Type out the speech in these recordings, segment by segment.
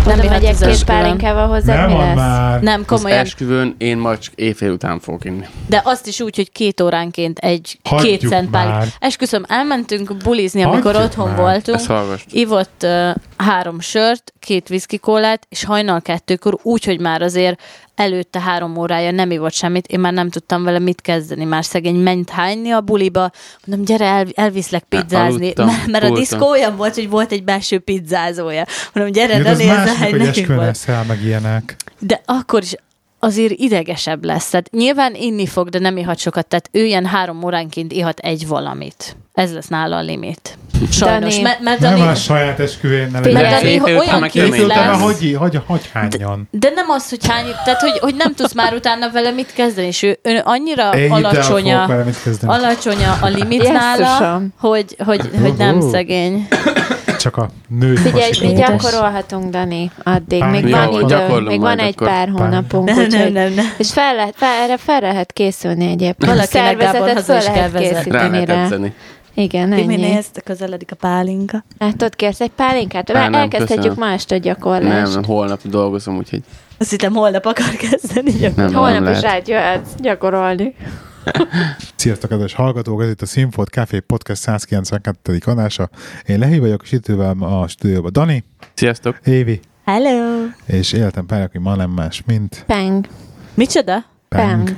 Nem megyek két pálinkával hozzá, mi lesz? Már. Nem, komolyan. Az esküvőn én majd csak éjfél után fogok inni. De azt is úgy, hogy 2 óránként Hagyjuk 2 cent már. pálinka. Esküszöm, elmentünk bulizni, amikor Hagyjuk otthon már. voltunk. Ezt hallgass. Ivott 3 sört, 2 viszkikólát, és hajnal 2-kor úgy, hogy már azért előtte 3 órája nem ivott semmit, én már nem tudtam vele mit kezdeni, már szegény ment hányni a buliba, mondom, gyere, elviszlek pizzázni, Aludtam, mert a pultam. diszkó olyan volt, hogy volt egy belső pizzázója. Mondom, gyere, Ja, ne az nézz másik, el, hogy nekünk esküvőn volt. eszel, meg ilyenek. De akkor is azért idegesebb lesz. Tehát nyilván inni fog, de nem ihat sokat. Tehát ő ilyen 3 óránként ihat egy valamit. Ez lesz nála a limit. Sajnos. Dani. Mert Nem Dani, a saját esküvőn nem Mert Lehet, Dani éjfél után olyan meg kész kemény Utána lesz. hogy hányjon? De nem az, hogy hány, tehát hogy nem tudsz már utána vele mit kezdeni, és ő annyira Én alacsony a limit nála, Jesszusom. hogy nem szegény. Csak a nő. Figyelj, mi Édes. gyakorolhatunk, Dani, addig. Még Jó, van idő, gyakorlom még majd van egy akkor. pár hónapunk, Nem. úgyhogy... És erre fel lehet készülni egyébként. Valakinek Gábor Szervezetet haza föl is kell lehet vezetni. Rá készíteni lehet rá. edzeni. Igen, Timi, ennyi. nézd, közeledik a pálinka. Látod, kérsz egy pálinkát? Nem, Elkezdhetjük köszönöm. ma este a gyakorlást. Nem, holnap dolgozom, úgyhogy Azt hittem, holnap akar kezdeni. nem Holnap is lehet. átjöhetsz gyakorolni. Sziasztok, kedves hallgatók! Ez itt a Színfolt Café Podcast 192. adása. Én Lehi vagyok, és itt ül a stúdióban Dani, Sziasztok! Évi, Hello! és életem pár, aki ma nem más, mint Peng. Micsoda? Peng.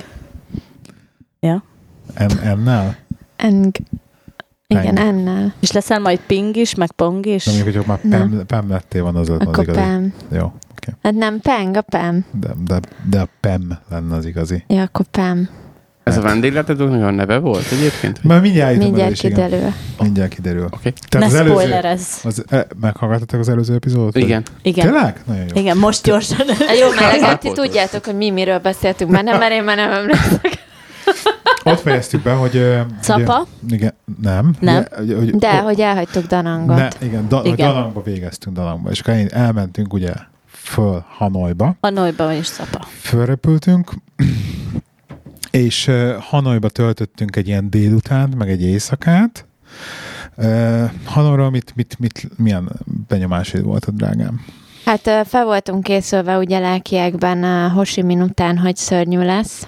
Ja. Ennel. Eng. Igen, Peng. ennel. És leszel majd ping is, meg pong is? Nem mondjuk, hogy már Pem lettél van az Akkor igazi. Pem. Jó, oké. Hát nem Peng, a Pem. De a Pem lenne az igazi. Ja, akkor Pem. Ez a vendéglátódoknak a neve volt egyébként? Már mindjárt jutunk Mindjárt oda is, igen. kiderül. Mindjárt kiderül. Oké. Ne az spoilerezz. meghallgattatok az előző epizódot? Igen. Igen. Tényleg? Nagyon jó. Igen, most gyorsan. Jó, mert legalább ti Volt. tudjátok, hogy mi miről beszéltünk már, nem, mert én már nem emlékszek. Ott fejeztük be, hogy... Capa? Ugye, igen, nem. Nem. Ugye, De, hogy elhagytuk Danangot. igen, Igen. Danangba végeztünk, Danangba. És akkor elmentünk ugye föl Hanoiba. Hanoiban van is szapa. Fölrepültünk, és Hanoiba töltöttünk egy ilyen délutánt, meg egy éjszakát. Hanoiról milyen benyomásaid voltad, drágám? Hát fel voltunk készülve ugye lelkiekben Ho Chi Minh után, hogy szörnyű lesz.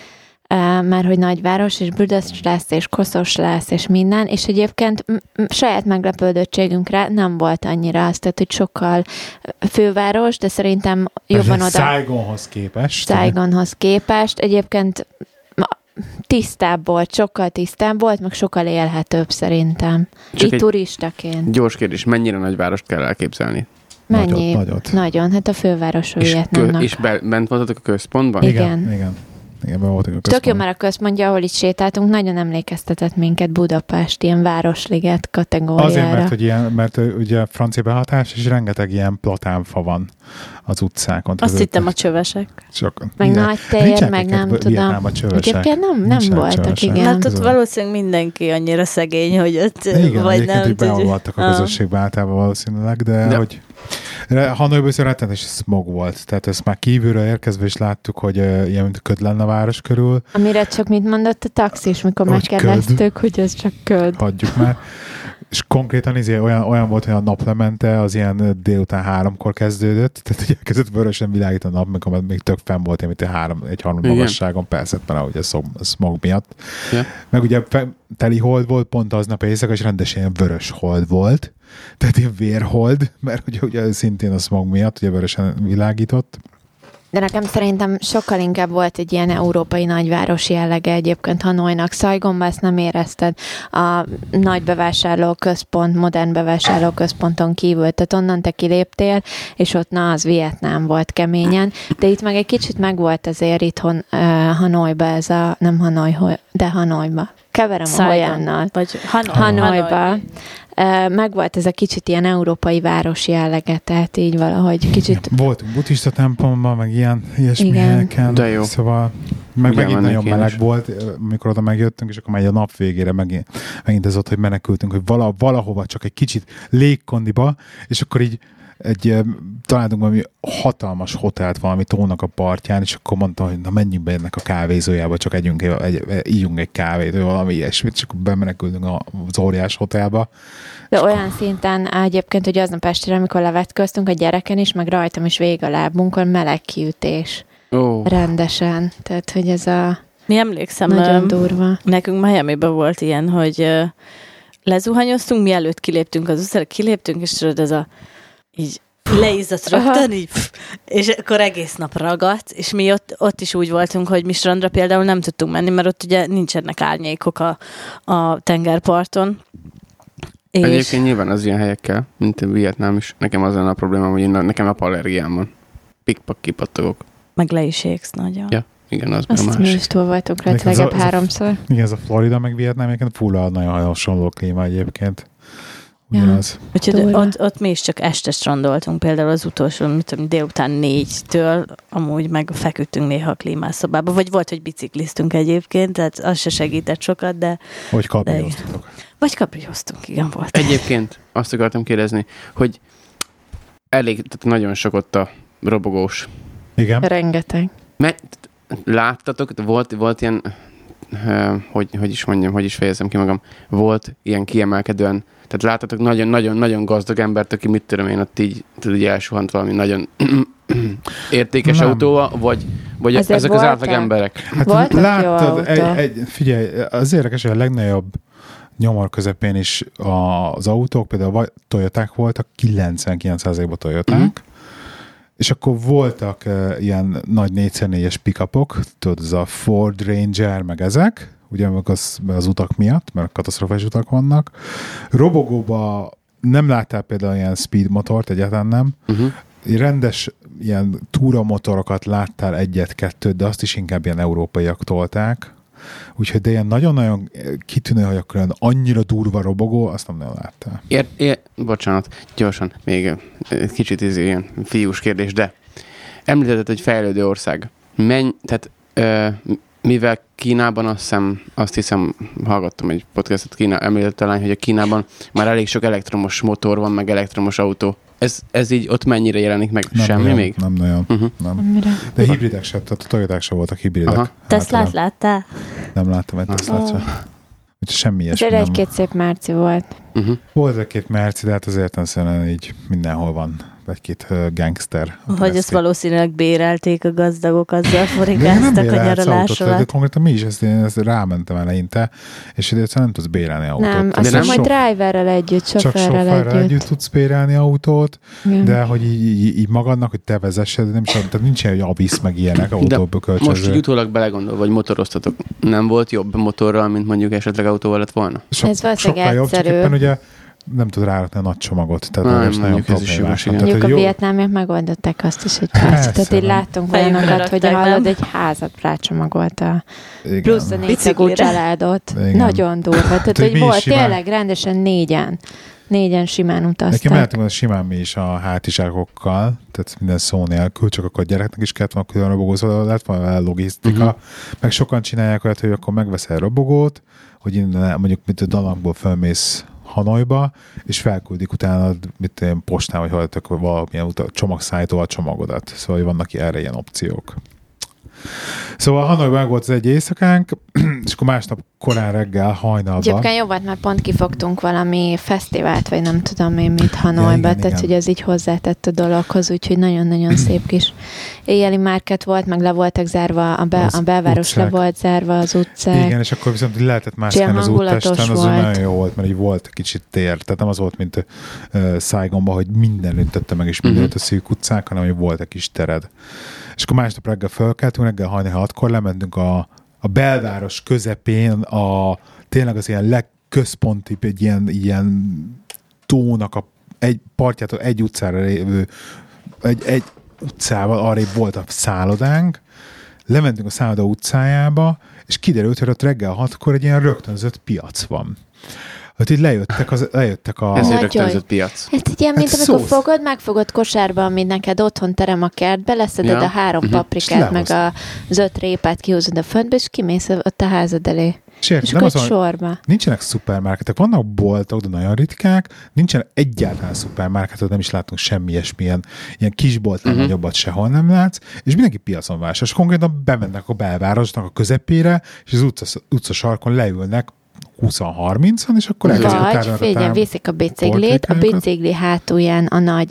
Már hogy nagyváros, és büdös lesz, és koszos lesz, és minden, és egyébként saját meglepődöttségünkre nem volt annyira az, tehát, hogy sokkal főváros, de szerintem jobban oda... Saigonhoz képest. Saigonhoz képest. Egyébként tisztább volt, sokkal tisztább volt, meg sokkal élhetőbb szerintem. Csak Így egy turistaként. Gyors kérdés, mennyire nagyvárost kell elképzelni? Mennyi? Nagyot. Nagyon, hát a fővárosról És, Vietnámnak. bent voltatok a központban? Igen. Igen, be voltunk a Tök jó, központban. mert a központja, ahol itt sétáltunk, nagyon emlékeztetett minket Budapest, ilyen városliget kategóriára. Azért, mert ugye francia behatás, és rengeteg ilyen platánfa van az utcákon. Azt hittem a csövesek. Csak, Meg igen. nagy tér, Nincsenek meg nem nektek tudom. Vietnámban csövesek. Egyébként nem Nincsenek voltak, csövesek. igen. Hát ott Tudom. valószínűleg mindenki annyira szegény, hogy ott Igen, vagy egyébként, nem hogy beolvadtak a Ah. közösségbe általában valószínűleg, de De- hogy Hanoiban viszont rettenetes smog volt. Tehát ezt már kívülről érkezve is láttuk, hogy ilyen, mint köd lenne a város körül. Amire csak mit mondott a taxis, mikor Hogy megkérdeztük, hogy ez csak köd. Hagyjuk már. És konkrétan olyan volt, hogy a naplemente az ilyen délután 3-kor kezdődött, tehát hogy elkezdett vörösen világítani a nap, mikor még tök fenn volt, mint egy harmad Igen. magasságon, persze, mert ugye smog miatt. Ja. Meg ugye teli hold volt, pont aznap éjszaka, és rendesen ilyen vörös hold volt, tehát ilyen vérhold, mert ugye szintén a smog miatt ugye vörösen világított. De nekem szerintem sokkal inkább volt egy ilyen európai nagyvárosi jellege egyébként Hanoinak. Saigonban ezt nem érezted. A nagy bevásárlóközpont, modern bevásárlóközponton kívül, tehát onnan te kiléptél, és ott az Vietnám volt keményen. De itt meg egy kicsit megvolt azért itthon Hanoiba ez a, nem Hanoi, de Hanoiba. Keverem a Hoyannal. Vagy Hanoiba. Megvolt ez a kicsit ilyen európai városi jellege, tehát így valahogy kicsit... Voltunk buddhista templomban, meg ilyesmi Igen. helyeken. De jó. Szóval megint mennék nagyon én meleg is. volt, amikor oda megjöttünk, és akkor már egy a nap végére megint ez ott, hogy menekültünk, hogy valahova csak egy kicsit légkondiba, és akkor így találtunk valami hatalmas hotelt valami tónak a partján, és akkor mondtam, hogy na menjünk be ennek a kávézójába, csak ígyunk egy kávét, vagy valami ilyesmit, és akkor bemenekültünk az óriás hotelba. De olyan szinten egyébként, hogy aznap estére, amikor levetköztünk a gyereken is, meg rajtam is végig a lábunkon meleg kiütés. Rendesen. Tehát, hogy ez a mi emlékszem, nagyon durva. Nekünk Miamiben volt ilyen, hogy lezuhanyoztunk, mielőtt kiléptünk az utcára, kiléptünk, és tudod, ez a így leizzadt rögtön, így, és akkor egész nap ragadt, és mi ott is úgy voltunk, hogy mi strandra például nem tudtunk menni, mert ott ugye nincsenek árnyékok a tengerparton. Egyébként nyilván az ilyen helyekkel, mint Vietnám is, nekem az lenne a problémám, hogy nekem napallergiám van. Pikpak kipattogok. Meg le is égsz nagyon. Ja, igen, az azt más. mi is túl voltunk rá, legalább 3-szor. Igen, ez a Florida meg Vietnám, egyébként full nagyon hasonló klíma egyébként. Ugyanaz. Ja. Úgyhogy ott mi is csak este strandoltunk, például az utolsó, délután 4-től, amúgy meg feküdtünk néha a klímászobába, vagy volt, hogy bicikliztünk egyébként, tehát az se segített sokat, de... Vagy kaprióztatok. Vagy kaprióztunk, igen, volt. Egyébként azt akartam kérdezni, hogy tehát nagyon sok ott a robogós. Igen. Rengeteg. Láttatok, volt ilyen, hogy is mondjam, hogy is fejezem ki magam, volt ilyen kiemelkedően, tehát láttatok nagyon-nagyon gazdag embert, aki mit tudom én, ott így elsuhant valami nagyon értékes autóval, vagy ezek az átlag emberek? Hát láttad, figyelj, az érdekes, hogy a legnagyobb nyomor közepén is az autók, például Toyoták voltak, 99%-ban Toyoták, és akkor voltak ilyen nagy 4x4-es pick-upok, tudod, ez a Ford Ranger, meg ezek, ugye az utak miatt, mert katasztrofális utak vannak. Robogóba nem láttál például ilyen speed motort, egyáltalán nem. Rendes ilyen túramotorokat láttál egyet-kettőt, de azt is inkább ilyen európaiak tolták. Úgyhogy de ilyen nagyon-nagyon kitűnő, hogy akkor annyira durva robogó, azt nem nagyon láttál. Bocsánat, gyorsan, még kicsit ilyen fiús kérdés, de említetted, hogy fejlődő ország. Tehát mivel Kínában azt hiszem, hallgattam egy podcastot, említett a lány, hogy a Kínában már elég sok elektromos motor van, meg elektromos autó. Ez így ott mennyire jelenik meg? Nem semmi nagyon, még? Nem nagyon. Nem. De hibridek sem, tehát a Toyoták sem voltak hibridek. Teslát láttál? Nem láttam egy Teslát sem. Úgyhogy semmi ilyesmi nem. Egy-két szép Merci volt. Volt egy-két Merci, de hát azért nem így mindenhol van egy-két gangster. Hogy ezt valószínűleg bérelték a gazdagok, azzal forigáztak a nyaralásokat. De konkrétan mi is ezt rámentem eleinte, és egyébként nem tudsz bérelni autót. Nem, azt hiszem, hogy driverrel együtt, sofőrrel együtt tudsz bérelni autót, de hogy így magadnak, hogy te vezessed, tehát nincs ilyen, hogy avisz meg ilyenek autóból kölcsönző. Most így utólag belegondol, vagy motoroztatok. Nem volt jobb motorral, mint mondjuk esetleg autóval lett volna? Ez valószínűleg jobb, csak egyszerű. éppen ugye nem tud rárakni a nagy csomagot. Tehát nagyon problémás. Mondjuk a vietnámiak megoldották azt is, hogy persze. Tehát így láttunk olyanokat, hogy hallod, egy házat rácsomagolta. Plusz a 4 tagú családot. Igen. Nagyon durva. Tehát, hogy volt tényleg rendesen négyen simán utaztak. Nekem lehetünk simán mi is a hátizsákokkal, tehát minden szó nélkül, csak akkor a gyereknek is kellett volna külön robogózva, lehet valami logisztika. Meg sokan csinálják olyat, hogy akkor megveszel robogót, hogy innen mondjuk mint a Danakból felmész Hanoiba, és felküldik utána postán, vagy hallottak valamilyen csomagszállítóval csomagodat. Szóval vannak erre ilyen opciók. Szóval Hanoiban meg volt az egy éjszakánk, és akkor másnap korán reggel, hajnalban. Egyébként jó volt, mert pont kifogtunk valami fesztivált, vagy nem tudom én mit Hanoiba, tehát hogy ez így hozzátett a dologhoz, úgyhogy nagyon-nagyon szép kis éjjeli márket volt, meg le voltak zárva, a belváros utcák. Le volt zárva az utcák. Igen, és akkor viszont lehetett mászkálni az úttesten, az nagyon jó volt, mert így volt kicsit tér, tehát nem az volt, mint Saigonban, hogy minden ütötte meg, és minden a szűk utcák, hanem hogy volt egy kis tered. És akkor másnap reggel fölkeltünk, reggel hajnal 6-kor lementünk a belváros közepén, tényleg az ilyen legközpontibb, egy ilyen tónak egy partjától egy utcára lévő, egy utcával arrébb volt a szállodánk, lementünk a szálloda utcájába, és kiderült, hogy ott reggel 6-kor egy ilyen rögtönzött piac van. Hát így lejöttek a... Ez egy rögtönzött piac. Hát ilyen, mint amikor megfogod kosárba, amit neked otthon terem a kertbe, leszeded a 3 paprikát, meg az 5 répát, kihúzod a földbe, és kimész ott a házad elé. És akkor sorba. Nincsenek szupermarketek, vannak boltok, de nagyon ritkák, nincsenek egyáltalán szupermarketek, nem is látunk semmi ilyesmilyen, ilyen kisboltnál nagyobbat sehol nem látsz, és mindenki piacon vásárol. És konkrétan bemennek a belvárosnak a közepére, és az utca sarkon leülnek 20-30-an, és akkor vagy figyelj, viszik a biciklit, a bicikli hátulján a nagy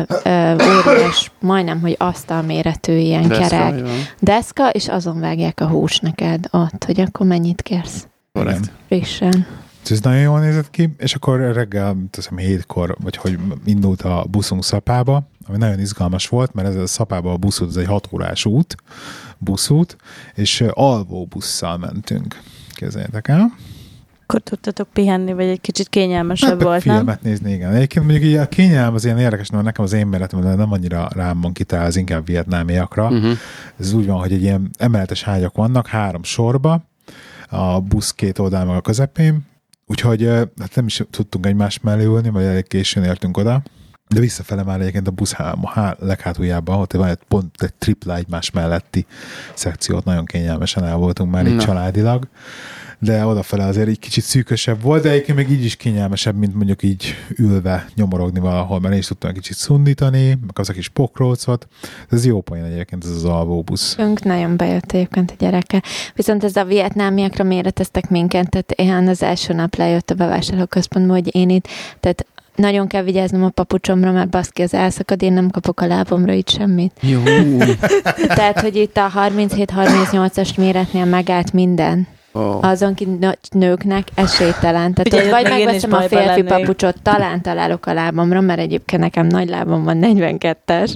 óriás, majdnem, hogy asztalméretű ilyen kerek deszka, és azon vágják a hús neked ott, hogy akkor mennyit kérsz. Frissen. Ez nagyon jól nézett ki, és akkor reggel, teszem 7-kor, vagy hogy indult a buszunk Szapába, ami nagyon izgalmas volt, mert ez a Szapába a buszút, ez egy 6 órás buszút, és alvó busszal mentünk. Képzeljétek el. Akkor tudtatok pihenni, vagy egy kicsit kényelmesebb volt, nem? Filmet nézni, igen. Egyébként mondjuk a kényelem az ilyen érdekes, mert nekem az én méretem nem annyira rám van kitál, az inkább vietnámiakra. Ez úgy van, hogy egy ilyen emeletes ágyak vannak, 3 sorba, a busz 2 oldal meg a közepén, úgyhogy hát nem is tudtunk egymás mellé ülni, vagy elég későn értünk oda, de visszafele már egyébként a busz leghátuljában, ott van pont egy tripla egymás melletti szekciót, nagyon kényelmesen el voltunk már így családilag, de odafele azért egy kicsit szűkösebb volt, de egyébként még így is kényelmesebb, mint mondjuk így ülve nyomorogni valahol, mert én is tudtam egy kicsit szundítani, meg az a kis pokrócot. Ez jó poén egyébként, ez az alvóbusz. Nagyon bejött egyébként a gyereke. Viszont ez a vietnámiakra méreteztek minket, tehát én az első nap lejött a bevásárlóközpontba, hogy én itt, tehát nagyon kell vigyáznom a papucsomra, mert baszki, az elszakad, én nem kapok a lábomra itt semmit. Jó. Tehát, hogy itt a 37-38-as méretnél megállt minden. Azon nőknek esélytelen. Tehát ott vagy megveszem a férfi papucsot, talán találok a lábamra, mert egyébként nekem nagy lábam van, 42-es,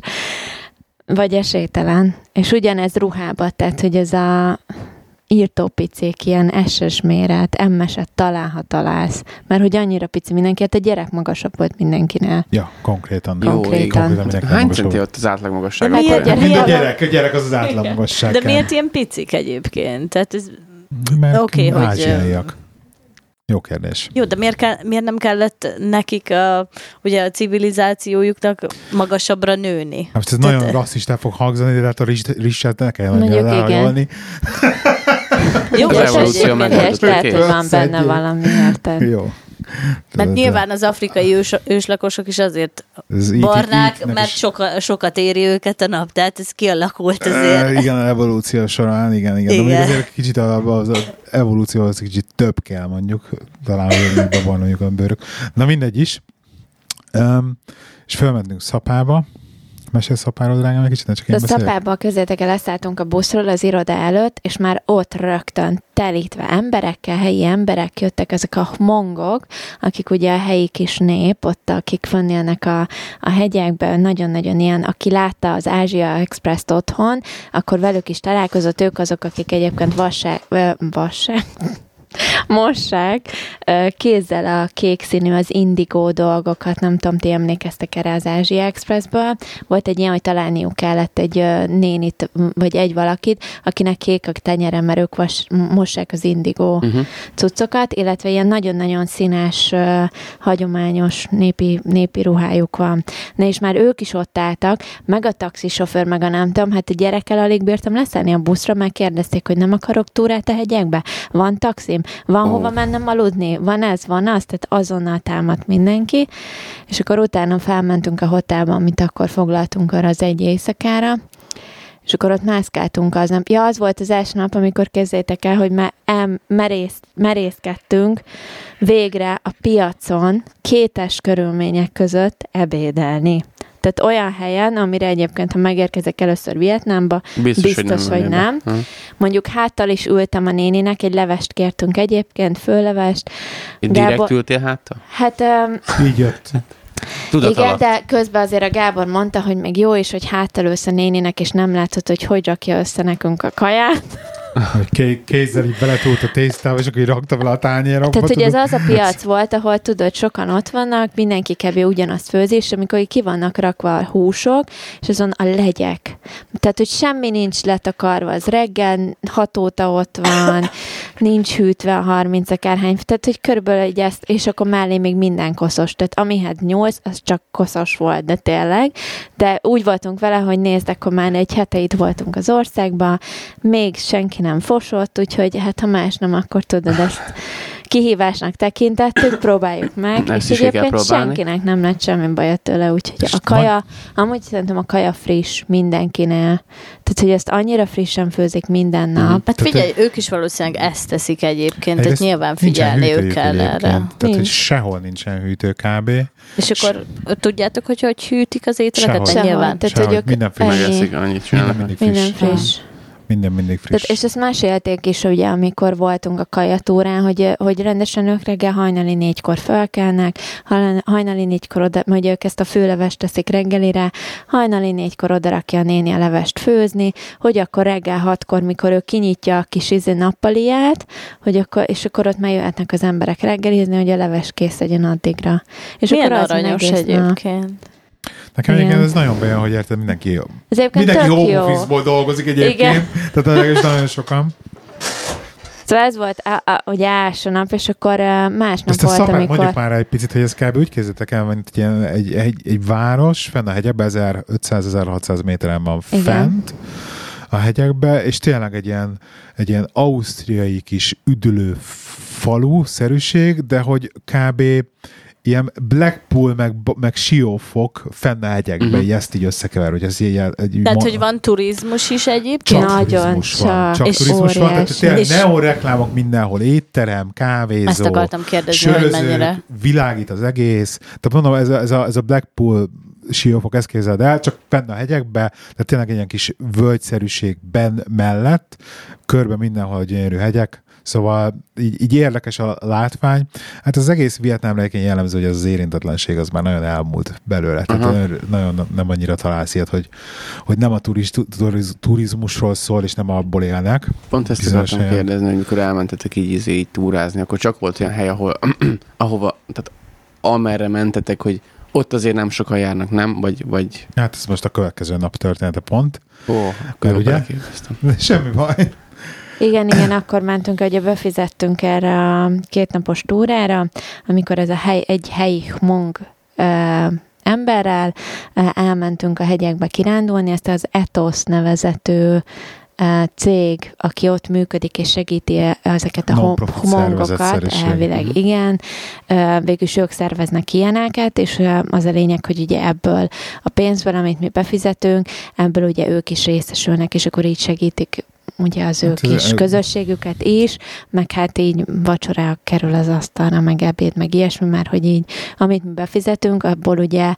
vagy esélytelen. És ugyanez ruhába, tehát hogy ez a írtópicék, ilyen SS méret, MS-et talál, ha találsz. Mert hogy annyira pici mindenki, hát a gyerek magasabb volt mindenkinél. Ja, konkrétan. Hány centi ott az átlagmagasság? A gyerek az átlagmagasság. De miért ilyen picik egyébként? Tehát ez mert ázsiaiak. Jó kérdés. Jó, de miért nem kellett nekik ugye a civilizációjuknak magasabbra nőni? Hát ez nagyon rasszistán fog hangzani, de hát a rizsát ne kell nagyon rájolni. Jó, az evolúció megoldott. Lehet, hogy van benne valami, érted? Jó. Mert nyilván az afrikai őslakosok is azért barnák, mert sokat éri őket a nap, tehát ez kialakult azért. Igen, az evolúció során, igen. De mondjuk azért kicsit az evolúció az kicsit több kell mondjuk, talán azért van mondjuk a bőrök. Na mindegy is. És fölmentünk Szapába. Mesélj Szapáról, drágám, egy kicsit, ne csak én beszéljek. Szapába közétek el, leszálltunk a buszról az iroda előtt, és már ott rögtön telítve emberekkel, helyi emberek jöttek, ezek a mongok, akik ugye a helyi kis nép, ott akik fönn a hegyekben, nagyon-nagyon ilyen, aki látta az Ázsia Express-t otthon, akkor velük is találkozott, ők azok, akik egyébként mossák kézzel a kék színű, az indigó dolgokat, nem tudom, ti emlékeztek erre az Ázsia Expressből. Volt egy ilyen, hogy találniuk kellett egy nénit, vagy egy valakit, akinek kék a tenyere, mert ők mossák az indigó cuccokat, illetve ilyen nagyon-nagyon színes, hagyományos népi ruhájuk van. Na és már ők is ott álltak, meg a taxisofőr, meg a nem tudom, hát a gyerekkel alig bírtam leszállni a buszra, meg kérdezték, hogy nem akarok túrát a hegyekbe? Van taxim? Van hova mennem aludni? Van ez, van az? Tehát azonnal támadt mindenki. És akkor utána felmentünk a hotelba, amit akkor foglaltunk arra az egy éjszakára. És akkor ott mászkáltunk aznap. Ja, az volt az első nap, amikor kezdjétek el, hogy merészkedtünk végre a piacon 2 körülmények között ebédelni. Tehát olyan helyen, amire egyébként, ha megérkezek először Vietnámba, biztos hogy nem. Mondjuk háttal is ültem a néninek, egy levest kértünk egyébként, főlevest. Direkt ültél háttal? Hát... így jött. Igen, de közben azért a Gábor mondta, hogy még jó is, hogy háttal ülsz a néninek, és nem látod, hogy rakja össze nekünk a kaját. Hogy kézzel így beletúlt a tésztába, és akkor így rakta vele a tányérokba. Tehát, hogy ez az a piac volt, ahol tudod, sokan ott vannak, mindenki kevés ugyanazt főzi, és amikor így ki vannak rakva a húsok, és azon a legyek. Tehát, hogy semmi nincs letakarva, az reggel 6 óta ott van, nincs hűtve a 30 akárhány, tehát, hogy körülbelül egy ezt, és akkor mellé még minden koszos. Tehát amihez 8, az csak koszos volt, de tényleg. De úgy voltunk vele, hogy nézd, akkor már egy hete itt voltunk az országban, még senki senki nem fosott, úgyhogy hát ha más nem, akkor tudod, ezt kihívásnak tekintettük, próbáljuk meg, és egyébként senkinek nem lett semmi baja tőle, úgyhogy a kaja, amúgy szerintem a kaja friss mindenkinél, tehát hogy ezt annyira frissen főzik minden nap. Hát figyelj, ők is valószínűleg ezt teszik egyébként, tehát nyilván figyelniük kell erre. Tehát, hogy sehol nincsen hűtő kb. És akkor tudjátok, hogy hűtik az ételeket? Sehol. Nyilván. Tehát, hogy ők minden megeszik, annyit csinálnak. Minden friss. Minden mindig friss. Tehát, és ezt mesélték is, ugye, amikor voltunk a kajatúrán, hogy rendesen ők reggel hajnali 4-kor fölkelnek, hajnali 4-kor oda, hogy ők ezt a főlevest teszik reggelire, hajnali 4-kor oda rakja a néni a levest főzni, hogy akkor reggel 6-kor, mikor ő kinyitja a kis nappaliát, és akkor ott már jöhetnek az emberek reggelizni, hogy a leves kész legyen addigra. És milyen akkor aranyos egyébként. Nekem egyébként ez nagyon bejön, hogy érted, mindenki home office-ból dolgozik egyébként. Igen. Tehát ez nagyon sokan. Szóval ez volt ugye első nap, és akkor másnap ezt volt, amikor... Mondjuk már egy picit, hogy ez kb. Úgy képzeljétek el, mint egy város, fenn a hegyekben 1500-1600 méteren van fent a hegyekbe, és tényleg egy ilyen ausztriai kis üdülő falu-szerűség, de hogy kb. Ilyen Blackpool meg Siófok fenn a hegyekben, ezt így összekever, hogy ez ilyen... Tehát, hogy van turizmus is egyébként? Csak turizmus van. Csak turizmus van, tehát tényleg neonreklámok mindenhol, étterem, kávézó, ezt akartam kérdezni, söröző, hogy mennyire. Világít az egész. Tehát mondom, ez a Blackpool Siófok, ezt képzeld el, csak fenn a hegyekben, tehát tényleg egy ilyen kis völgyszerűségben mellett, körbe mindenhol gyönyörű hegyek. Szóval így érdekes a látvány. Hát az egész Vietnámra egyébként jellemző, hogy az érintetlenség az már nagyon elmúlt belőle. Tehát nagyon nem annyira találsz ilyet, hogy nem a turizmusról szól, és nem abból élnek. Pont ezt akartam kérdezni, hogy mikor elmentetek így túrázni, akkor csak volt olyan hely, ahova, tehát amerre mentetek, hogy ott azért nem sokan járnak, nem? Vagy... Hát ez most a következő nap története pont. Akkor ugye? Semmi baj. Igen, akkor mentünk, hogy befizettünk erre a 2 napos túrára, amikor ez egy helyi Hmong emberrel elmentünk a hegyekbe kirándulni, ezt az Ethos nevezető cég, aki ott működik és segíti ezeket a hmongokat, elvileg igen, végülis ők szerveznek ilyeneket, és az a lényeg, hogy ugye ebből a pénzből, amit mi befizetünk, ebből ugye ők is részesülnek, és akkor így segítik ugye az ő kis közösségüket is, meg hát így vacsora kerül az asztalra, meg ebéd, meg ilyesmi, mert hogy így, amit mi befizetünk, abból ugye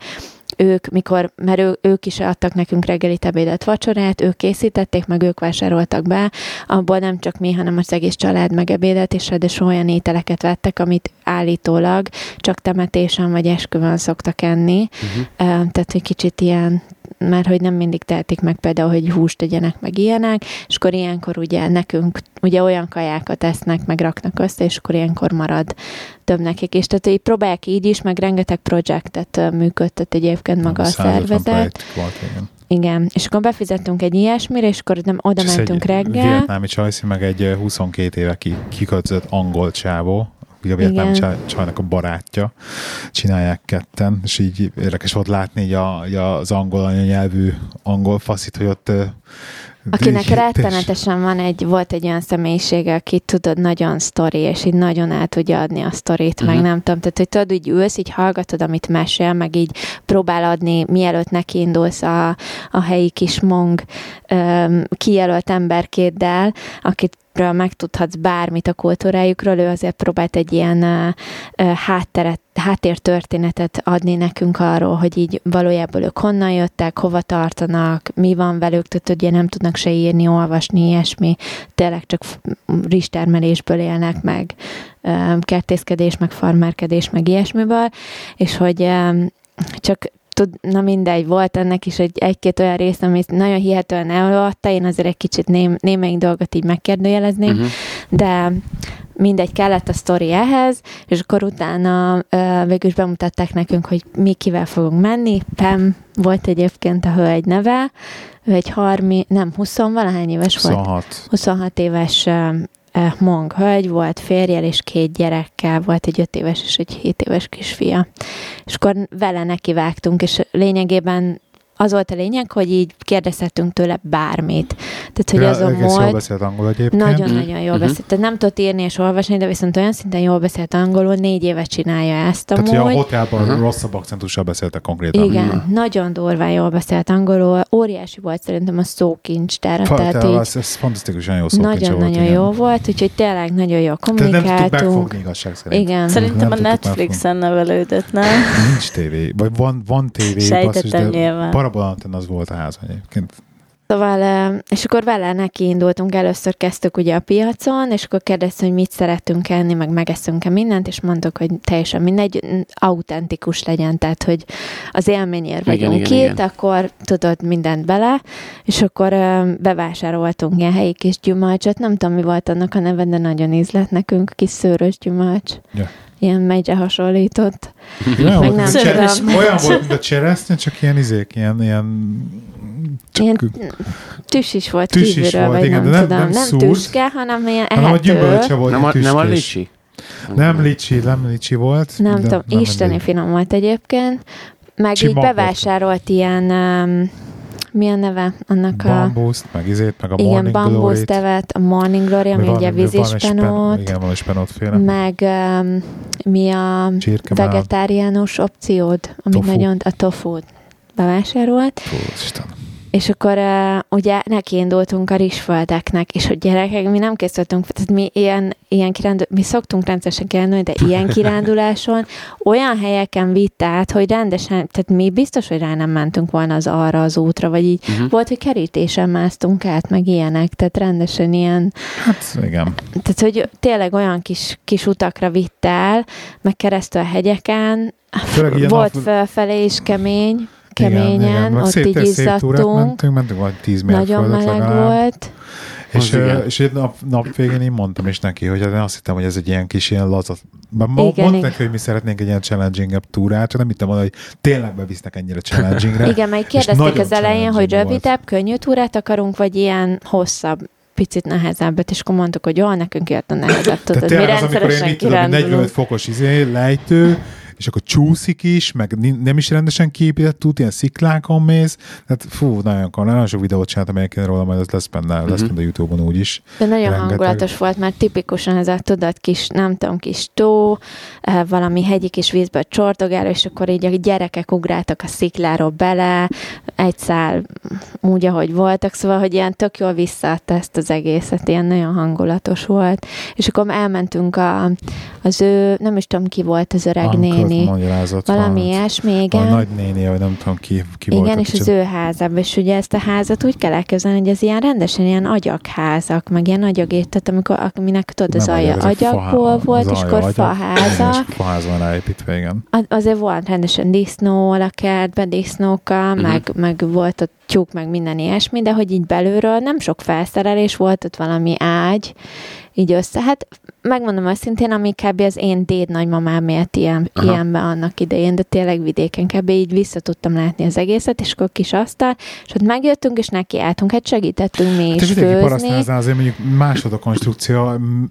mert ők is adtak nekünk reggelit, ebédet, vacsorát, ők készítették, meg ők vásároltak be, abból nem csak mi, hanem az egész család meg ebédet, és ráadásul olyan ételeket vettek, amit állítólag csak temetésen vagy esküvőn szoktak enni. Tehát, hogy kicsit ilyen, mert hogy nem mindig tehetik meg például, hogy húst tegyenek meg ilyenek, és akkor ilyenkor ugye nekünk ugye olyan kajákat esznek, meg raknak össze, és akkor ilyenkor marad több nekik is. Tehát így próbálják így is, meg rengeteg projektet működtet egyébként maga a szervezet. Igen, és akkor befizettünk egy ilyesmire, és akkor oda mentünk reggel. Vietnámi csajszi, meg egy 22 éve kiköltözött angol csávó, ugye a vietnámi csajnak a barátja, csinálják ketten, és így érdekes volt látni így az angol anyanyelvű angol faszit, hogy ott akinek rettenetesen volt egy olyan személyisége, aki tudod, nagyon sztori, és így nagyon el tudja adni a sztorit, meg nem tudom, tehát hogy tudod, így ülsz, így hallgatod, amit mesél, meg így próbál adni, mielőtt neki indulsz a helyi kis Hmong kijelölt emberkéddel, akit megtudhatsz bármit a kultúrájukról, ő azért próbált egy ilyen háttértörténetet adni nekünk arról, hogy így valójában ők honnan jöttek, hova tartanak, mi van velük, tehát ugye nem tudnak se írni, olvasni, ilyesmi, tényleg csak rizstermelésből élnek, meg kertészkedés, meg farmerkedés, meg ilyesmiből, és hogy csak na mindegy, volt ennek is egy-két olyan rész, amit nagyon hihetően előadta, én azért egy kicsit némelyik dolgot így megkérdőjelezném, de mindegy, kellett a sztori ehhez, és akkor utána végülis bemutatták nekünk, hogy mi kivel fogunk menni. Pam volt egyébként a hölgy neve, ő egy 20-valahány éves 26. volt. 26 éves Hmong hölgy volt, férjel és 2 gyerekkel, volt egy 5 éves és egy 7 éves kisfia. És akkor vele nekivágtunk, és lényegében az volt a lényeg, hogy így kérdezhetünk tőle bármit. Tehát, hogy azon volt... jól beszélt angol egyébként. Nagyon-nagyon jól beszélt. Tehát nem tudott írni és olvasni, de viszont olyan szinten jól beszélt angolul, 4 éve csinálja ezt amúgy. Tehát, hogy a hotelban rosszabb akcentussal beszéltek konkrétan. Igen, nagyon durván jól beszélt angolul. Óriási volt szerintem a szókincstára. Ez fantasztikusan jó szókincs volt. Nagyon jó volt, úgyhogy tényleg nagyon jól kommunikáltunk. Tehát nem tudtuk megfogni igazság szerint. Igen. Szerintem a Netflixen nevelődött, nem? Nincs tévé. Vagy van tévé, sejtettem nyilván. Parabolanten az volt a ház egyébként. Szóval, és akkor vele neki indultunk, először kezdtük ugye a piacon, és akkor kérdezte, hogy mit szeretünk enni, meg megeszünk-e mindent, és mondtuk, hogy teljesen mindegy, autentikus legyen, tehát, hogy az élményért vagyunk itt, akkor tudod mindent bele, és akkor bevásároltunk ilyen helyi kis gyümölcsöt, nem tudom, mi volt annak a neve, de nagyon ízlett nekünk, kis szőrös gyümölcs. Ja. Ilyen megyre hasonlított. Olyan volt, mint a cseresznye, csak ilyen ilyen tüs is volt kívülről, vagy igen, nem tudom. Nem tüske, hanem ilyen ehető. Hanem a gyümölcse volt nem a licsi? Nem licsi volt. Nem tudom, isteni finom volt egyébként. Meg így bevásárolt ilyen... mi a neve annak Bambuszt, meg izét, meg a igen, Morning Glory-t. Igen, Bambuszt tevet, a Morning Glory, ami ugye vízispenót. Igen, van is penótféle. Meg mi a vegetáriánus opciód, ami nagyon a tofut bevásárolt. Isten. És akkor ugye nekiindultunk a rizsföldeknek, és hogy gyerekek, mi nem készültünk, tehát mi mi szoktunk rendszeresen kirándulni, de ilyen kiránduláson olyan helyeken vitt át, hogy rendesen, tehát mi biztos, hogy rá nem mentünk volna arra az útra, vagy így volt, hogy kerítésen másztunk át, meg ilyenek, tehát rendesen ilyen... Hát, igen. Tehát, hogy tényleg olyan kis utakra vitt el, meg keresztül a hegyeken, volt felfelé is keményen, igen. Ott így izzadtunk. Mentünk vagy 10 mérföldet nagyon meleg volt. És egy nap végén én mondtam is neki, hogy azt hittem, hogy ez egy ilyen kis ilyen lazat. Mondta neki, hogy mi szeretnénk egy ilyen challenging-ebb túrát, csak nem hittem volna, hogy tényleg bevisznek ennyire challengingre. Igen, mert kérdezték az elején, hogy rövidebb, könnyű túrát akarunk, vagy ilyen hosszabb, picit nehezebbet, és akkor mondtuk, hogy jó, nekünk jött a nehezebb. Tehát tényleg az, amikor én mit tudom, 45 fokos lejtő, és akkor csúszik is, meg nem is rendesen kiépített út, ilyen sziklákon mész. Tehát nagyon sok videót csináltam egyébként róla, majd az lesz benne a YouTube-on úgyis. De nagyon hangulatos volt, mert tipikusan ez a tudod kis, nem tudom, kis tó, valami hegyi kis vízből csortogál, és akkor így a gyerekek ugráltak a szikláról bele, egy szál úgy, ahogy voltak, szóval, hogy ilyen tök jól visszaadta ezt az egészet, ilyen nagyon hangulatos volt. És akkor elmentünk az ő, nem is tudom ki volt az öreg néni, valami ilyesmi, igen. A nagynéni, vagy nem tudom ki volt. Igen, és az ő házában, és ugye ezt a házat úgy kell elképzelni, hogy ez ilyen rendesen ilyen agyagházak, meg ilyen agyagétet, aminek tudod, az alja agyagból volt, és akkor faházak. Faház van ráépítve, igen. Azért volt rendesen disznó a kertben, disznóka, meg volt ott tyúk, meg minden ilyesmi, de hogy így belülről nem sok felszerelés volt, ott valami ágy, így össze. Hát megmondom őszintén, ami kb. Az én déd nagymamám élt ilyenbe annak idején, de tényleg vidéken kb. Így vissza tudtam látni az egészet, és akkor kis asztal, és ott megjöttünk, és nekiálltunk, hát segítettünk mi is főzni. Parasztnál azért mondjuk másod a konstrukció,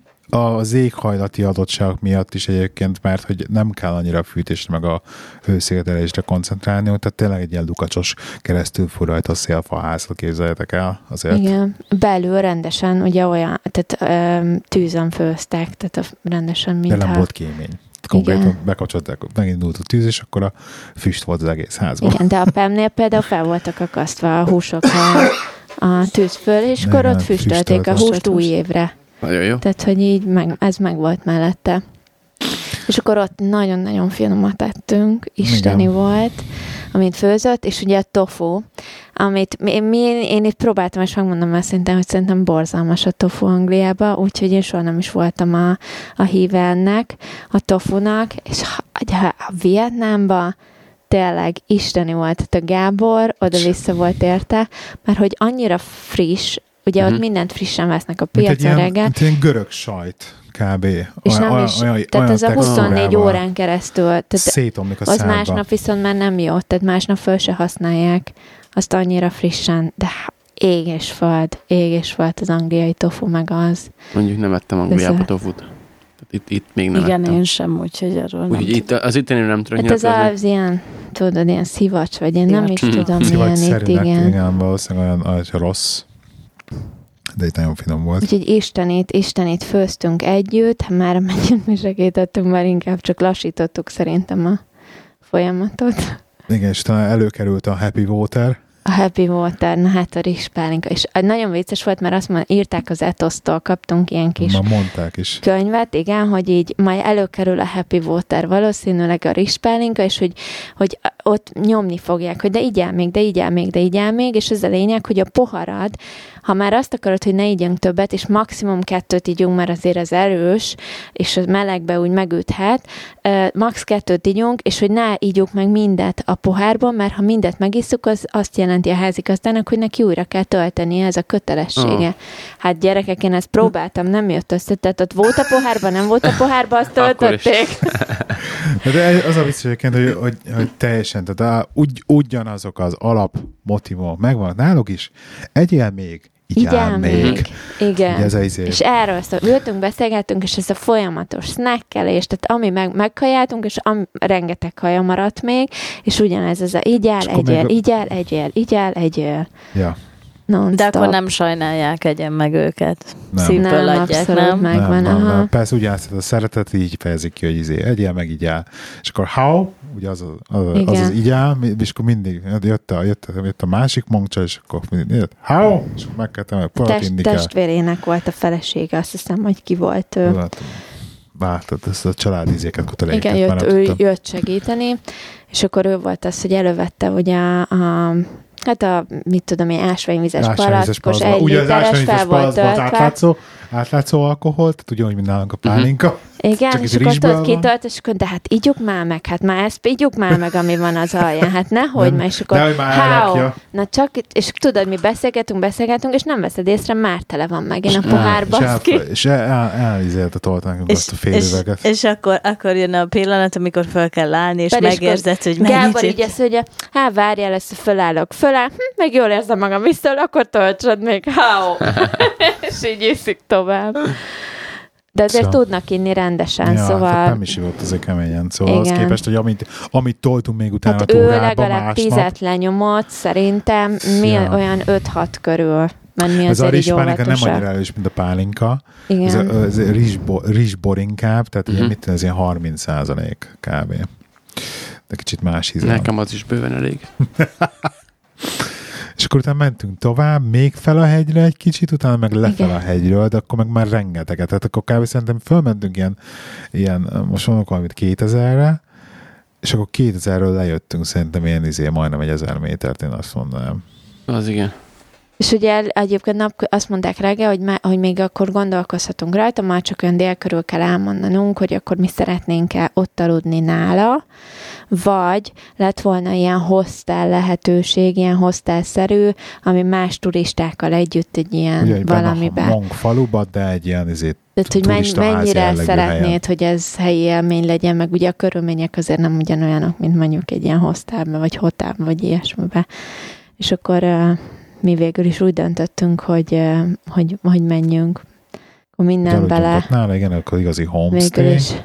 az éghajlati adottságok miatt is egyébként, mert hogy nem kell annyira a fűtésre meg a hőszigetelésre koncentrálni, tehát tényleg egy ilyen lukacsos keresztül fúr rajta a szélfaházat, képzeljetek el azért. Igen, belül rendesen ugye olyan, tehát tűzön főztek, tehát rendesen mintha... De nem volt kémény. Konkrétan bekapcsolták, megindult a tűz, és akkor a füst volt az egész házban. Igen, de a PEM-nél például fel voltak akasztva a húsok a tűz föl, és akkor ott füstölték a húst új évre. Nagyon jó. Tehát, hogy így ez meg volt mellette. És akkor ott nagyon-nagyon finomat ettünk, isteni volt, amit főzött, és ugye a tofu, amit én itt próbáltam, és megmondom őszintén, hogy szerintem borzalmas a tofu Angliába, úgyhogy én soha nem is voltam a híve ennek, a tofunak, és a Vietnámba tényleg isteni volt a Gábor, oda-vissza volt érte, mert hogy annyira friss, ugye ott mindent frissen vesznek a piacon reggel. Mint ilyen görög sajt, kb. És nem is, tehát ez a 24 órán keresztül. Szétomlik a az szádba. Másnap viszont már nem jó, tehát másnap föl se használják azt annyira frissen, de ég és föld az angliai tofu, meg az. Mondjuk nem ettem Angliába tofut. itt még nem Igen, ettem. én sem, úgyhogy erről Úgyhogy itt az itteni nem tudok Hát ez nyilatkozni. az ilyen, tudod, ilyen szivacs, vagy én nem is Szivacs. tudom, milyen itt, Szivagyszerűnek, igen. igen, valószínűleg olyan rossz. De itt nagyon finom volt. Úgyhogy Istenit főztünk együtt, már amennyit mi segítettünk, már inkább csak lassítottuk szerintem a folyamatot. Igen, és talán előkerült a Happy Water. A Happy Water, na hát a rizspálinka. És nagyon vicces volt, mert azt mondta, írták az Etosztól, kaptunk ilyen kis Már mondták is. könyvet, igen, hogy így majd előkerül a Happy Water, valószínűleg a rizspálinka, és hogy ott nyomni fogják, hogy de így áll még, és ez a lényeg, hogy a poharad, ha már azt akarod, hogy ne ígyunk többet, és maximum 2 ígyunk, mert azért az erős, és a melegbe úgy megüthet, max 2 ígyunk, és hogy ne ígyunk meg mindet a pohárban, mert ha mindet megisszuk, az azt jelenti a házigazdának, hogy neki újra kell tölteni, ez a kötelessége. Hát gyerekek, én ezt próbáltam, nem jött össze, tehát ott volt a pohárban, nem volt a pohárban, azt töltötték. De az a vicces, hogy teljesen, tehát ugyanazok az alapmotívumok megvannak náluk is. Egyél még, így áll még. Igen. Ez és erről ültünk, beszélgettünk, és ez a folyamatos snackelés, tehát ami megkajáltunk, és rengeteg kaja maradt még, és ugyanez az így áll, egyél. Ja. Non-stop. De akkor nem sajnálják, egyen meg őket. Nem. Szívből Nem, adják, abszolút nem? megvan. Nem. Persze ugyanazt a szeretet így fejezik ki, hogy egyél meg így áll. És akkor how? Ugye az így áll, és akkor mindig jött a másik mongcsa, és akkor mindig jött how? És akkor megkeltem, hogy parat inni kell. Testvérének volt a felesége, azt hiszem, hogy ki volt ő. Vártad, ezt a családízéket, kotoléket. Igen, jött segíteni, és akkor ő volt az, hogy elővette ugye mit tudom én, ásványvizes palackos, 1 literes fel volt töltve. Átlátszó alkohol, tehát ugyanúgy, mint nálunk a pálinka. Igen, és akkor tudod kitölt, és akkor, de hát ígyuk már meg, hát már ezt ígyuk már meg, ami van az alján, hát nehogy már, és akkor na csak, és tudod, mi beszélgetünk, és nem veszed észre, már tele van megint a pohár, baszki. És elizélt a toltánk azt a fél üveget. És akkor jön a pillanat, amikor fel kell állni, és megérzed, hogy mennyit. Gábor így ezt mondja, várjál, ezt fölállok, meg jól érzem magam, vissza, akkor töltsed még, és így iszik tovább. De azért tudnak inni rendesen, szóval... Nem is ivott azért keményen, szóval igen. Az képest, hogy amit toltunk még utána hát a túrába ő legalább 10-et lenyomott, szerintem olyan 5-6 körül. Ez a rizspálinka nem annyira erős, mint a pálinka. Igen. Ez rizsbor inkább, tehát ugye mit ez ilyen 30% kb. De kicsit más íze. Nekem az is bőven elég. És akkor utána mentünk tovább, még fel a hegyre egy kicsit, utána meg lefel a hegyről, de akkor meg már rengeteget. Tehát akkor kb. Szerintem fölmentünk ilyen most mondok valamit 2000-re, és akkor 2000-ről lejöttünk szerintem majdnem 1000 métert, én azt mondanám. Az igen. És ugye egyébként azt mondták reggel, hogy még akkor gondolkozhatunk rajta, már csak olyan dél körül kell elmondanunk, hogy akkor mi szeretnénk-e ott aludni nála, vagy lett volna ilyen hostel lehetőség, ilyen hostelszerű, ami más turistákkal együtt egy ilyen ugye, valamiben. Ugye Monk faluban, de egy ilyen tehát, hogy mennyire szeretnéd, helyen. Hogy ez helyi élmény legyen, meg ugye a körülmények azért nem ugyanolyanok, mint mondjuk egy ilyen hostelben, vagy hotelben, vagy ilyesmiben. És akkor mi végül is úgy döntöttünk, hogy menjünk. Akkor minden bele. Nála, igen, akkor igazi homestay. Végül is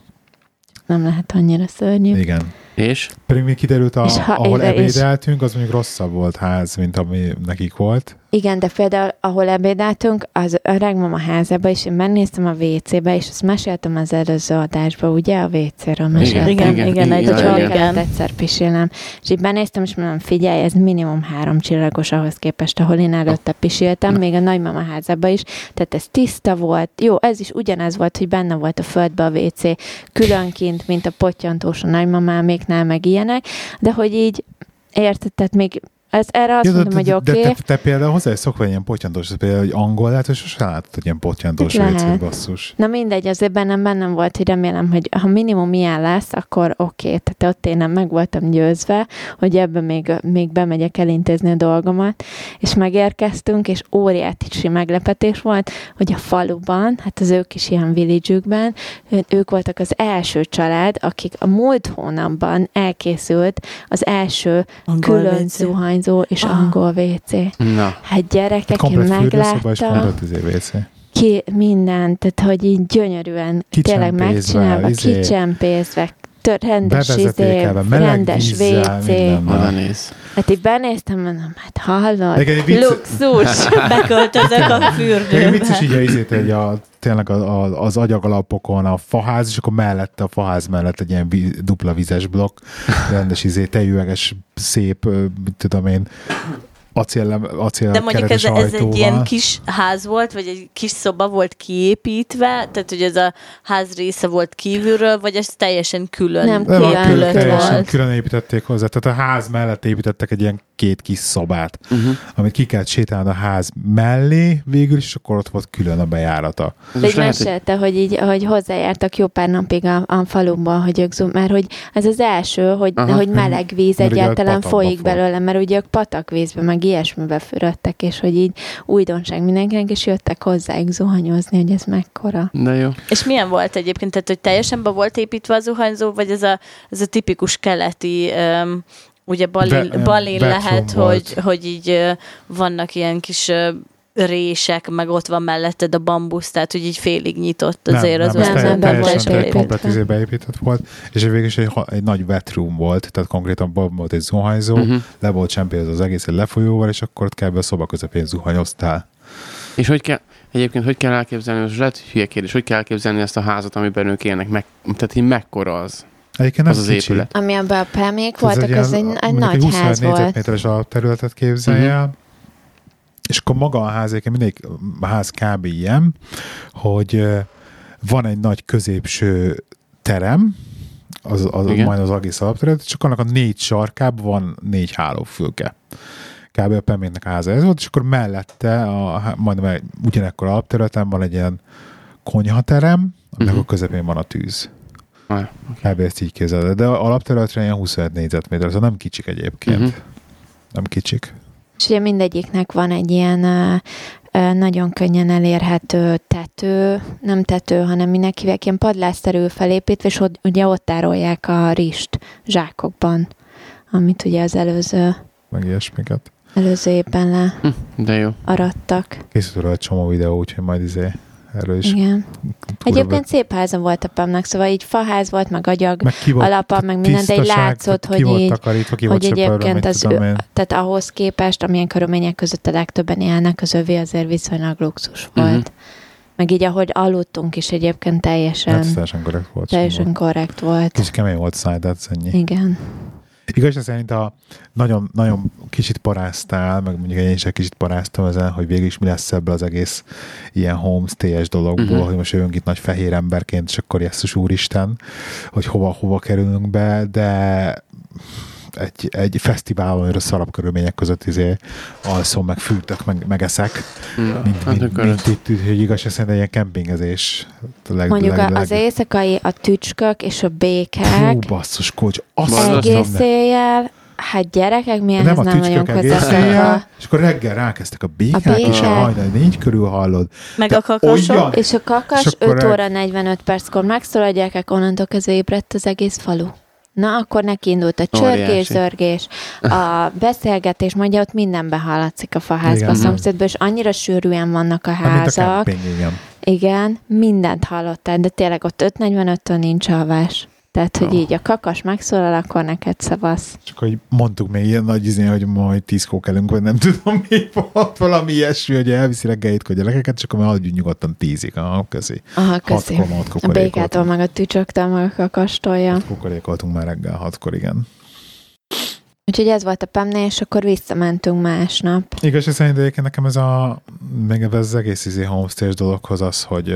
nem lehet annyira szörnyű. Igen. És? Pedig még kiderült, ahol ebédeltünk, az mondjuk rosszabb volt ház, mint ami nekik volt. Igen, de például, ahol ebédeltünk, az öregmama házába, és én megnéztem a WC-be, és azt meséltem az előző adásba, ugye? A WC-ről meséltem. Igen, hogy kellett egyszer pisilnem. És így benéztem, és mondom, figyelj, ez minimum 3 csillagos ahhoz képest, ahol én előtte pisiltem, még a nagymama házába is. Tehát ez tiszta volt. Jó, ez is ugyanez volt, hogy benne volt a földbe a WC különként, mint a pottyantós a nagymamáméknál, meg ilyenek, de hogy így érted, tehát még erre azt mondom, hogy oké. De te például hozzá is szokva ilyen pottyantós, például, hogy angol lehet, és sosem láttad, hogy ilyen pottyantós vécét, basszus. Na mindegy, azért bennem volt, hogy remélem, hogy ha minimum ilyen lesz, akkor oké. Tehát ott én nem meg voltam győzve, hogy ebben még bemegyek elintézni a dolgomat, és megérkeztünk, és óriási meglepetés volt, hogy a faluban, hát az ők is ilyen village-ükben, ők voltak az első család, akik a múlt hónapban elkészült az első külön zuhany és angol WC. Na. Hát gyerekek, komplet én megláttam. és komplet WC. Minden, tehát hogy így gyönyörűen tényleg megcsinálva, kicsempészve, rendes WC. Oda néz. Hát így benéztem, mondom, hát hallod? Luxus! Beköltözök a fürdőbe. Vicces így tényleg az agyagalapokon a faház, és akkor mellette, a faház mellett egy ilyen dupla vizes blokk, rendes tejüveges, szép, tudom én, acél de mondjuk ez egy ilyen kis ház volt, vagy egy kis szoba volt kiépítve, tehát hogy ez a ház része volt kívülről, vagy ez teljesen külön? Nem, teljesen külön építették hozzá. Tehát a ház mellett építettek egy ilyen 2 kis szobát, amit ki kellett sétálni a ház mellé végül, és akkor ott volt külön a bejárata. De így mesélte, hogy hozzájártak jó pár napig a faluban, hogy ők mert hogy ez az első, hogy meleg víz egyáltalán folyik belőle, mert ugye ők patakvízbe, meg ilyesmibe fürödtek, és hogy így újdonság mindenkinek, és jöttek hozzájuk zuhanyozni, hogy ez mekkora. De jó. És milyen volt egyébként? Tehát, hogy teljesen be volt építve a zuhanyzó, vagy ez a tipikus keleti ugye balin lehet, hogy így vannak ilyen kis rések, meg ott van melletted a bambusz, tehát hogy így félig nyitott azért az nem, teljesen komplet beépített volt, és végül is egy nagy wet room volt, tehát konkrétan volt egy zuhanyzó, le volt csempézve az egész egy lefolyóval, és akkor ott kell be a szoba közepén zuhanyoztál. És hogy kell elképzelni, most lehet hülye kérdés, hogy kell elképzelni ezt a házat, amiben ők élnek, tehát így mekkora az? Egyébként az épület. Ami abban a pelmék voltak, az egy nagy ház volt. 25 négyzetméteres alapterületet képzelj el, és akkor maga a ház, mindegyik ház kb. Ilyen, hogy van egy nagy középső terem, majd az egész alapterület, csak annak a 4 sarkában van 4 hálófülke. Kb. A pelméknek a háza ez volt, és akkor mellette, majdnem ugyanekkor alapterületen van egy ilyen konyhaterem, aminek a közepén van a tűz. Kb. Ezt így képzeled. De alapterületre ilyen 25 négyzetméter, szóval nem kicsik egyébként. Nem kicsik. És ugye mindegyiknek van egy ilyen nagyon könnyen elérhető tető, nem tető, hanem mindenkivel ilyen padlászterű felépítve, és ugye ott tárolják a rist zsákokban, amit ugye az előző évben De jó. arattak. Készítőről egy csomó videó, úgyhogy majd erről is. Igen. Egyébként szép háza volt apámnak, szóval így faház volt, meg agyag alapa, meg minden, de így látszott, hogy így, hogy egyébként tehát ahhoz képest, amilyen körülmények között a legtöbben élnek, az övé azért viszonylag luxus volt. Meg így, ahogy aludtunk is egyébként teljesen korrekt volt. Kicsit kemény volt száj, ennyi. Igen. Igaz, szerint nagyon, nagyon kicsit paráztál, meg mondjuk én is egy kicsit paráztam ezen, hogy végül is mi lesz ebből az egész ilyen homestay-es dologból, hogy most jövünk itt nagy fehér emberként, és akkor jesszus úristen, hogy hova kerülünk be, de egy fesztiválon, hogy szarabb körülmények között alszom, meg fűtök, meg eszek, mint itt, hogy igaz, szerintem ilyen kempingezés. Mondjuk az éjszakai, a tücskök és a békák. Hú, basszus, kulcs. Egész éjjel, hát gyerekek, milyenhez nem vagyunk hozzá. És akkor reggel rákezdtek a békák, és hajnal 4 körül hallod. Meg a kakasok. És a kakas 5 óra 45 perckor megszól a gyerekek, onnantól kezdve ébredt az egész falu. Na, akkor neki indult a csörgés, zörgés, a beszélgetés, majd ott mindenbe hallatszik a faházba, a szomszédban, és annyira sűrűen vannak a házak. A camping, igen, mindent hallottál, de tényleg ott 5:45-től nincs alvás. Tehát, hogy így a kakas megszólal, akkor neked szavasz. Csak hogy mondtuk még ilyen nagy hogy majd 10-kor kelünk, vagy nem tudom mi volt, valami ilyesmi, hogy elviszi reggel 7-kor gyerekeket, csak akkor haladjunk nyugodtan 10-ig. Köszi. Köszi. 6-kor, a békától, meg a tücsöktől, meg a kakastolja. Kukorékoltunk már reggel 6-kor, igen. Úgyhogy ez volt a PEM-nél, és akkor visszamentünk másnap. Igaz, hogy szerintem egyébként nekem még ez az egész homestay-s dologhoz az, hogy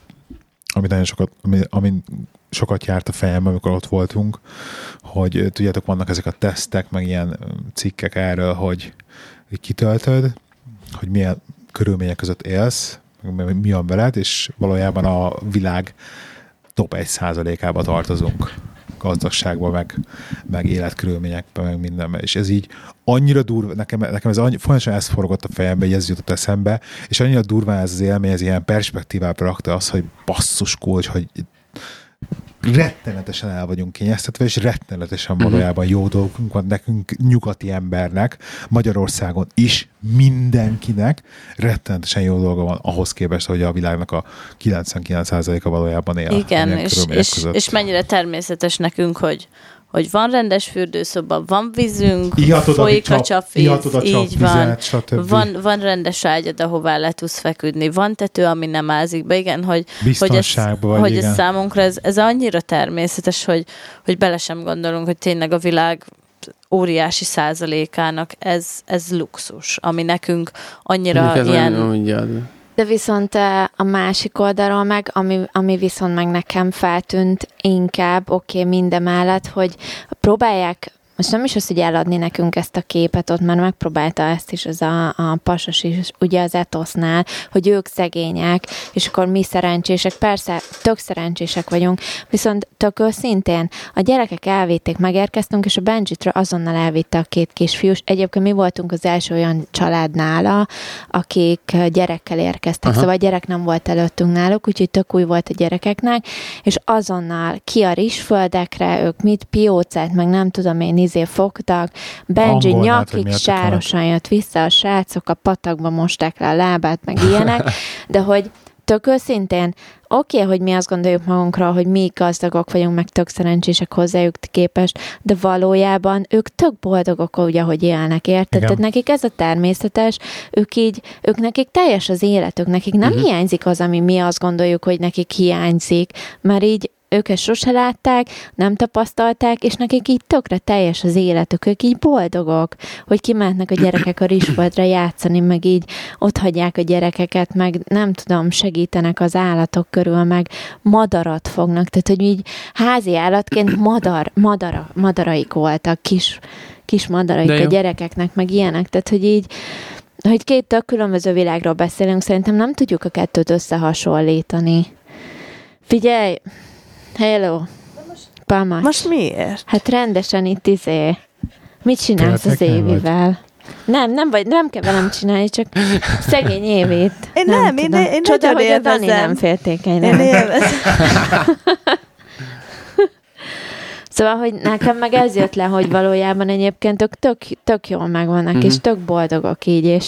amit sokat járt a fejembe, amikor ott voltunk, hogy tudjátok, vannak ezek a tesztek, meg ilyen cikkek erről, hogy kitöltöd, hogy milyen körülmények között élsz, mi van veled, és valójában a világ top 1%-ába tartozunk gazdagságban, meg életkörülményekben, meg mindenben. És ez így annyira durva, nekem ez folyamatosan ez forgott a fejembe, így ez jutott eszembe, és annyira durván ez az élmény, ez ilyen perspektívába rakta az, hogy basszus kulcs, hogy rettenetesen el vagyunk kényeztetve, és rettenetesen valójában jó dolgunk van nekünk, nyugati embernek, Magyarországon is, mindenkinek rettenetesen jó dolga van ahhoz képest, hogy a világnak a 99%-a valójában él. Igen, és mennyire természetes nekünk, hogy van rendes fürdőszoba, van vízünk, folyik a csapvíz, így van, van rendes ágyad, ahová le tudsz feküdni, van tető, ami nem ázik be, igen, hogy ez számunkra ez annyira természetes, hogy bele sem gondolunk, hogy tényleg a világ óriási százalékának ez luxus, ami nekünk annyira ilyen... De viszont a másik oldalról meg, ami viszont meg nekem feltűnt inkább, mindemellett, hogy próbálják, most nem is az, hogy eladni nekünk ezt a képet, ott már megpróbálta ezt is az a pasas is, ugye az Etosznál, hogy ők szegények, és akkor mi szerencsések, persze tök szerencsések vagyunk, viszont tök őszintén a gyerekek elvitték, megérkeztünk, és a Benjitről azonnal elvitte a 2 kisfiús. Egyébként mi voltunk az első olyan család nála, akik gyerekkel érkeztek, szóval a gyerek nem volt előttünk náluk, úgyhogy tök új volt a gyerekeknek, és azonnal ki a rizsföldekre, ők mit, piócát, meg nem tudom én, fogtak, Benji nyakig sárosan jött vissza, a srácok a patakba mosták le a lábát, meg ilyenek, de hogy tök őszintén, hogy mi azt gondoljuk magunkra, hogy mi gazdagok vagyunk, meg tök szerencsések hozzájuk képest, de valójában ők tök boldogok, ugye, hogy élnek, érted? Tehát nekik ez a természetes, ők nekik teljes az életük, nekik nem hiányzik az, ami mi azt gondoljuk, hogy nekik hiányzik, mert így ők ezt sose látták, nem tapasztalták, és nekik így tökre teljes az életük, ők így boldogok, hogy kimehetnek a gyerekek a rizsföldre játszani, meg így ott hagyják a gyerekeket, meg nem tudom, segítenek az állatok körül, meg madarat fognak, tehát hogy így házi állatként madaraik voltak, kis madaraik a gyerekeknek, meg ilyenek, tehát hogy így hogy 2 tök különböző világról beszélünk, szerintem nem tudjuk a kettőt összehasonlítani. Figyelj! Hello. Pamas. Most miért? Hát rendesen itt mit csinálsz az Évivel? Nem kell velem csinálni, csak szegény Évit. Én csoda, hogy a Dani nem féltékeny. Én élvezem. Szóval, hogy nekem meg ez jött le, hogy valójában egyébként ők tök jól megvannak, és tök boldogok így,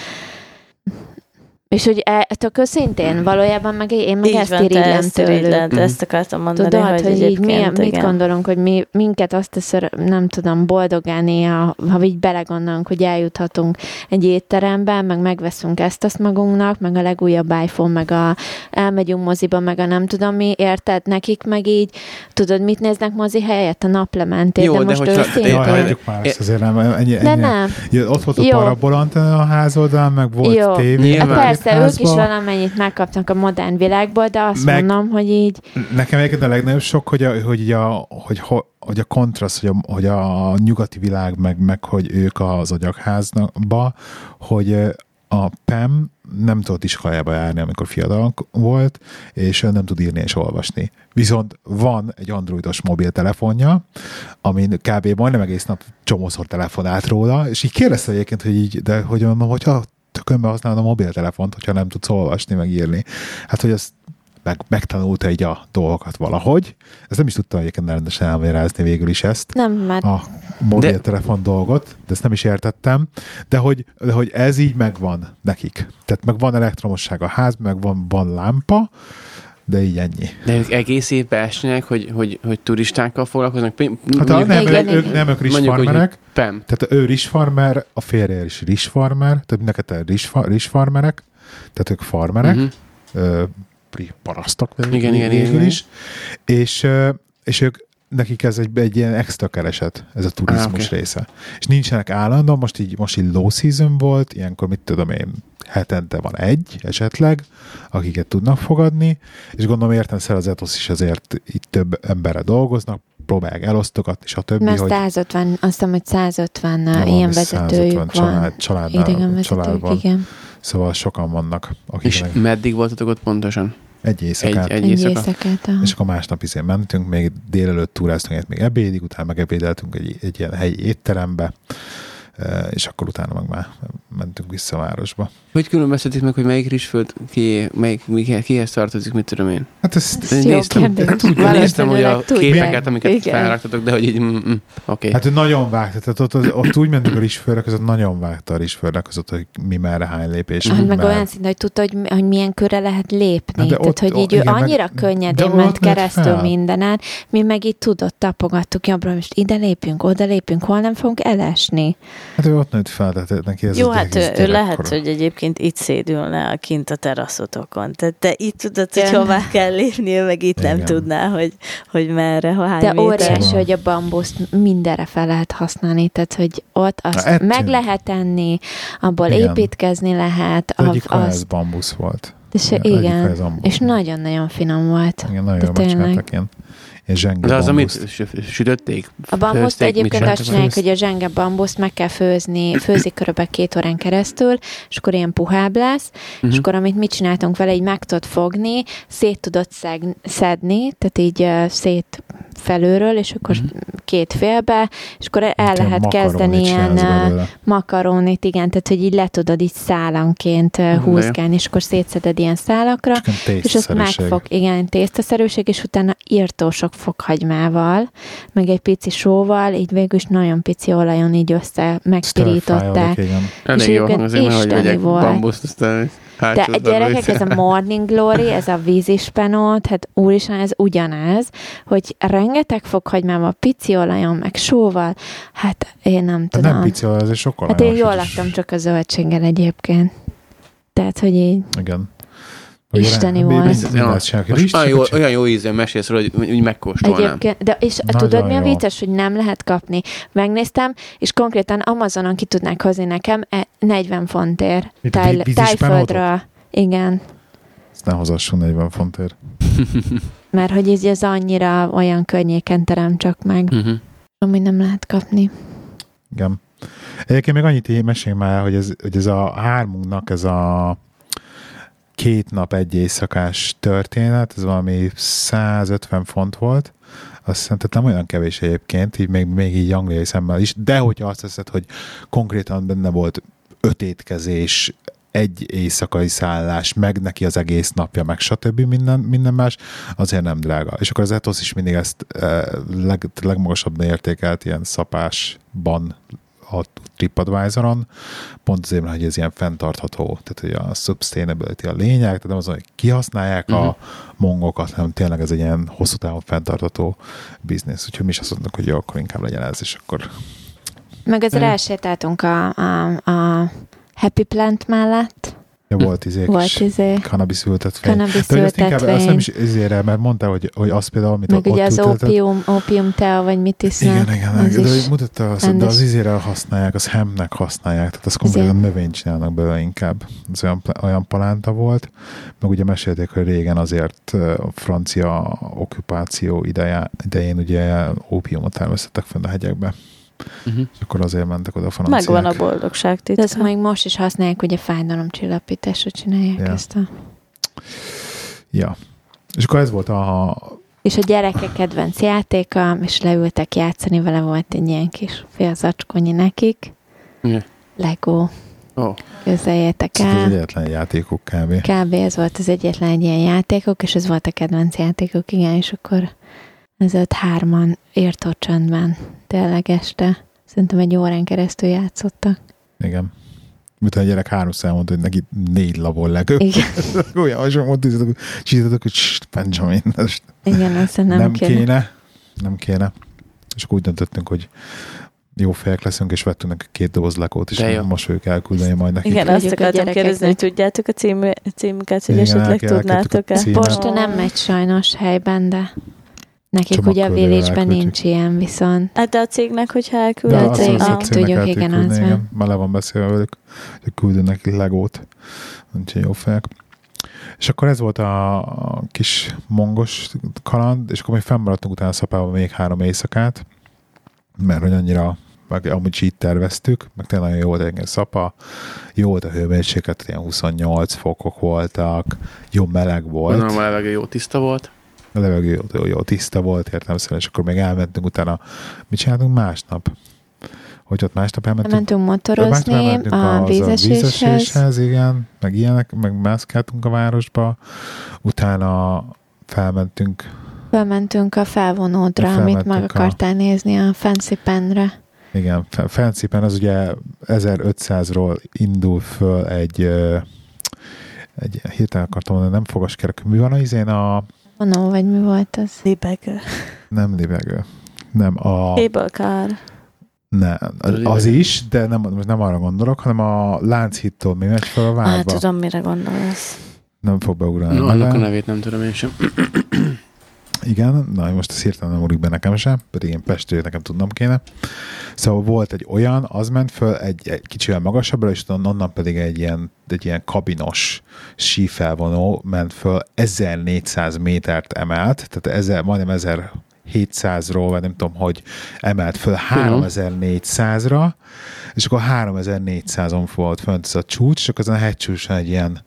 és hogy tök őszintén, valójában meg én meg ezt irigylem tőlük. Ezt akartam mondani, tudod, hogy így mit gondolunk, hogy minket azt teszem, nem tudom, boldogálni, ha így belegondolunk, hogy eljuthatunk egy étterembe, meg megveszünk ezt-azt magunknak, meg a legújabb iPhone, meg elmegyünk moziba, meg a nem tudom mi, érted? Nekik meg így, tudod, mit néznek mozi helyett? A naplementét. Jó, de most őszintén. Hagyjuk már ezt azért nem. Ott volt a parabolantena a házoldalán, meg volt tévé. Persze, ők is valamennyit megkapnak a modern világból, de azt mondom, hogy így... Nekem egyébként a legnagyobb sok, hogy a kontraszt, hogy a nyugati világ, meg hogy ők az agyagházba, hogy a Pam nem tudott iskolájába járni, amikor fiatal volt, és nem tud írni és olvasni. Viszont van egy androidos mobiltelefonja, amin kb. Majdnem egész nap csomószor telefonált róla, és így kérdezte egyébként, hogy így, de hogy mondom, hogyha tökönbe használod a mobiltelefont, hogyha nem tudsz olvasni, meg írni. Hát, hogy ezt megtanulta így a dolgokat valahogy. Ezt nem is tudtam egyébként rendesen elmagyarázni végül is ezt. Nem, mert... A mobiltelefon dolgot, de ezt nem is értettem. De hogy ez így megvan nekik. Tehát meg van elektromosság a ház, meg van lámpa, de így ennyi. De ők egész évben esnek, hogy turistákkal foglalkoznak? Ők rizsfarmerek. Tehát ő rizsfarmer, a férje is rizsfarmer, tehát neked rizsfarmerek, tehát ők farmerek, parasztok végül is, és ők nekik ez egy ilyen extra kereset, ez a turizmus része. És nincsenek állandóan, most így low season volt, ilyenkor mit tudom én, hetente van egy esetleg, akiket tudnak fogadni, és gondolom értelmszerűen az Ethos is azért itt több emberre dolgoznak, próbálják elosztogatni, és a többi, mert 150, azt hiszem, hogy 150 ilyen vezetőjük van. Családban. Igen. Szóval sokan vannak. És meddig voltatok ott pontosan? Egy éjszakát. Egy éjszakát. És akkor másnap mentünk, még délelőtt túráztunk, még ebédig, utána megebédeltünk egy ilyen helyi étterembe, és akkor utána meg mentünk vissza a városba. Hogy különböztetik meg, hogy melyik rizsföld kihez tartozik, mit tudom én? Hát ezt néztem, hogy a képeket, amiket felraktatok, de hogy így, oké. Hát nagyon vágta, tehát ott úgy mentünk a rizsföldre között, nagyon vágta a rizsföldre között, hogy mi merre hány lépés. Meg olyan szint, hogy tudta, hogy milyen körre lehet lépni. Tehát, hogy így ő annyira könnyedén ment keresztül mindenen, mi meg így tudott, tapogattuk jobbra, most ide lépjünk, oda lépünk, hol nem fogunk elesni. Hát ő ott nőtt fel, tehát neki ez jó, hát ő lehet, hogy egyébként itt szédülne kint a teraszotokon. Tehát te itt tudod, hogy hová kell lépni, ő meg itt nem tudná, hogy merre, hány de óriási, hogy a bambuszt mindenre fel lehet használni, tehát hogy ott azt meg lehet enni, abból építkezni lehet. Egyik ez bambusz volt. Igen, és nagyon-nagyon finom volt. Igen, nagyon megcsináltak ilyen zsenge de az, bambuszt. amit sütötték? A bambuszt egyébként azt csinálják, hogy a zsenge bambuszt meg kell főzik körülbelül 2 órán keresztül, és akkor ilyen puhább lesz, és akkor amit mit csináltunk vele, így meg tudod fogni, szét tudod szedni, tehát így szét felülről, és akkor 2 félbe, és akkor el lehet kezdeni ilyen makarónit, igen, tehát hogy így le tudod így szálanként húzgálni, és akkor szétszeded ilyen szálakra, és azt megfog, igen, tésztaszerűség, és utána írtó sok fokhagymával, meg egy pici sóval, így végül is nagyon pici olajon így össze megpirították. És jó, isteni volt. De a gyerekek, ez a Morning Glory, ez a vízispenót, hát úristen, ez ugyanez, hogy rengeteg fokhagymával, pici olajon, meg sóval, hát én nem tudom. Nem pici olaj, ez sokkal hát én jól láttam csak a zöldséggel egyébként. Tehát, hogy így... Igen. Isteni volt. Olyan jó ízűen mesélsz róla, hogy úgy megkóstolnám. Egyébként, de és tudod, mi a vicces, hogy nem lehet kapni? Megnéztem, és konkrétan Amazonon ki tudnák hozni nekem 40 fontért. Tájföldről. Igen. Ezt ne hozassunk 40 fontért. Mert hogy így ez annyira olyan környéken terem csak meg, ami nem lehet kapni. Igen. Egyébként még annyit mesélj már, hogy ez a hármunknak ez a 2 nap 1 éjszakás történet, ez valami 150 font volt, azt hiszem, tehát nem olyan kevés egyébként, így még így angliai szemmel is, de hogyha azt hiszed, hogy konkrétan benne volt 5 étkezés, 1 éjszakai szállás, meg neki az egész napja, meg stb. Minden más, azért nem drága. És akkor az Ethos is mindig ezt legmagasabbban értékelt ilyen szapásban a TripAdvisoron, pont azért, hogy ez ilyen fenntartható, tehát hogy a sustainability a lényeg, tehát nem az, hogy kihasználják a mongokat, hanem tényleg ez egy ilyen hosszú távon fenntartható biznisz. Úgyhogy mi is azt mondtuk, hogy jó, akkor inkább legyen ez, és akkor... Meg azért elsétáltunk a Happy Plant mellett. Ja, volt cannabis ültetvény. Azt nem is izére, mert mondta, hogy az például, amit meg ott ugye az opium tea, vagy mit isznak. Igen, de hogy mutatta azt, de az izére használják, az hemnek használják, tehát az konkrétan növényt csinálnak belőle inkább. Ez olyan palánta volt, meg ugye mesélték, hogy régen azért a francia okkupáció idején ugye ópiumot termesztettek fenn a hegyekbe. És akkor azért mentek oda a franciák. Megvan a boldogság titka. De ezt még most is használják, ugye fájdalomcsillapításra csinálják ezt a... Ja. És akkor ez volt És a gyerekek kedvenc játéka, és leültek játszani vele, volt egy ilyen kis félzacskonyi nekik. Lego. Képzeljétek el. Ez az egyetlen játékok kb. Kb. Ez volt az egyetlen egy ilyen játékok, és ez volt a kedvenc játékok, igen, és akkor ezért 3-an írtó csöndben, tényleg este. Szerintem 1 órán keresztül játszottak. Igen. Miután a gyerek 3-szor mondta, hogy neki 4 labor legő. Igen. Olyan hasonló mondta, hogy Benjamin. Igen, azt nem kéne. És akkor úgy döntöttünk, hogy jó fejek leszünk, és vettünk neki 2 doboz Legót, és most fogjuk elküldeni majd nekik. Igen, azt akartam kérdezni, hogy tudjátok a címüket, hogy esetleg tudnátok-e? Posta nem megy sajnos helyben, de nekik ugye a Village-ben nincs ilyen viszont. Hát de a cégnek, hogyha elküldött. De a cégnek tudjuk, igen, az van. Már le van beszélve velük, hogy küldünk neki Legót. Úgyhogy jó fejek. És akkor ez volt a kis mongos kaland, és akkor még fennmaradtunk utána a Szapában még 3 éjszakát, mert hogy annyira, amúgy így terveztük, meg tényleg nagyon jó volt egy Szapa, jó volt a hőmérséklet, ilyen 28 fokok voltak, jó meleg volt. A levegő jó tiszta volt. A levegő jó tiszta volt, értelemszerűen, és akkor még elmentünk utána. Mit csináltunk másnap? hogy ott másnap elmentünk motorozni a vízeséshez. Igen, meg ilyenek, meg mászkáltunk a városba, utána felmentünk a felvonódra, amit meg akartál nézni a Fancy Penre. Igen, Fancy Pen az ugye 1500-ról indul föl egy hirtelen akartam mondani, nem fogaskerekű. Mi van az én Vonó, vagy mi volt az? Libegő. Nem libegő. Nem a... Cable car. Nem, az is, de nem arra gondolok, hanem a Lánchittól mi megy fel a várba. Tudom, mire gondolsz. Nem fog beugrani. Annak a nevét nem tudom én sem. Igen, na most ez hirtelen nem ugrik be nekem sem, pedig én Pestről nekem tudnom kéne. Szóval volt egy olyan, az ment föl egy kicsivel magasabbra, és onnan pedig egy ilyen kabinos sífelvonó ment föl 1400 métert emelt, tehát majdnem 1700-ról, vagy nem tudom, hogy emelt föl 3400-ra, és akkor 3400-on volt fönt ez a csúcs, és akkor azon a hegycsúcson egy ilyen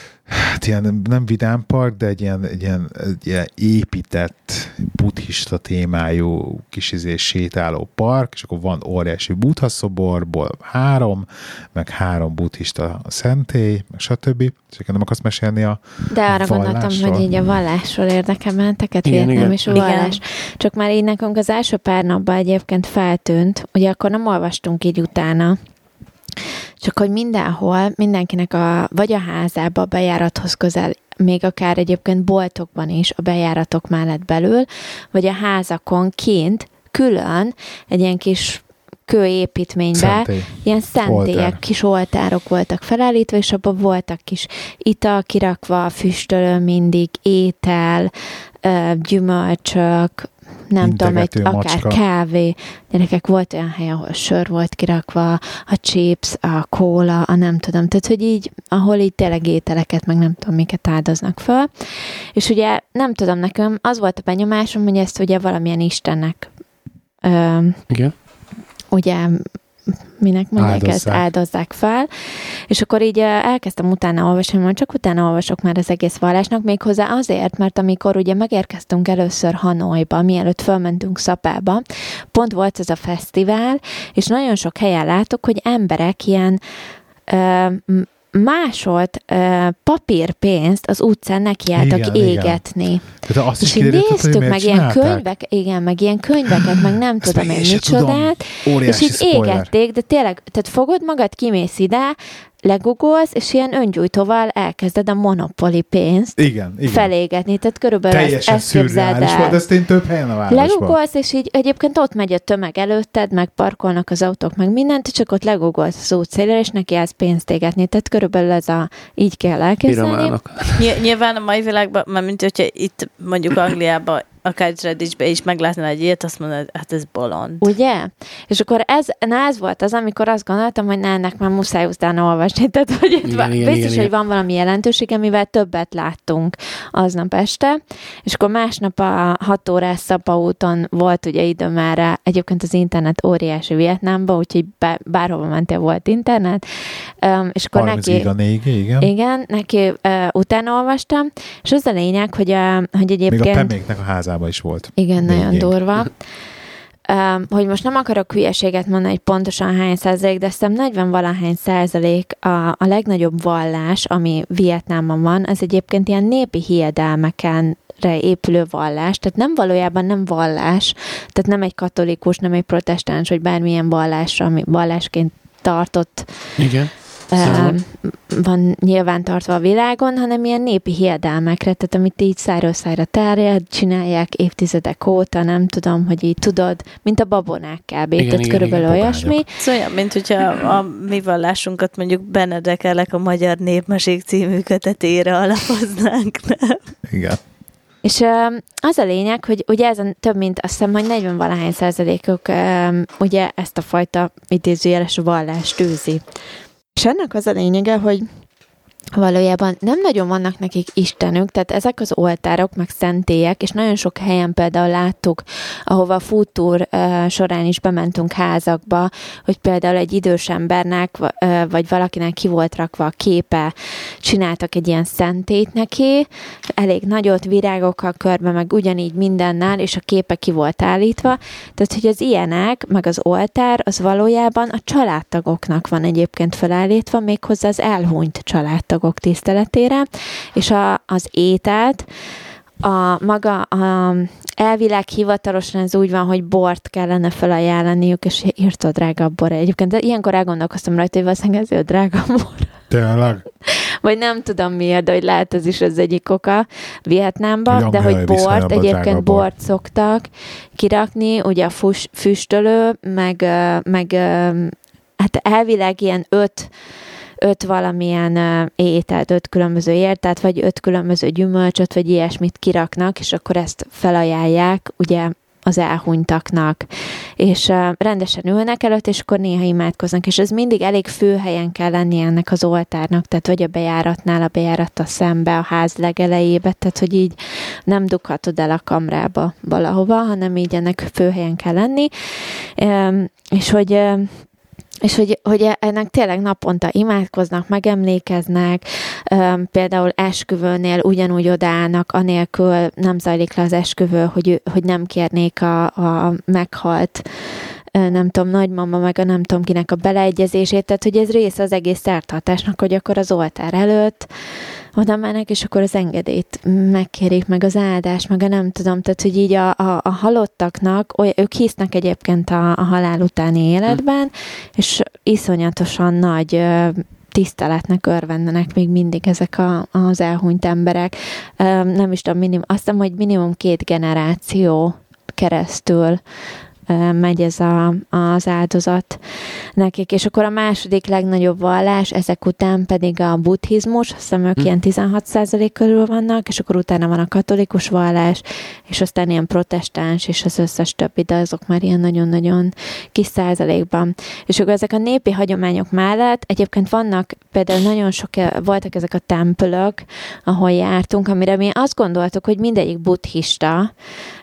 nem vidámpark, de egy ilyen épített buddhista témájú sétáló park, és akkor van óriási buddha szoborból 3, meg 3 buddhista szentély, meg stb. És nem akarsz mesélni a De arra gondoltam, hogy így a vallásról érdekelmenteket, Vietnám és a vallás. Igen. Csak már így nekünk az első pár napban egyébként feltűnt, ugye akkor nem olvastunk így utána, csak hogy mindenhol, mindenkinek vagy a házába, a bejárathoz közel, még akár egyébként boltokban is, a bejáratok mellett belül, vagy a házakon kint külön egy ilyen kis kőépítménybe, ilyen szentélyek, kis oltárok voltak felállítva, és abban voltak kis ital kirakva, füstölő mindig, étel, gyümölcsök, nem tudom, akár kávé. Gyerekek, volt olyan hely, ahol sör volt kirakva, a chips, a kóla, a nem tudom. Tehát, hogy így, ahol így tényleg ételeket, meg nem tudom, miket áldoznak föl. És ugye, nem tudom, nekem az volt a benyomásom, hogy ezt ugye valamilyen Istennek igen. Ugye minek mondják, ezt áldozzák fel. És akkor így elkezdtem utána olvasni, mondom, csak utána olvasok már az egész vallásnak, méghozzá azért, mert amikor ugye megérkeztünk először Hanoiba, mielőtt fölmentünk Szapába, pont volt ez a fesztivál, és nagyon sok helyen látok, hogy emberek ilyen másolt papírpénzt az utcán nekiálltak égetni. Igen. És így néztük meg ilyen könyvek, igen, meg ilyen könyveket, meg nem tudom én micsodát, és így égették, de tényleg, tehát fogod magad, kimész ide, legugolsz, és ilyen öngyújtóval elkezded a Monopoly pénzt felégetni. Tehát körülbelül teljesen ezt képzeld el. Volt, ezt én több helyen a városban. Legugolsz, és így egyébként ott megy a tömeg előtted, meg parkolnak az autók, meg mindent, csak ott legugolsz az útszélre, és neki állsz pénzt égetni. Tehát körülbelül így kell elképzelni. Nyilván a mai világban, mert mint hogyha itt mondjuk Angliában akár Redditchbe is meglátnál egy ilyet, azt mondod, hát ez bolond. Ugye? És akkor ez volt az, amikor azt gondoltam, hogy ennek már muszáj utána olvasni. Tehát, hogy biztos, hogy van valami jelentősége, mivel többet láttunk aznap este. És akkor másnap a 6 órás Szapa úton volt ugye időm erre, egyébként az internet óriási Vietnámba, úgyhogy bárhova mentél volt internet. És akkor igen, neki utána olvastam, és az a lényeg, hogy egyébként... Még a Peméknek a házában is volt. Igen, nagyon durva. Hogy most nem akarok hülyeséget mondani, hogy pontosan hány százalék, de aztán 40-valahány százalék a legnagyobb vallás, ami Vietnámban van, az egyébként ilyen népi hiedelmekenre épülő vallás, tehát nem valójában nem vallás, tehát nem egy katolikus, nem egy protestáns, vagy bármilyen vallás, ami vallásként tartott. Igen. Van nyilván tartva a világon, hanem ilyen népi hiedelmekre, tehát amit így szájról szájra terjed, csinálják évtizedek óta, nem tudom, hogy így tudod, mint a babonák kb. Tehát körülbelül olyasmi. Szóval olyan, mint hogyha a mi vallásunkat mondjuk Benedekelek a Magyar Népmesék című kötetére alapoznánk, nem? Igen. És az a lényeg, hogy ugye ezen több mint azt hiszem, hogy 40-valahány százalékok ugye ezt a fajta idézőjeles vallást űzi. És ennek az a lényege, hogy valójában nem nagyon vannak nekik istenük, tehát ezek az oltárok, meg szentélyek, és nagyon sok helyen például láttuk, ahova a food tour során is bementünk házakba, hogy például egy idős embernek, vagy valakinek ki volt rakva a képe, csináltak egy ilyen szentélyt neki, elég nagyot, virágokkal körbe, meg ugyanígy mindennel, és a képe ki volt állítva, tehát hogy az ilyenek, meg az oltár, az valójában a családtagoknak van egyébként felállítva, méghozzá az elhunyt családtagok tiszteletére, és az ételt, elvileg hivatalosan ez úgy van, hogy bort kellene felajánlaniuk, és írtad drága bor egyébként, de ilyenkor elgondolkoztam rajta, hogy valószínűleg ezért drága bor. Tényleg? Vagy nem tudom miért, de hogy lehet ez is az egyik oka Vietnámba, de hogy bort, egyébként bort szoktak kirakni, ugye a füstölő, meg hát elvileg ilyen 5 valamilyen ételt, 5 különböző értelt, vagy 5 különböző gyümölcsöt, vagy ilyesmit kiraknak, és akkor ezt felajánlják, ugye az elhunytaknak. És rendesen ülnek előtt, és akkor néha imádkoznak, és ez mindig elég főhelyen kell lenni ennek az oltárnak, tehát vagy a bejáratnál, a bejárattal szembe, a ház legelejébe, tehát hogy így nem dughatod el a kamrába valahova, hanem így ennek főhelyen kell lenni. És hogy ennek tényleg naponta imádkoznak, megemlékeznek, például esküvőnél ugyanúgy odaállnak, anélkül nem zajlik le az esküvő, hogy nem kérnék a meghalt, nem tudom, nagymama, meg a nem tudom kinek a beleegyezését, tehát hogy ez része az egész szertartásnak, hogy akkor az oltár előtt oda mennek, és akkor az engedélyt megkérik, meg az áldást, meg a nem tudom, tehát hogy így a halottaknak, ők hisznek egyébként a halál utáni életben, és iszonyatosan nagy tiszteletnek örvendenek még mindig ezek az elhunyt emberek. Nem is tudom, azt hiszem, hogy minimum 2 generáció keresztül megy ez az áldozat nekik. És akkor a második legnagyobb vallás, ezek után pedig a buddhizmus, azt hiszem ők ilyen 16% körül vannak, és akkor utána van a katolikus vallás, és aztán ilyen protestáns, és az összes többi, de azok már ilyen nagyon-nagyon kis százalékban. És akkor ezek a népi hagyományok mellett egyébként vannak, például nagyon sok, voltak ezek a tempölök, ahol jártunk, amire mi azt gondoltuk, hogy mindegyik buddhista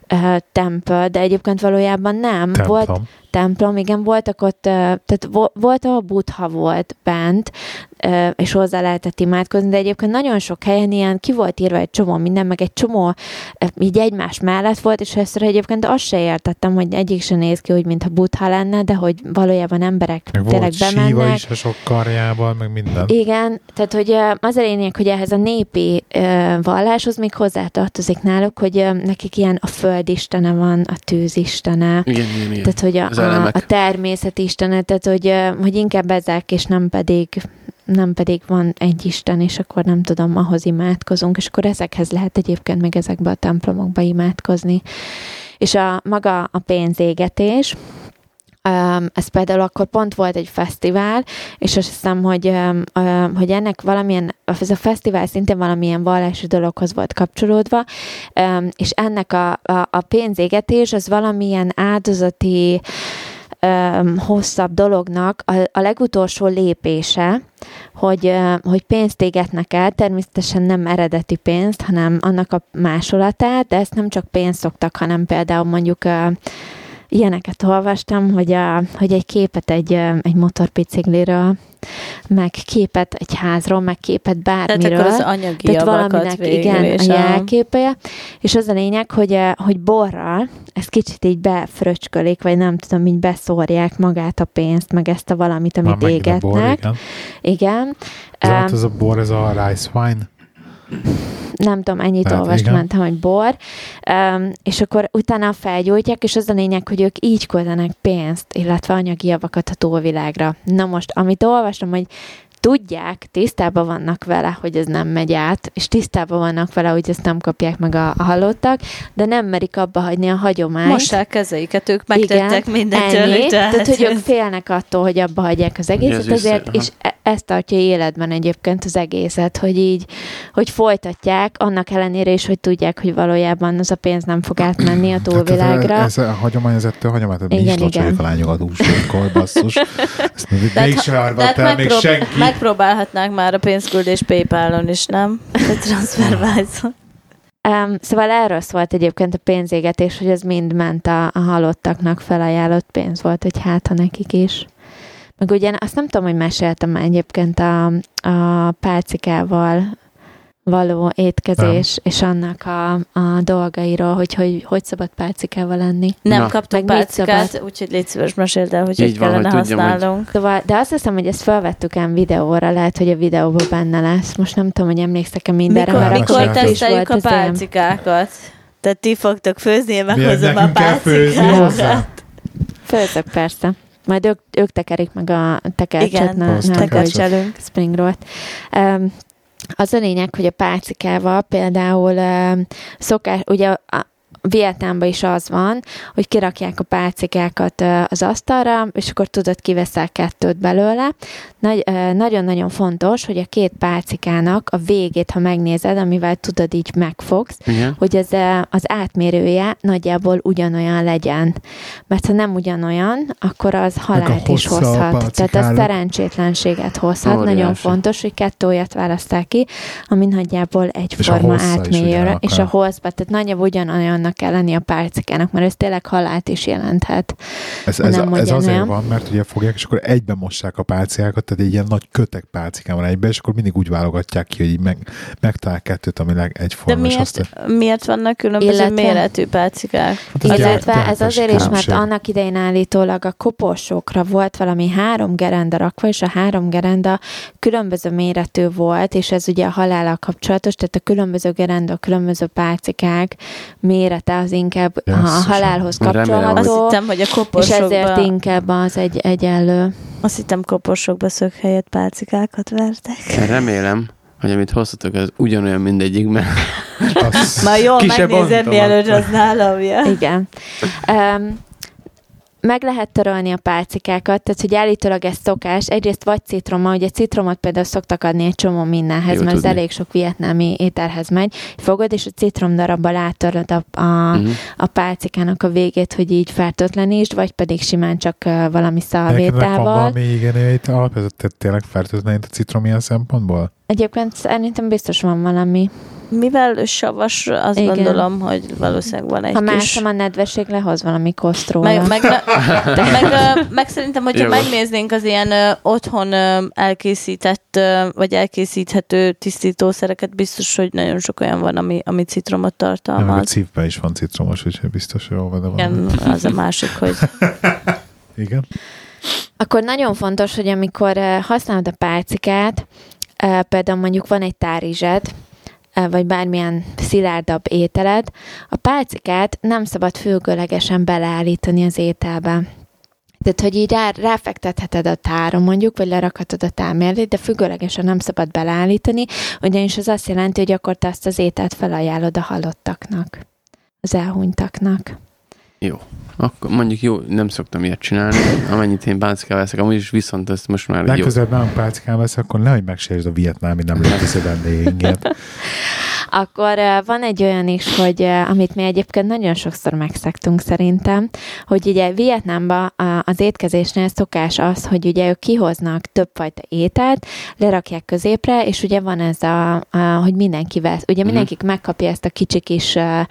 tempel, de egyébként valójában nem. Volt templom, igen, voltak ott, tehát volt, ahol Buddha volt bent, és hozzá lehetett imádkozni, de egyébként nagyon sok helyen ilyen ki volt írva egy csomó minden, meg egy csomó így egymás mellett volt, és ezt egyébként azt se értettem, hogy egyik se néz ki úgy, mintha Buddha lenne, de hogy valójában emberek meg tényleg bemennek. Síva is a sok karjával, meg minden. Igen, tehát hogy az a lényeg, hogy ehhez a népi valláshoz még hozzátartozik náluk, hogy nekik ilyen a földistene van, a tűzistene. Igen. Tehát, hogy a természet istene, tehát, hogy inkább ezek, és nem pedig van egy Isten, és akkor nem tudom, ahhoz imádkozunk, és akkor ezekhez lehet egyébként még ezekbe a templomokba imádkozni. És maga a pénzégetés, ez például akkor pont volt egy fesztivál, és azt hiszem, hogy ennek valamilyen, ez a fesztivál szintén valamilyen vallási dologhoz volt kapcsolódva, és ennek a pénzégetés az valamilyen áldozati hosszabb dolognak a legutolsó lépése, hogy pénzt égetnek el, természetesen nem eredeti pénzt, hanem annak a másolatát, de ezt nem csak pénzt szoktak, hanem például mondjuk ilyeneket olvastam, hogy egy képet egy motorbicikliről, meg képet egy házról, meg képet bármiről. Tehát akkor az anyagi javakat igen, a jelképe. És az a lényeg, hogy borral ezt kicsit így befröcskölik, vagy nem tudom, így beszórják magát a pénzt, meg ezt a valamit, amit égetnek. Bor, igen. Ez a bor, ez a rice wine? Nem tudom, ennyit olvastam, hogy bor, és akkor utána felgyújtják, és az a lényeg, hogy ők így küldenek pénzt, illetve anyagi javakat a túlvilágra. Na most, amit olvastam, hogy tudják, tisztában vannak vele, hogy ez nem megy át, és tisztában vannak vele, hogy ezt nem kapják meg a halottak, de nem merik abba hagyni a hagyományt. Mossák kezeiket, ők megtettek mindent tőlük. Tehát, hogy ők félnek attól, hogy abba hagyják az egészet, ezért, és ezt tartja életben egyébként az egészet, hogy így, hogy folytatják, annak ellenére is, hogy tudják, hogy valójában az a pénz nem fog átmenni a túlvilágra. Ez a hagyomány, ez ettől a hagyomány, tehát mi is locsoljuk a lányokat húsvétkor, basszus. Ezt még se árvadt el még senki. megpróbálhatnánk már a pénzküldés PayPal-on is, nem? A TransferWise-on. Szóval erről szólt egyébként a pénzégetés, hogy ez mind ment a halottaknak felajánlott pénz volt, hogy hát ha nekik is. Meg ugye azt nem tudom, hogy meséltem már egyébként a pálcikával való étkezés, és annak a dolgairól, hogy szabad pálcikával lenni. Nem kaptunk pálcikát, úgyhogy légy szíves, meséld el, hogy kellene használnunk. Szóval, de azt hiszem, hogy ezt felvettük ám videóra, lehet, hogy a videóban benne lesz. Most nem tudom, hogy emlékszek-e mindenre. Mikor teszteljük a pálcikákat? Tehát ti fogtok főzni, én meghozom a pálcikákat. Főzök persze. Majd ők tekerik meg a tekercset. Igen, tekercselünk. Spring rollt. Az a lényeg, hogy a pálcikával például szokás, ugye Vietnámban is az van, hogy kirakják a pálcikákat az asztalra, és akkor tudod, kiveszel 2 belőle. Nagyon-nagyon fontos, hogy a 2 pálcikának a végét, ha megnézed, amivel tudod, így megfogsz, hogy ez az átmérője nagyjából ugyanolyan legyen. Mert ha nem ugyanolyan, akkor az halált is hozhat. Tehát az szerencsétlenséget hozhat. Nagyon fontos, hogy 2 olyat választál ki, ami nagyjából egyforma átmérőre. És a hosszba, tehát nagyjából ugyanolyannak kell lenni a pálcikának, mert ez tényleg halált is jelenthet. Ez azért van, mert ugye fogják, és akkor egyben mossák a pálcikákat, tehát egy ilyen nagy kötek pálcikán van egyben, és akkor mindig úgy válogatják ki, hogy így megtalál 2, ami egyforma. De miért vannak különböző méretű pálcikák? Illetve ez azért is, mert annak idején állítólag a koporsókra volt valami 3 gerenda rakva, és a 3 gerenda különböző méretű volt, és ez ugye a halállal kapcsolatos, tehát a különböző gerenda, a különböző pálcikák mérete az inkább a halálhoz kapcsolható. Azt hittem, hogy a koporsokba... És ezért inkább az egy egyenlő. Azt hittem, koporsokba szög helyett pálcikákat vertek. Remélem, hogy amit hoztatok, az ugyanolyan mindegyikben. Már jól megnézed, mielőtt az nálam. Igen. Meg lehet törölni a pálcikákat, tehát hogy állítólag ez szokás. Egyrészt vagy citroma, ugye citromot például szoktak adni egy csomó mindenhez, mert ez elég sok vietnámi ételhez megy. Fogod, és a citromdarabbal átöröd a pálcikának a végét, hogy így fertőtlenítsd, vagy pedig simán csak valami szalvétával. Van valami igen, alapvetően tényleg fertőtlenít a citrom ilyen szempontból? Egyébként szerintem biztos van valami. Mivel savas, azt gondolom, hogy valószínűleg van egy kis... Ha mászom a nedvesség, lehoz valami kosztróla. Meg szerintem, hogyha megnéznénk az ilyen otthon elkészített, vagy elkészíthető tisztítószereket, biztos, hogy nagyon sok olyan van, ami citromot tartalmaz. Ja, meg a cívben is van citromos, úgyhogy biztos, hogy van. Igen, az a másik, hogy... Igen. Akkor nagyon fontos, hogy amikor használod a pálcikát, például mondjuk van egy tárrizsed, vagy bármilyen szilárdabb ételed, a pálcikát nem szabad függőlegesen beleállítani az ételbe. Tehát, hogy így ráfektetheted a táron mondjuk, vagy lerakhatod a tál mellé, de függőlegesen nem szabad beleállítani, ugyanis az azt jelenti, hogy akkor te azt az ételt felajánlod a halottaknak, az elhunytaknak. Jó. Akkor mondjuk jó, nem szoktam ilyet csinálni, amennyit én pálcikával veszek, amúgy is viszont ezt most már legközelebb nem pálcikával veszek, akkor nehogy megsértsd a vietnámi nem létező vendégünket. Akkor van egy olyan is, hogy amit mi egyébként nagyon sokszor megszektunk szerintem, hogy ugye Vietnámban az étkezésnél szokás az, hogy ugye ők kihoznak többfajta ételt, lerakják középre, és ugye van ez hogy mindenki vesz, ugye mindenki megkapja ezt a kicsi kis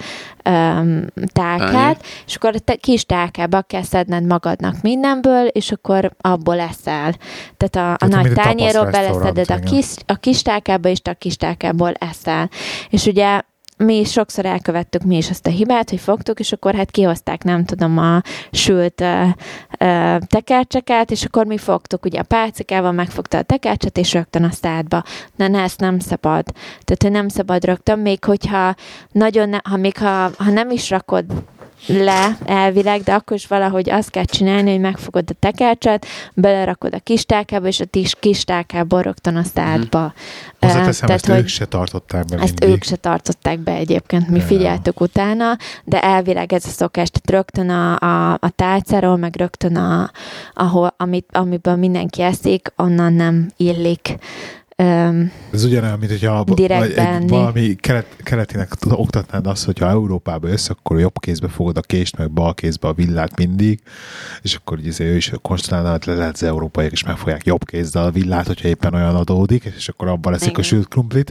tálkát, és akkor a kis tálkába kell szedned magadnak mindenből, és akkor abból eszel. Tehát a nagy tányérról beleszeded a kis tálkába, és a kis tálkából eszel. És ugye mi sokszor elkövettük mi is azt a hibát, hogy fogtuk, és akkor hát kihozták, nem tudom, a sült tekercseket, és akkor mi fogtuk, ugye a pálcikával megfogta a tekercset, és rögtön a szádba. Na, ezt nem szabad. Tehát, hogy nem szabad rögtön, még hogyha ha nem is rakod le elvileg, de akkor is valahogy azt kell csinálni, hogy megfogod a tekercset, belerakod a kis tálkába, és a kis tálkából rögtön a szádba. Hozzáteszem, ezt ők se tartották be mindig. Ezt ők se tartották be egyébként, mi figyeltük utána, de elvileg ez a szokás, tehát rögtön a tálcáról, meg rögtön amiből mindenki eszik, onnan nem illik Ez ugyanolyan, mint hogyha valami keletinek oktatnád azt, hogyha Európába jössz, akkor jobb kézbe fogod a kést, meg bal kézbe a villát mindig, és akkor így ő is konstatálna, hogy lehet az európaiak is megfogják jobb kézzel a villát, hogyha éppen olyan adódik, és akkor abban leszik a sült krumplit.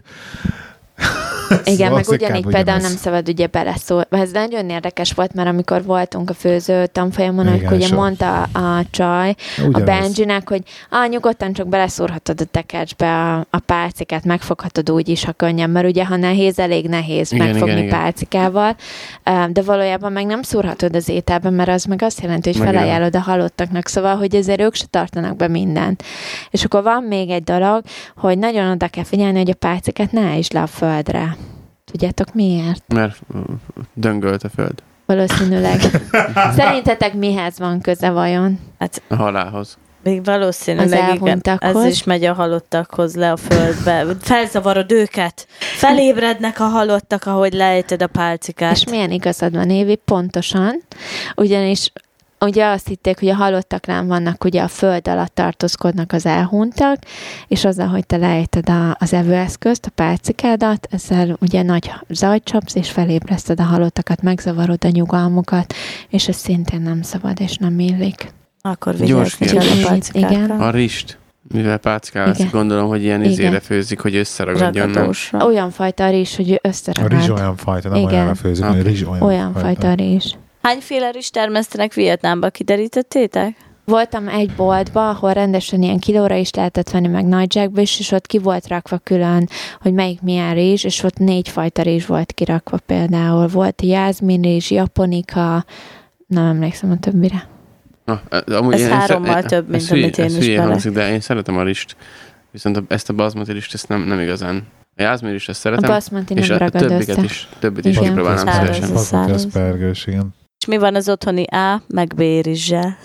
Igen, meg ugyanígy például nem szabad ugye beleszól. Ez nagyon érdekes volt, mert amikor voltunk a főző tanfolyamon, hogy ugye mondta a csaj a Benjinek, hogy nyugodtan csak beleszúrhatod a tekercsbe a pálcikát, megfoghatod úgy is, ha könnyebb, mert ugye ha nehéz, elég nehéz megfogni pálcikával, de valójában meg nem szúrhatod az ételbe, mert az meg azt jelenti, hogy felajánlod a halottaknak, szóval, hogy ezért ők se tartanak be mindent. És akkor van még egy dolog, hogy nagyon oda kell figyelni, hogy a pálcikát ne állítsd le a földre. Tudjátok miért? Mert döngölt a föld. Valószínűleg. Szerintetek mihez van köze vajon? Hát a halálhoz. Még valószínűleg igen. Ez is megy a halottakhoz le a földbe. Felzavarod őket. Felébrednek a halottak, ahogy lejted a pálcikát. És milyen igazad van, Évi? Pontosan. Ugyanis ugye azt hitték, hogy a halottaknál vannak, ugye a föld alatt tartózkodnak az elhunytak, és azzal, hogy te lejted az evőeszközt, a pálcikádat, ezzel ugye nagy zajt csapsz, és felébreszted a halottakat, megzavarod a nyugalmukat, és ez szintén nem szabad, és nem illik. Akkor vigyázz a pálcikákra. A rist, mivel pálcikát, gondolom, hogy ilyen izére főzik, hogy összeragadjon. Olyan fajta rizs, hogy összeragad. A rizs olyan fajta, nem olyan főzik, hogy rizs olyan fajta rizs. Hányféle rizs termesztenek Vietnámba? Kiderítettétek? Voltam egy boltba, ahol rendesen ilyen kilóra is lehetett venni, meg nagy zsákba is, és ott ki volt rakva külön, hogy melyik milyen rizs, és ott 4 fajta rizs volt kirakva például. Volt jászmin rizs, japonika, nem emlékszem a többire. Ez 3-mal több, mint amit én is bele. De én szeretem a rist, viszont ezt a basmati rist, ezt nem igazán. A jászmin rizst ezt szeretem, a basmati és nem ragad össze. Többit is kipróbálnám szívesen. Basmati aszpergős, igen. És mi van az otthoni A, meg B rizssel?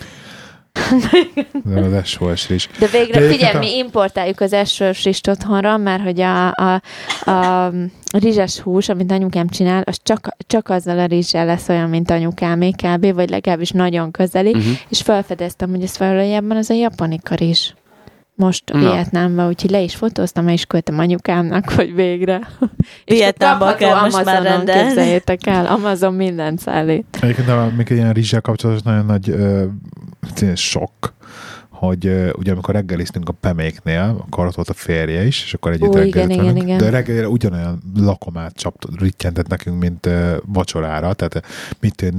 Az SOS rizs. De végre figyelj, mi importáljuk az SOS rizst otthonra, mert hogy a rizses hús, amit anyukám csinál, az csak azzal a rizssel lesz olyan, mint anyukámé kb, vagy legalábbis nagyon közeli, és felfedeztem, hogy ez valójában az a japonika rizs. Most Vietnámban, úgyhogy le is fotóztam, és küldtem anyukámnak, hogy végre. Vietnámban kell most már rendelni. Képzeljétek el, Amazon mindent szállít. Egyébként még egy ilyen rizssel kapcsolatos nagyon nagy sok, hogy ugye amikor reggeliztünk a Peméknél, akkor ott volt a férje is, és akkor együtt reggeliztünk, de reggelire ugyanolyan lakomát rittyentett nekünk, mint vacsorára, tehát mit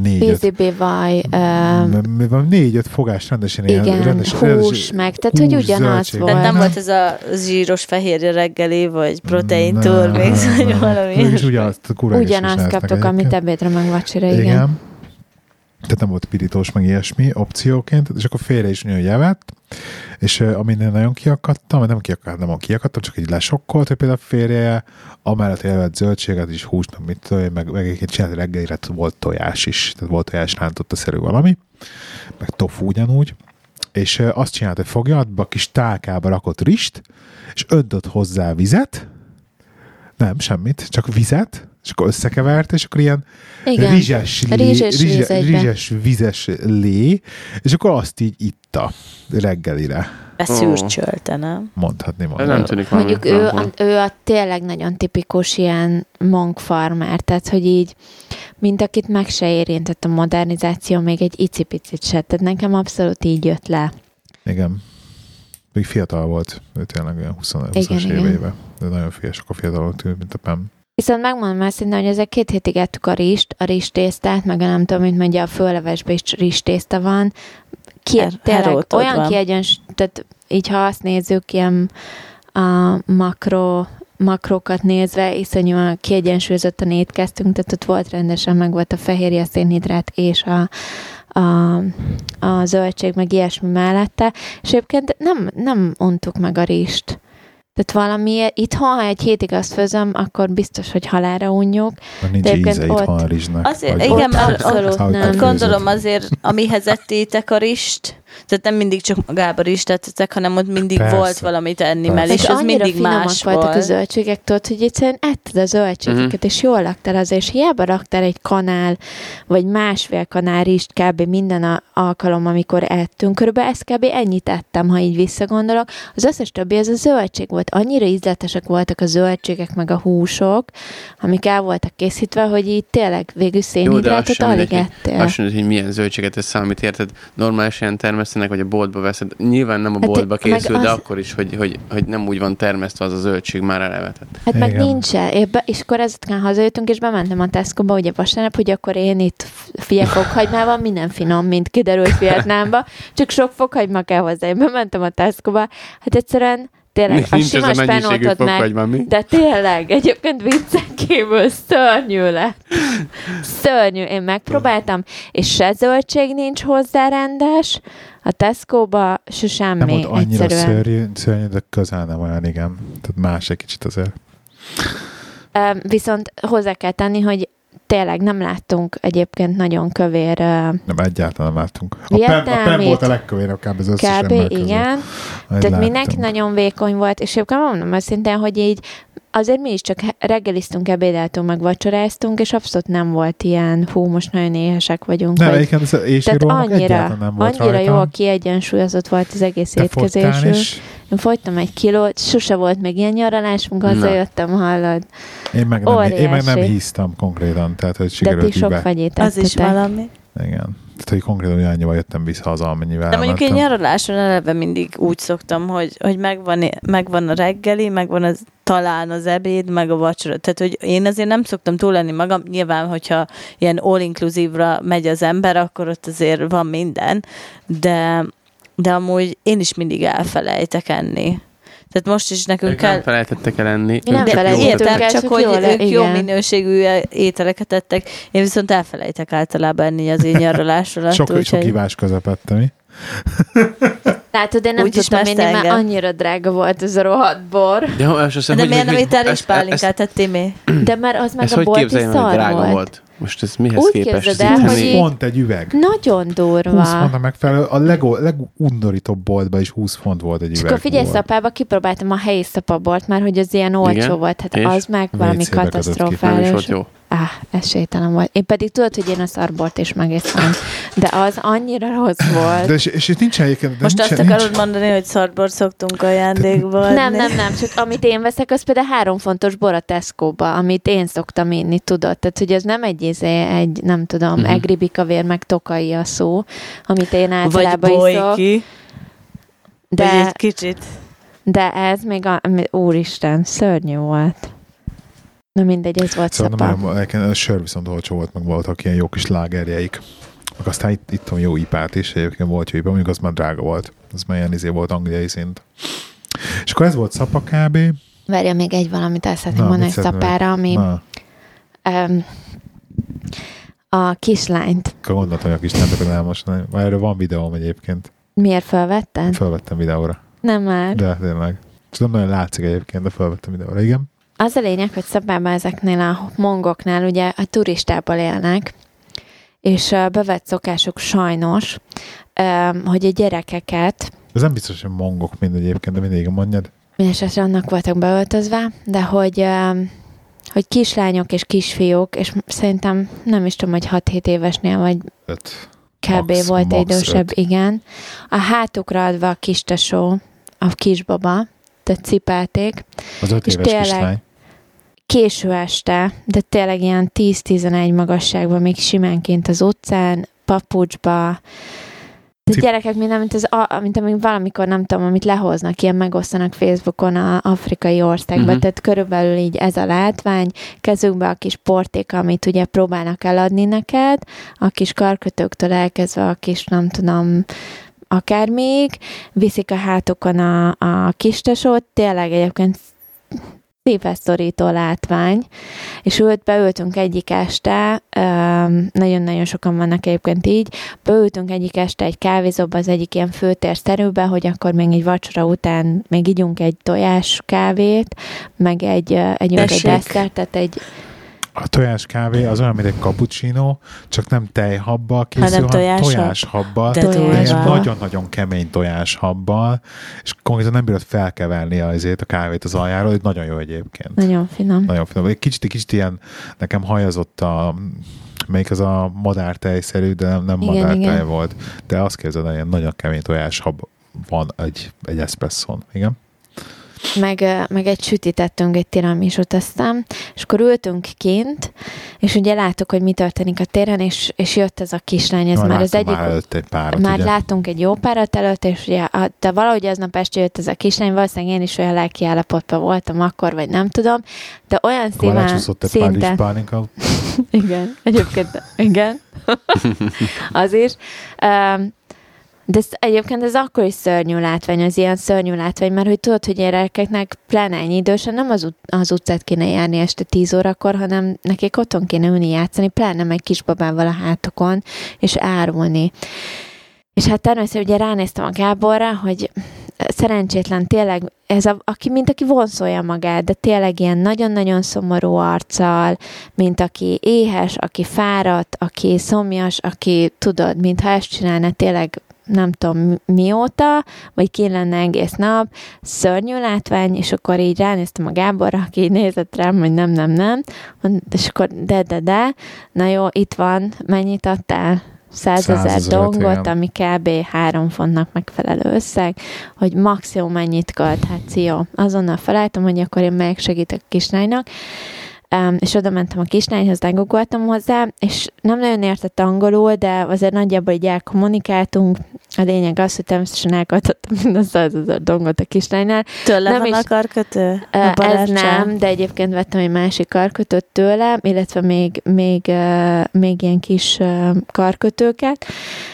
4-5 fogás rendesen ilyen hús meg, tehát hogy ugyanaz volt. Tehát nem volt ez a zsíros fehérje reggeli, vagy proteintúr, még valami. Ugyanazt kaptok, amit ebédre meg vacsira, igen. Tehát nem volt pirítós, meg ilyesmi opcióként, és akkor félre is nagyon jevett, és aminél nagyon kiakadtam, nem kiakadtam, csak így lesokkolt, hogy például férje, amellett elvett zöldséget és húst, meg egyébként csinált reggelire, volt tojás is, tehát volt tojás rántotta-szerű valami, meg tofu ugyanúgy, és azt csinált, hogy fogja, abba a kis tálkába rakott rist, és öntött hozzá vizet, nem, semmit, csak vizet, és akkor összekevert, és akkor ilyen rizses vizes lé, és akkor azt így itta reggelire. Beszűrcsölte, nem? Mondhatni. Nem tűnik mondjuk ő a tényleg nagyon tipikus ilyen monk farmer, tehát hogy így, mint akit meg se érintett a modernizáció, még egy icipicit se, tehát nekem abszolút így jött le. Igen. Még fiatal volt, ő tényleg olyan 20-as éve, de nagyon sokkal fiatalabb tűnt, mint a Pam. Viszont megmondom őszintén, hogy ezek 2 hétig ettük a rizstésztát, meg nem tudom, mint mondja, a főlevesben is rizstészta van. Tényleg olyan kiegyensúlyozott, tehát így ha azt nézzük, ilyen a makrókat nézve, iszonyúan kiegyensúlyozottan étkeztünk, tehát ott volt rendesen, meg volt a fehérje, szénhidrát és a zöldség, meg ilyesmi mellette, és egyébként nem untuk meg a rizst. Tehát valami, itthon, ha egy hétig azt főzöm, akkor biztos, hogy halálra unjuk. Nincs íze itthon a rizsnek. Igen, abszolút nem. Gondolom azért, amihez ettétek a rist, Tehát nem mindig csak magába rizstettek, hanem ott mindig persze, volt valamit enni mellé, és az mindig más voltak volt. a zöldségek, tudod, hogy egyszerűen etted a zöldségeket, és jól laktál az, és hiába raktál egy kanál, vagy másfél kanál rizst kb. Minden alkalom, amikor ettünk. Körülbelül ezt kb. Ennyit ettem, ha így visszagondolok. Az összes többi ez a zöldség volt. Annyira ízletesek voltak a zöldségek, meg a húsok, amik el voltak készítve, hogy így tényleg végül szénhidrátot alig ettél. Azt mondod, hogy milyen zöldséget ez számít, érted? Normálisan termesztenek, vagy a boltba veszed. Nyilván nem a boltba készül, de akkor is, hogy nem úgy van termesztve az a zöldség már elevetett. Hát meg nincsen. És akkor ezután hazajöttünk, és bementem a Tesco-ba, ugye vasárnap, hogy akkor én itt fokhagymával, minden finom, mint kiderült Vietnámba, csak sok fokhagyma kell hozzá. Én bementem a Tesco-ba, hát egyszerűen tényleg a sima spenótot meg, de tényleg, egyébként viccen kívül szörnyű lett. Szörnyű. Én megpróbáltam, és se zöldség nincs hozzá rendes, a Tesco-ba se semmi. Nem volt annyira egyszerűen. szörnyű, de közel nem olyan, igen. Tehát más egy kicsit azért. Viszont hozzá kell tenni, hogy tényleg nem láttunk egyébként nagyon kövér... Nem, egyáltalán nem láttunk. A PEM volt a legkövérebb kb. Az összes ember közül. Igen. Tehát mindenki nagyon vékony volt, és egyébként mondom őszintén, hogy így azért mi is csak reggeliztünk, ebédeltünk, meg vacsoráztunk, és abszolút nem volt ilyen, most nagyon éhesek vagyunk. Nem, egyébként az éjségrónak egyáltalán nem volt annyira rajtam. jól kiegyensúlyozott volt az egész étkezésünk. Én fogytam 1 kilót, sose volt még ilyen nyaralásunk, hazajöttem, hallod. Én meg nem hisztam konkrétan, tehát hogy sikerült. De ti sok fagyit az is valami. Igen. Tehát, hogy konkrétan annyival jöttem vissza haza, amennyivel de mondjuk én nyaraláson eleve mindig úgy szoktam, hogy megvan a reggeli, megvan talán az ebéd, meg a vacsora. Tehát, hogy én azért nem szoktam túl lenni magam. Nyilván, hogyha ilyen all-inclusive-ra megy az ember, akkor ott azért van minden, de amúgy én is mindig elfelejtek enni. Tehát most is nekünk kell... Nem felejtettek el enni. Nem felejtettünk el, csak hogy ők jó minőségű ételeket ettek. Én viszont elfelejtek általában enni az én nyaralás alatt. Sok hívás közepette, mi? Látod, én nem tudtam inni, mert annyira drága volt ez a rohadt bor. De miért nem itt is pálinkát tettél mi? De mert az meg a bolti szar volt. Most ez mihez úgy képest? Képzeld el, 20 font egy üveg. Nagyon durva. 20 font a megfelelő. A legundorítóbb boltban is 2020 font volt egy üveg. És akkor figyelj, szapába kipróbáltam a helyi szapabort, már hogy az ilyen olcsó volt. Hát az meg valami katasztrofális. Esélytelen volt. Én pedig tudod, hogy én a szarbort is megiszom. De az annyira rossz volt. De és itt nincs egyébként... Most azt akarod mondani, hogy szarbort szoktunk ajándékba adni? Nem. Csak amit én veszek, az például 3 fontos bor a Tesco-ba, amit én szoktam inni, tudod. Tehát, hogy ez nem egy nem tudom, egribi kavér, meg tokai a szó, amit én általában iszok. De egy kicsit. De ez még úristen, szörnyű volt. Na mindegy, ez volt szapa. A sör viszont olcsó volt, meg voltak ilyen jó kis lágerjeik. Meg aztán itt van jó ipát is, egyébként volt jó ipá, mondjuk az már drága volt. Az már ilyen volt angliai szint. És akkor ez volt szapa kb. Várja, még egy valamit el szeretném mondani szapára, ami a kislányt. Akkor gondoltam, hogy a kislányt akarod elmosni. Erről van videóm egyébként. Miért felvetted? Felvettem videóra. Nem már. De tényleg. Tudom, nagyon látszik egyébként, de felvettem videóra, igen. Az a lényeg, hogy Szabában ezeknél a mongoknál ugye a turistából élnek, és bevett szokásuk sajnos, hogy a gyerekeket... Ez nem biztos, hogy mongok mind egyébként, de mindig mondjad. Mindenesetre annak voltak beöltözve, de hogy kislányok és kisfiúk, és szerintem nem is tudom, hogy 6-7 évesnél, vagy 5. kb. Max, volt egy idősebb, 5. igen. A hátukra adva a kistesó, a kisbaba, tehát cipelték. Az 5 éves kislány. Késő este, de tényleg ilyen 10-11 magasságban, még simánként az utcán, papucsba. De gyerekek minden, mint amíg valamikor, nem tudom, amit lehoznak, ilyen megosztanak Facebookon az afrikai országban, tehát körülbelül így ez a látvány, kezükbe a kis porték, amit ugye próbálnak eladni neked, a kis karkötőktől elkezdve a kis, nem tudom, akármíg, viszik a hátukon a kistesót, tényleg egyébként szíveszorító látvány, és beültünk egyik este, nagyon-nagyon sokan vannak egyébként így, beültünk egyik este egy kávézóba az egyik ilyen főtérszerűbe, hogy akkor még egy vacsora után még ígyunk egy tojás kávét, meg egy desszertet, A tojás kávé az olyan, mint egy cappuccino, csak nem tejhabbal készül, hanem tojáshabbal. És nagyon-nagyon kemény tojáshabbal, és konkrétan nem bírod felkeverni a kávét az aljáról, hogy nagyon jó egyébként. Nagyon finom. Nagyon finom. Egy kicsit ilyen, nekem hajazott melyik az a madártejszerű, de nem madártej volt. De azt képzeld, hogy ilyen nagyon kemény tojáshab van egy eszpresszón. Igen. Meg egy sütit tettünk, egy tiramisút aztán, és akkor ültünk kint, és ugye láttuk, hogy mi történik a téren, és jött ez a kislány, ez már az egyik... Már láttunk egy jó párat előtt, és ugye, de valahogy aznap este jött ez a kislány, valószínűleg én is olyan lelki állapotban voltam akkor, vagy nem tudom, de olyan szinte... Igen, egyébként, igen. Az is. De egyébként ez akkor is szörnyű látvány, az ilyen szörnyű látvány, mert hogy tudod, hogy gyerekeknek pláne ennyi idősen nem az utcát kéne járni este 10 órakor, hanem nekik otthon kéne ülni játszani, pláne meg kisbabával a hátokon, és árulni. És hát természetesen ugye ránéztem a Gáborra, hogy szerencsétlen tényleg, mint aki vonszolja magát, de tényleg ilyen nagyon-nagyon szomorú arccal, mint aki éhes, aki fáradt, aki szomjas, aki tudod, mintha ezt csinálna tényleg nem tudom mióta, vagy ki lenne egész nap, szörnyű látvány, és akkor így ránéztem a Gáborra, aki így nézett rám, hogy nem, és akkor de, na jó, itt van, mennyit adtál? 100 000 dongot, ami kb. 3 fontnak megfelelő összeg, hogy maximum mennyit költ, hát szia. Azonnal felálltam, hogy akkor én megsegítek a kislánynak, és oda mentem a kislányhoz, legugoltam hozzá, és nem nagyon értett angolul, de azért nagyjából így elkommunikáltunk. A lényeg az, hogy természetesen elköltöttem mind a 100 000 dongot a kislánynál. Tőle van a karkötő? Ez nem, de egyébként vettem egy másik karkötőt tőle, illetve még ilyen kis karkötőket.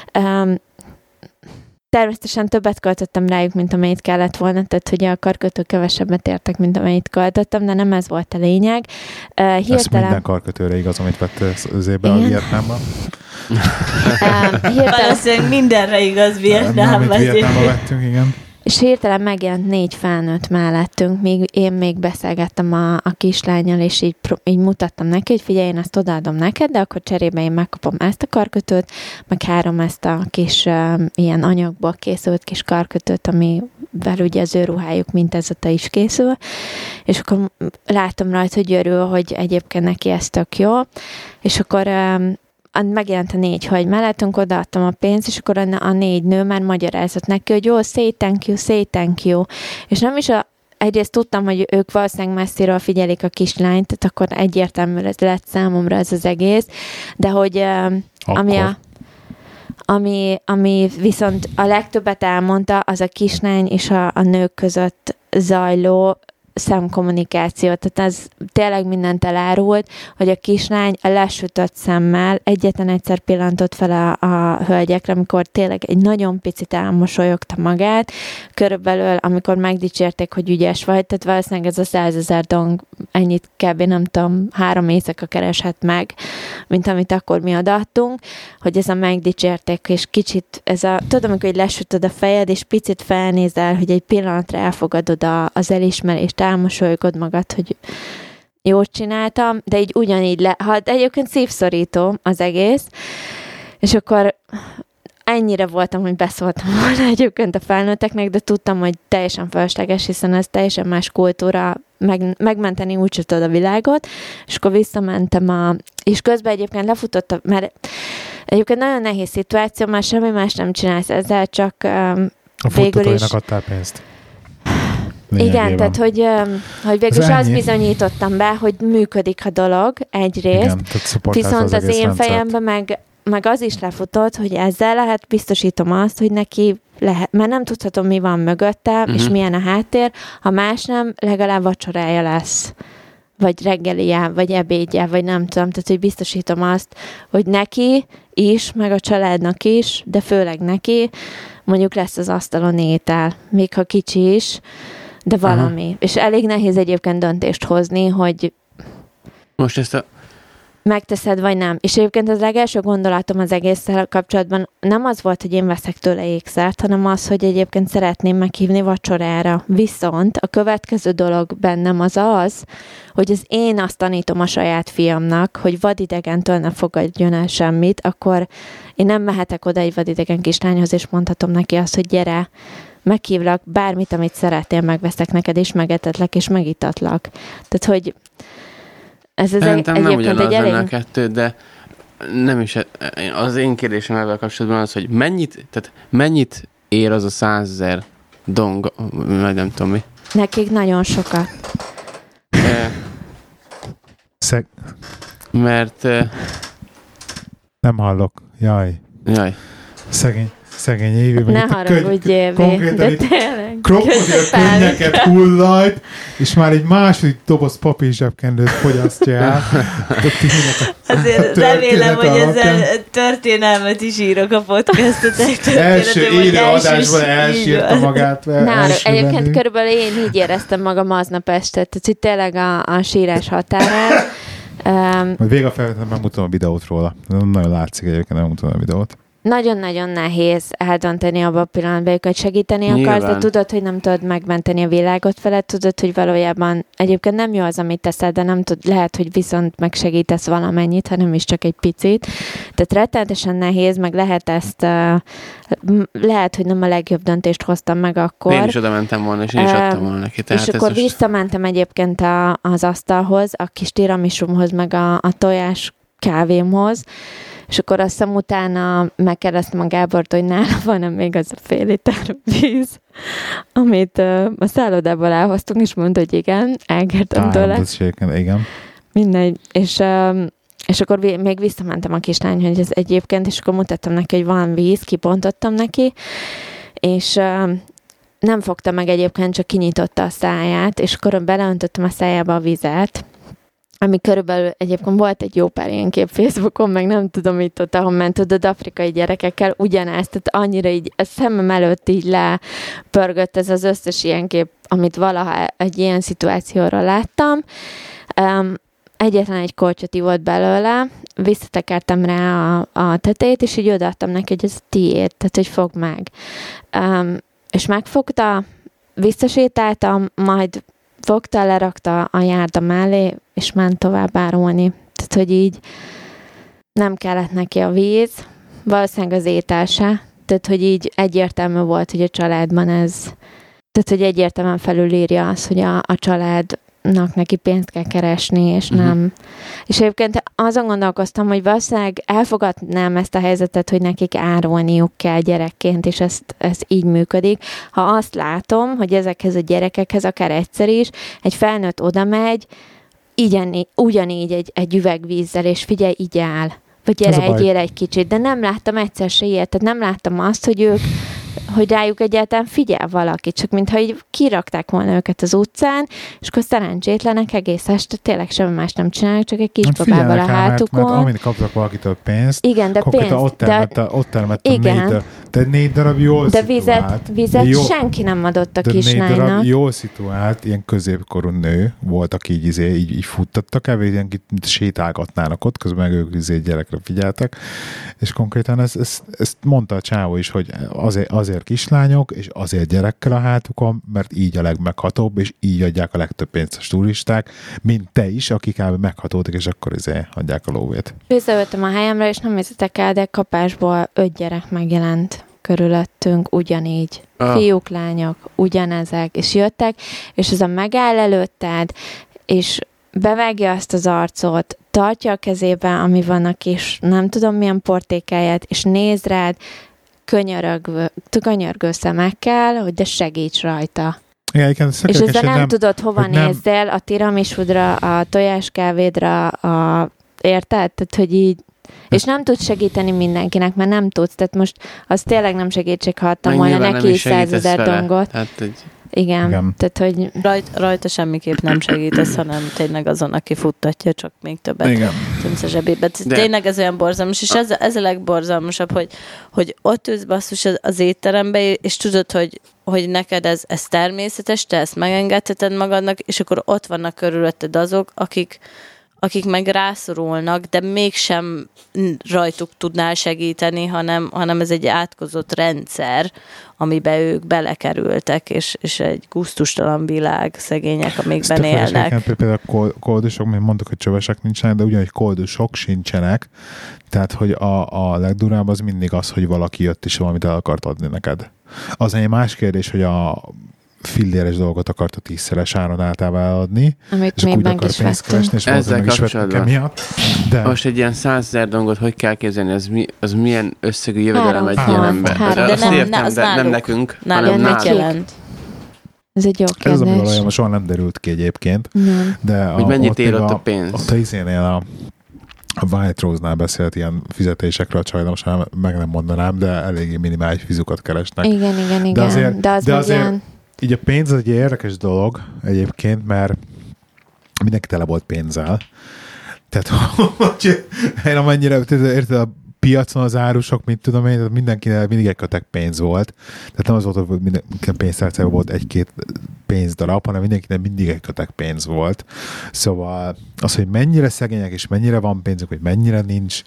Természetesen többet költöttem rájuk, mint amennyit kellett volna, tehát hogy a karkötők kevesebbet értek, mint amennyit költöttem, de nem ez volt a lényeg. Ez minden karkötőre igaz, amit vett az évben a Vietnámban? Valószínűleg mindenre igaz Vietnámban. Amit Vietnámban vettünk, igen. És hirtelen megjelent 4 felnőtt mellettünk, míg én még beszélgettem a kislánnyal, és így mutattam neki, hogy figyelj, én ezt odaadom neked, de akkor cserébe én megkapom ezt a karkötőt, meg 3 ezt a kis ilyen anyagból készült kis karkötőt, amivel ugye az ő ruhájuk mintázata is készül, és akkor látom rajta, hogy örül, hogy egyébként neki ez tök jó, és akkor megjelent a 4 hölgy mellettünk, odaadtam a pénzt, és akkor a 4 nő már magyarázott neki, hogy jó, say thank you. És nem is egyrészt tudtam, hogy ők valószínűleg messziről figyelik a kislányt, tehát akkor egyértelmű lett számomra ez az egész, de hogy ami viszont a legtöbbet elmondta, az a kislány és a nők között zajló szemkommunikáció, tehát ez tényleg mindent elárult, hogy a kislány a lesütött szemmel egyetlen egyszer pillantott fel a hölgyekre, amikor tényleg egy nagyon picit elmosolyogta magát, körülbelül, amikor megdicsérték, hogy ügyes vagy, tehát valószínűleg ez a 100 000 dong, ennyit kb. Nem tudom, 3 éjszaka kereshet meg, mint amit akkor mi odaadtunk, hogy ez a megdicsérték, és kicsit tudod, amikor lesütöd a fejed, és picit felnézel, hogy egy pillanatra elfogadod az elismerést, elmosolygod magad, hogy jót csináltam, de így ugyanígy egyébként szívszorító az egész, és akkor ennyire voltam, hogy beszóltam volna egyébként a felnőtteknek, de tudtam, hogy teljesen fölösleges, hiszen ez teljesen más kultúra, megmenteni úgy tudod a világot, és akkor visszamentem és közben egyébként lefutott, mert egyébként nagyon nehéz szituáció, már semmi más nem csinálsz ezzel, csak a futtatóinak adtál pénzt. Igen, tehát hogy végül is azt bizonyítottam be, hogy működik a dolog egyrészt, igen, viszont az én fejemben meg az is lefutott, hogy ezzel lehet, biztosítom azt, hogy neki lehet, mert nem tudhatom, mi van mögötte, és milyen a háttér, ha más nem, legalább vacsorája lesz, vagy reggelije, vagy ebédje, vagy nem tudom, tehát hogy biztosítom azt, hogy neki is, meg a családnak is, de főleg neki, mondjuk lesz az asztalon étel, még ha kicsi is, de valami. És elég nehéz egyébként döntést hozni, hogy most ezt megteszed, vagy nem. És egyébként az legelső gondolatom az egésszel kapcsolatban nem az volt, hogy én veszek tőle ékszert, hanem az, hogy egyébként szeretném meghívni vacsorára. Viszont a következő dolog bennem az, hogy én azt tanítom a saját fiamnak, hogy vadidegentől ne fogadjon el semmit, akkor én nem mehetek oda egy vadidegen kislányhoz, és mondhatom neki azt, hogy gyere, meghívlak, bármit, amit szeretnél, megveszek neked, és megetetlek, és megitatlak. Tehát, hogy ez nem ugyanaz lenne a kettő, de nem is, az én kérdésem ebben kapcsolatban az, hogy mennyit ér az a 100 000 dong, vagy nem tudom mi. Nekik nagyon sokat. Mert... Nem hallok. Jaj. Szegény Évi. Ne haragudj, Évi. Konkrétan itt krokodil könnyeket hullajt, és már egy második doboz papír zsebkendőt fogyasztja el. Azért remélem, hogy ezzel történelmet is írok a podcastotek. Első élő adásban elsírta magát. Egyébként körülbelül én így éreztem magam aznap este, tehát hogy tényleg a sírás határán. Majd végig a felvételben megmutatom a videót róla. Nagyon látszik egyébként, megmutatom a videót. Nagyon-nagyon nehéz eldönteni abban a pillanatban, hogy segíteni akarsz, de tudod, hogy nem tudod megmenteni a világot veled, tudod, hogy valójában egyébként nem jó az, amit teszed, de nem tud, lehet, hogy viszont megsegítesz valamennyit, hanem is csak egy picit. Tehát rettenetesen nehéz, meg lehet, hogy nem a legjobb döntést hoztam meg akkor. Én is oda mentem volna, és én is adtam volna neki. És akkor visszamentem egyébként az asztalhoz, a kis tiramisumhoz, meg a tojás kávémhoz, és akkor azt hiszem utána megkérdeztem a Gábort, hogy nála van még az a fél liter víz, amit a szállodából elhoztunk, és mondta, hogy igen, elkértem tőle. Igen. Mindegy. És akkor még visszamentem a kislányhoz, hogy ez egyébként, és akkor mutattam neki, hogy van víz, kibontottam neki, és nem fogta meg egyébként, csak kinyitotta a száját, és akkor beleöntöttem a szájába a vizet, ami körülbelül egyébként volt egy jó pár ilyen kép Facebookon, meg nem tudom itt ahol ment, tudod, afrikai gyerekekkel ugyanezt, tehát annyira így a szemem előtt így lepörgött ez az összes ilyen kép, amit valaha egy ilyen szituációra láttam. Egyetlen egy kortyot ivott belőle, visszatekertem rá a tetejét, és így odaadtam neki, hogy ez tiéd, tehát hogy fogd meg. És megfogta, visszasétáltam, majd fogta, lerakta a járda mellé, és ment tovább árulni. Tehát, hogy így nem kellett neki a víz, valószínűleg az étel se. Tehát, hogy így egyértelmű volt, hogy a családban ez, tehát, hogy egyértelműen felülírja az, hogy a családnak neki pénzt kell keresni, és nem. És egyébként azon gondolkoztam, hogy valószínűleg elfogadnám ezt a helyzetet, hogy nekik árulniuk kell gyerekként, és ez így működik. Ha azt látom, hogy ezekhez a gyerekekhez akár egyszer is egy felnőtt oda megy, ugyanígy egy üvegvízzel, és figyelj, így áll. Vagy gyere, egyél egy kicsit. De nem láttam egyszer se ilyet. Tehát nem láttam azt, hogy rájuk egyáltalán figyel valaki, csak mintha így kirakták volna őket az utcán, és akkor szerencsétlenek egész este tényleg semmi más nem csinálnak, csak egy kis babával a hátukon. Mert amint kaptak valakitől pénzt, igen, de pénzt, ott termett a 4 darab jól de szituált. vizet senki nem adott a kislánynak. 4 darab jól szituált, ilyen középkorú nő volt, aki így futtattak el, ilyen sétálgatnának ott, közben meg ők gyerekre figyeltek, és konkrétan ezt mondta a csávó is, hogy azért kislányok, és azért gyerekkel a hátukon, mert így a legmeghatóbb, és így adják a legtöbb pénzt a turisták, mint te is, akik meghatódik, és akkor adják a lóvét. Visszaöltem a helyemre, és nem hiszitek el, de kapásból 5 gyerek megjelent körülöttünk, ugyanígy. Fiúk, lányok, ugyanezek, és jöttek, és ez a megáll előtted, és bevágja azt az arcot, tartja a kezébe, ami van a kis, nem tudom milyen portékáját, és néz rád, könyörgő szemekkel, hogy de segíts rajta. Igen, és ezzel nem tudod, hova nézzél, a tiramisudra, a tojáskávédra, érted? Tehát, hogy így, és nem tudsz segíteni mindenkinek, mert nem tudsz. Tehát most az tényleg nem segítség, ha adtam volna neki 100 000 dongot. Igen. Tehát, hogy... Rajta semmiképp nem segítesz, hanem tényleg azon, aki futtatja, csak még többet tűnsz a zsebébe. Tényleg ez olyan borzalmas, és ez a legborzalmasabb, hogy ott ülsz basszus az étterembe, és tudod, hogy neked ez természetes, te ezt megengedheted magadnak, és akkor ott vannak körülötted azok, akik meg rászorulnak, de mégsem rajtuk tudnál segíteni, hanem ez egy átkozott rendszer, amiben ők belekerültek, és egy gusztustalan világ, szegények, amikben élnek. Például koldusok, mert mondtuk, hogy csövesek nincsenek, de ugyanúgy koldusok sincsenek, tehát, hogy a legdurább az mindig az, hogy valaki jött és valamit el akart adni neked. Az egy más kérdés, hogy a filléres dolgot akarta 10-szeres áron általában eladni, amit és úgy akar pénzt keresni, és ezzel kapcsolatban emiatt. De... Most egy ilyen 100 000 dongot hogy kell képzelni? Az milyen összegű jövedelem egy ilyen ember? Nem nekünk, hanem náluk. Ez egy jó kérdés. Ez az, ami valójában soha nem derült ki egyébként. Nem. De hogy mennyit ér ott a pénz? Ott a izénél a White Rose-nál beszélt ilyen fizetésekről, sajnos meg nem mondanám, de eléggé minimális fizukat keresnek. Igen. De azért ilyen... így a pénz egy érdekes dolog egyébként, mert mindenki tele volt pénzzel. Tehát, hogy én amennyire, érted, a piacon az árusok, mit tudom én, mindenkinek mindig egy kötek pénz volt. Tehát nem az volt, hogy minden pénztárcában volt egy-két pénzdarab, hanem mindenkinek mindig egy kötek pénz volt. Szóval az, hogy mennyire szegények, és mennyire van pénzük, vagy mennyire nincs,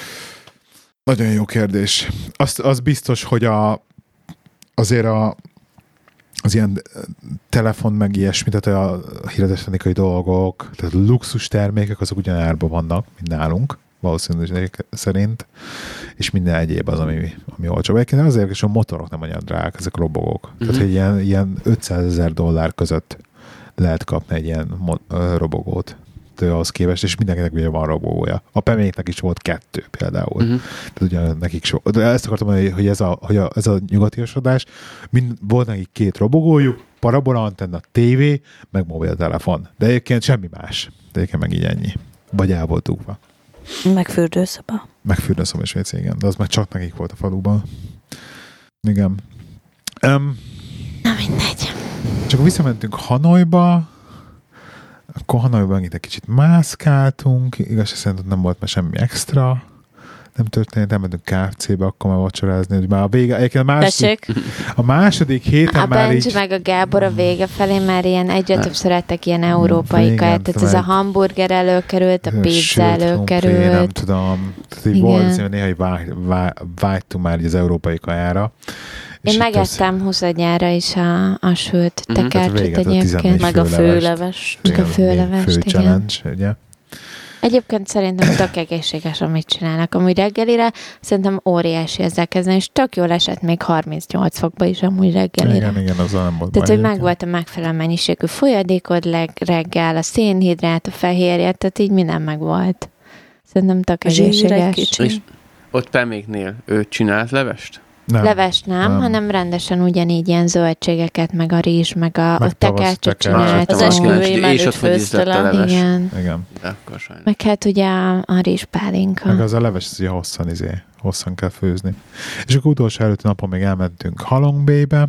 nagyon jó kérdés. Az biztos, hogy azért az ilyen telefon meg ilyesmi, tehát a hirdetőtechnikai dolgok, tehát luxus termékek, azok ugyanárban vannak, mint nálunk, valószínűleg szerint, és minden egyéb az, ami olcsó. Egyébként azért, és a motorok nem olyan drágák, ezek robogók. Tehát, hogy ilyen $500,000 között lehet kapni egy ilyen robogót ahhoz képest, és mindenkinek ugye van robogója. A Peméknek is volt 2 például. Tehát ugye nekik sok. De ezt akartam mondani, hogy ez a nyugatiasodás, volt nekik 2 robogójuk, parabola antenna, tévé, meg mobiltelefon. De egyébként semmi más. De egyébként meg így ennyi. Vagy el volt dugva. Meg fürdőszoba. Meg fürdőszoba és WC, igen. De az meg csak nekik volt a faluban. Igen. Na mindegy. Csak visszamentünk Hanoiba, akkor Hanoiban egy kicsit mászkáltunk, igaz, szerintem nem volt már semmi extra, nem történt, elmentünk KFC-be, akkor már vacsorázni, hogy már a vége, egyébként a második héten a már Benji meg a Gábor a vége felé már ilyen egyre többször ettek ilyen európai kaját, tehát ez a hamburger előkerült, a pizza előkerült. Nem tudom, tehát így volt, néha vágytunk már az európai kajára. Én megettem 21-ára is a sült tekercsöt egyébként. Meg a főlevest. Meg a főlevest, igen. Challenge, ugye? Egyébként szerintem tök egészséges, amit csinálnak. Amúgy reggelire szerintem óriási ezzel kezdeni, és tök jól esett még 38 fokba is amúgy reggelire. Igen, azzal nem volt. Tehát, hogy megvolt a megfelelő mennyiségű folyadékod reggel, a szénhidrát, a fehérje, tehát így minden megvolt. Szerintem tök egészséges. És ott Peméknél ő csinált levest? Nem. Levest nem, hanem rendesen ugyanígy ilyen zöldségeket, meg a rizs, meg a tekercsöt csinált. Az esküvői menüt főzte le. Igen. Meg hát ugye a rizspálinka. Meg az a leves, az ugye hosszan kell főzni. És akkor utolsó előtti napon még elmentünk Halong Bay-be,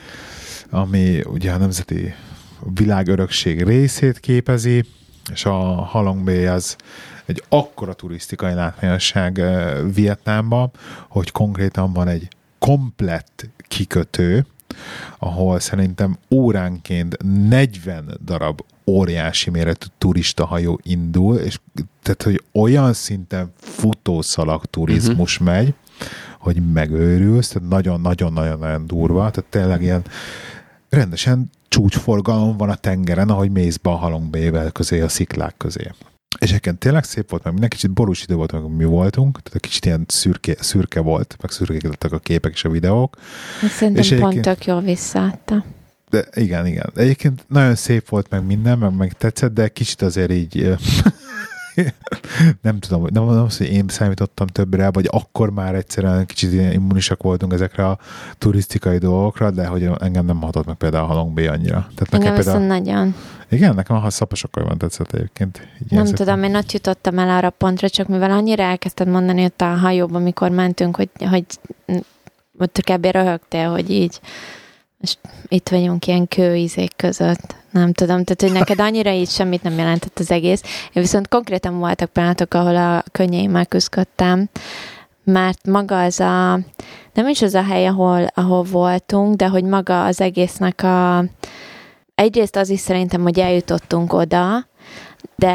ami ugye a nemzeti világörökség részét képezi, és a Halong Bay az egy akkora turisztikai látványosság Vietnámban, hogy konkrétan van egy komplett kikötő, ahol szerintem óránként 40 darab óriási méretű turistahajó indul, és tehát, hogy olyan szinten futószalag turizmus megy, hogy megőrülsz, tehát nagyon-nagyon-nagyon durva, tehát tényleg ilyen rendesen csúcsforgalom van a tengeren, ahogy mész be a Halong Bay-vel közé, a sziklák közé. És egyébként tényleg szép volt, meg minden kicsit borús idő volt, amikor mi voltunk, tehát kicsit ilyen szürke volt, meg szürkék lettek a képek és a videók. Szerintem pont tök jól visszaadta. De igen. Egyébként nagyon szép volt meg minden, meg tetszett, de kicsit azért így nem tudom, nem az, hogy én számítottam többre, vagy akkor már egyszerűen kicsit immunisak voltunk ezekre a turisztikai dolgokra, de hogy engem nem hatott meg például a Halong Bay annyira. Engem viszont nagyon. Igen, nekem a szaposokkal van tetszett egyébként. Nem tudom, én ott jutottam el arra pontra, csak mivel annyira elkezdted mondani ott a hajóban, amikor mentünk, hogy ott kb. Röhögtél, hogy így és itt vagyunk ilyen kőizék között. Nem tudom, tehát hogy neked annyira így semmit nem jelentett az egész. Én viszont konkrétan voltak pillanatok, ahol a könnyeimmel küzdöttem, mert maga az nem is az a hely, ahol voltunk, de hogy maga az egésznek egyrészt az is szerintem, hogy eljutottunk oda, de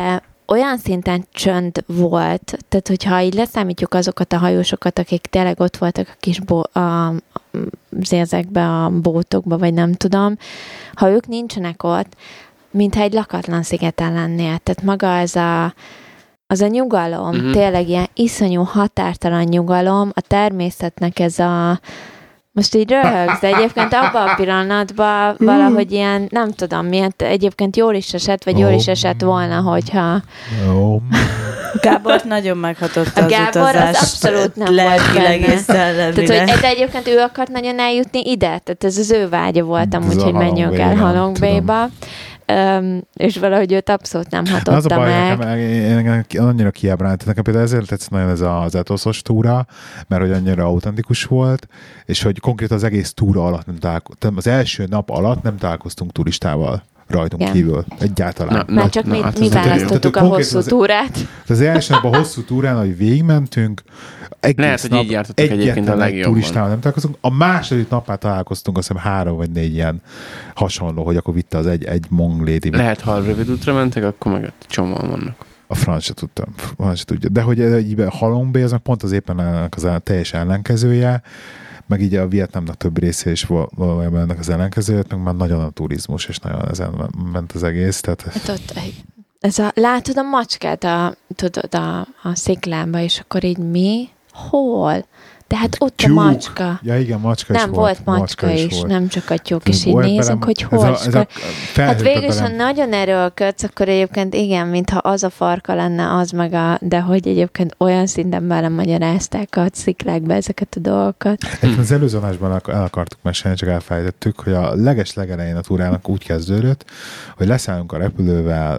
olyan szinten csönd volt, tehát hogyha így leszámítjuk azokat a hajósokat, akik tényleg ott voltak a kis ezekbe a bótokba, vagy nem tudom, ha ők nincsenek ott, mintha egy lakatlan szigeten lennél. Tehát maga az a nyugalom, tényleg ilyen iszonyú határtalan nyugalom, a természetnek ez a most így röhögsz, de egyébként abban a pillanatban valahogy ilyen, nem tudom miért, egyébként jól is esett, vagy jól is esett volna, hogyha... Gábort nagyon meghatotta a az Gábor utazás. Az abszolút nem volt benne. Tehát, hogy de egyébként ő akart nagyon eljutni ide, tehát ez az ő vágya volt amúgy, hogy menjünk el Halong Bay-ba. És valahogy őt abszolút nem hatotta az a baj, meg. Nekem annyira kiábránt. Nekem például ezért tetszett nagyon ez az etoszos túra, mert hogy annyira autentikus volt, és hogy konkrétan az egész túra alatt nem találkoztunk, az első nap alatt nem találkoztunk turistával rajtunk kívül. Egyáltalán. Már csak mi választottuk a hosszú túrát. Az első nap a hosszú túrán, hogy végigmentünk, egész lehet, hogy így jártatok egyébként a legjobban. Turistával nem találkoztunk. A második nap már találkoztunk, azt hiszem 3 vagy 4 ilyen hasonló, hogy akkor vitte az egy mong lady. Lehet, ha rövid útra mentek, akkor meg csomóan vannak. A franc se tudja. De hogy egy Halong Bay, az pont az éppen az a teljes ellenkezője, meg így a Vietnámnak több része is valójában ennek az ellenkezője, meg már nagyon a turizmus, és nagyon ezen ment az egész. Tehát... Hát látod a macskát a sziklámba, és akkor így mi? Hol? De hát ott tyúk. A macska. Ja igen, macska is nem, volt. Nem, volt macska is, volt. Nem csak a tyúk, és így nézünk, hogy hol. Hát végül, ha nagyon erőlködsz, akkor egyébként igen, mintha az a farka lenne, az meg de hogy egyébként olyan szinten belemagyarázták a sziklákba ezeket a dolgokat. Az előző adásban el akartuk mesélni, csak elfelejtettük, hogy a legelején a túrának úgy kezdődött, hogy leszállunk a repülővel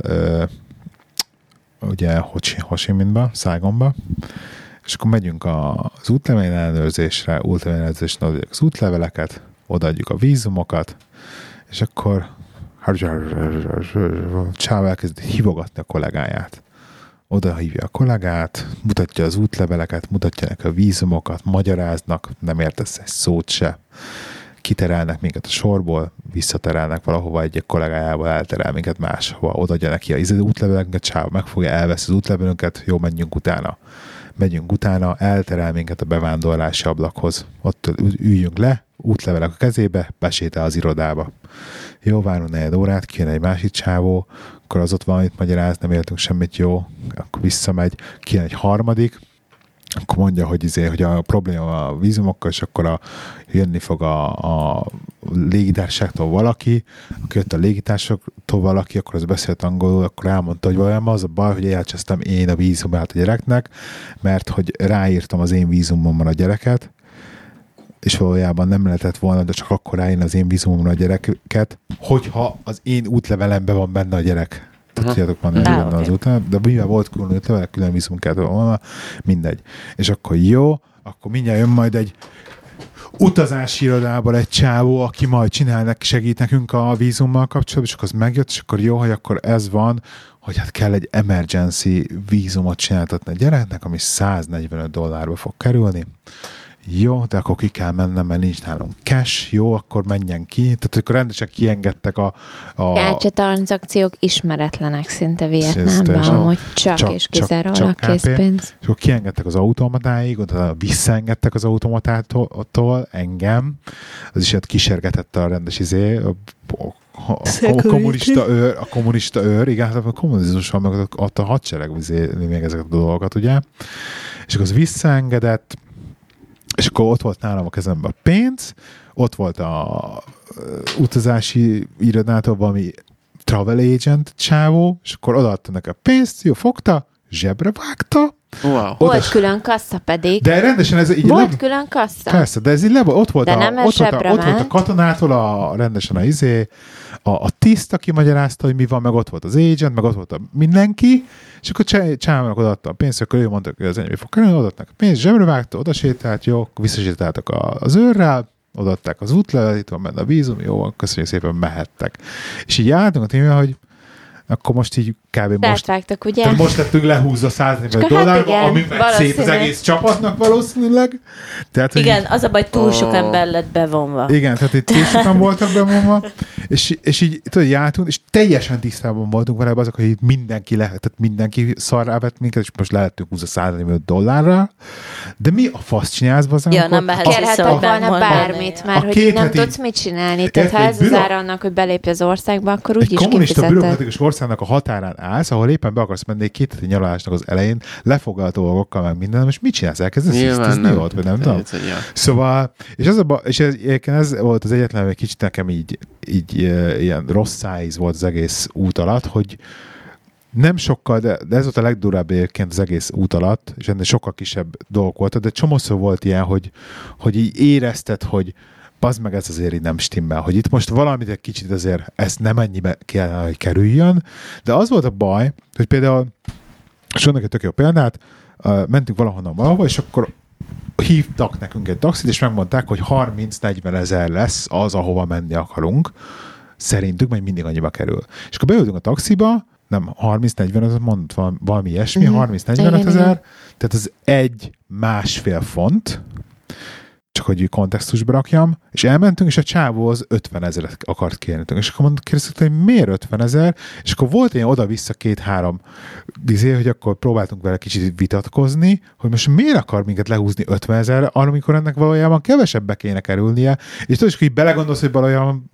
ugye Ho Chi Minhba, Saigonba, és akkor megyünk az útlevél ellenőrzésre, odaadjuk az útleveleket, odaadjuk a vízumokat, és akkor Csáv elkezd hívogatni a kollégáját. Oda hívja a kollégát, mutatja az útleveleket, mutatja neki a vízumokat, magyaráznak, nem értesz egy szót se. Kiterelnek minket a sorból, visszaterelnek valahova, egy kollégájával elterel minket máshova, odaadja neki az útleveleket, Csáv megfogja, elvesz az útlevelünket, jó, menjünk utána, elterel minket a bevándorlási ablakhoz. Ott üljünk le, útlevelek a kezébe, besétál az irodába. Jó, várunk 4 órát, kijön egy másik csávó, akkor az ott valamit magyaráz, nem értünk semmit, jó, akkor visszamegy, kijön egy harmadik, akkor mondja, hogy a probléma a vízumokkal, és akkor jönni fog a légitársaságtól valaki, akkor jött a légitársaságtól valaki, akkor az beszélt angolul, akkor elmondta, hogy valójában az a baj, hogy elcsesztem én a vízumát a gyereknek, mert hogy ráírtam az én vízumomra a gyereket, és valójában nem lehetett volna, de csak akkor ráírni az én vízumomra a gyereket, hogyha az én útlevelemben van benne a gyerek. Tudjátok, van benne az útlevel, de mivel volt külön útlevel, külön vízum kellett volna, mindegy. És akkor jó, akkor mindjárt jön majd egy utazási irodában egy csávó, aki majd segít nekünk a vízummal kapcsolatban, és akkor az megjött, és akkor jó, hogy akkor ez van, hogy hát kell egy emergency vízumot csináltatni a gyereknek, ami $145 fog kerülni. Jó, de akkor ki kell mennem, mert nincs nálunk cash, jó, akkor menjen ki. Tehát akkor rendesen kiengedtek a Kártya tranzakciók ismeretlenek szinte Vietnámban, hogy csak és kizárólag készpénz. És akkor kiengedtek az automatáig, oda visszaengedtek az automatától engem. Az is kísérgetette a rendes a kommunista őr, igen, hát a kommunizmus van, meg ott a hadsereg még ezeket a dolgokat, ugye? És akkor az visszaengedett, és akkor ott volt nálam a kezemben a pénz, ott volt a utazási irodától valami travel agent csávó, és akkor odaadta neki a pénzt, jó, fogta, zsebre vágta. Wow. Volt külön kassa pedig. De rendesen ez így... Volt külön kassa. Persze, de ez így ott volt a katonától rendesen a tiszt, aki magyarázta, hogy mi van, meg ott volt az agent, meg ott volt a mindenki, és akkor Csámának odaadta a pénzt, akkor ő mondta, hogy az ennyi fog kerülni, odaadták a pénzt, zsebre vágta, odasétált, jó, visszasétáltak az őrrel, odaadták az útlevelet, itt van benne a vízum, jó, köszönjük szépen, mehettek. És így álltunk a témában, hogy akkor most így kb. Most... Rátvágtak, ugye? Tehát most lettünk lehúzva $140, ami meg szép az egész csapatnak valószínűleg. Tehát, igen, az a baj, túl sok ember lett bevonva. Igen, tehát itt túl sokan voltak bevonva, és így tudod, jártunk, és teljesen tisztában voltunk vele azok, hogy itt mindenki szarrá vett minket, és most lehettünk húzva $140, de mi a fasz csinálsz bazán? Ja, nem vehetsz vissza, hogy volna bármit, már hogy nem tudsz mit csinálni. Tehát ha ez az ára annak, hogy belépj az országba, akkor úgyis kifizeted. Egy kommunista bürokratikus országnak a határán állsz, ahol éppen be akarsz menni egy 2 heti nyaralásnak az elején, lefoglalt dolgokkal, meg minden, most mit csinálsz? Elkezdesz hisztizni ott, vagy nem tudom? Szóval, és ez volt az egyetlen, egy kicsit nekem így ilyen rossz szájíz volt az egész út alatt, hogy nem sokkal, de ez volt a legdurább egyébként az egész út alatt, és ennél sokkal kisebb dolgok voltak, de csomószor volt ilyen, hogy így érezted, hogy bazd meg, ez azért így nem stimmel, hogy itt most valamit egy kicsit azért ez nem ennyibe kellene, hogy kerüljön, de az volt a baj, hogy például, és mondok egy tök jó példát, mentünk valahova, és akkor hívtak nekünk egy taxit, és megmondták, hogy 30-40 ezer lesz az, ahova menni akarunk, szerintük, majd mindig annyiba kerül. És akkor beültünk a taxiba, nem 30-40, az mondott valami ilyesmi, 30-45 ezer, tehát az 1,5 font, csak hogy kontextusba rakjam, és elmentünk, és a csávó az 50 ezeret akart kérni. És akkor kérdeztük, hogy miért 50 ezer, és akkor volt ilyen oda-vissza 2-3 hogy akkor próbáltunk vele kicsit vitatkozni, hogy most miért akar minket lehúzni 50 ezerre, amikor ennek valójában kevesebbe kéne kerülnie, és tudod, hogy így belegondolsz, hogy valójában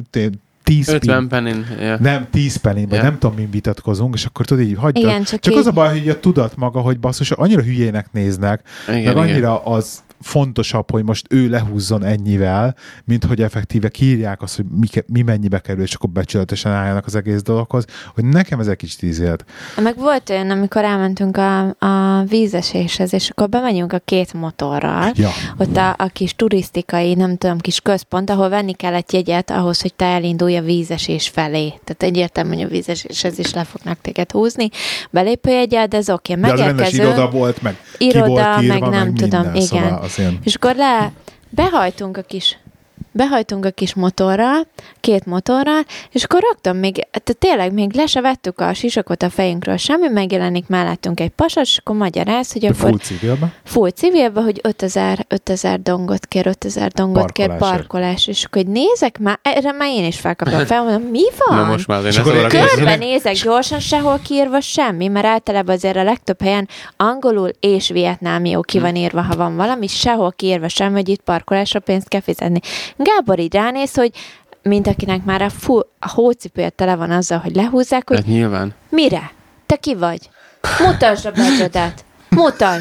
50 pennin. Yeah. Nem, 10 pennin, vagy nem tudom, mi vitatkozunk, és akkor tudod így, hagyja. Igen, csak az a baj, hogy a tudat maga, hogy basszus, annyira hülyének néznek, meg annyira az fontosabb, hogy most ő lehúzzon ennyivel, mint hogy effektíve kiírják azt, hogy mi mennyibe kerül, és akkor becsületesen álljanak az egész dologhoz, hogy nekem ez egy kicsit ízélt. Meg volt olyan, amikor elmentünk a vízeséshez, és akkor bemegyünk a 2 motorral, ott a kis turisztikai, nem tudom, kis központ, ahol venni kellett jegyet ahhoz, hogy te elindulj a vízesés felé. Tehát egyértelmű, hogy a vízeséshez is le fognak téged húzni. Belépőjegyel, de ez oké. De az rendes iroda volt, meg ki volt írva, meg nem tudom, minden, igen. Szóval és akkor behajtunk a kis motorral, 2 motorral, és akkor rögtön tényleg még le se vettük a sisakot a fejünkről, semmi, megjelenik mellettünk egy pasas, és akkor magyaráz, hogy akkor... Full civilbe, hogy 5000 dongot kér parkolás, és akkor hogy nézek már, erre már én is felkapom fel, mondom, mi van? Na most már körben nézek gyorsan, sehol kiírva semmi, mert általában azért a legtöbb helyen angolul és vietnámiul ki van írva, ha van valami, sehol kiírva semmi, hogy itt parkolásra pénzt kell fizetni. Gábor így ránéz, hogy mint akinek már a hócipője tele van azzal, hogy lehúzzák, hogy hát nyilván. Mire? Te ki vagy? Mutasd a badge-odat. Mutasd.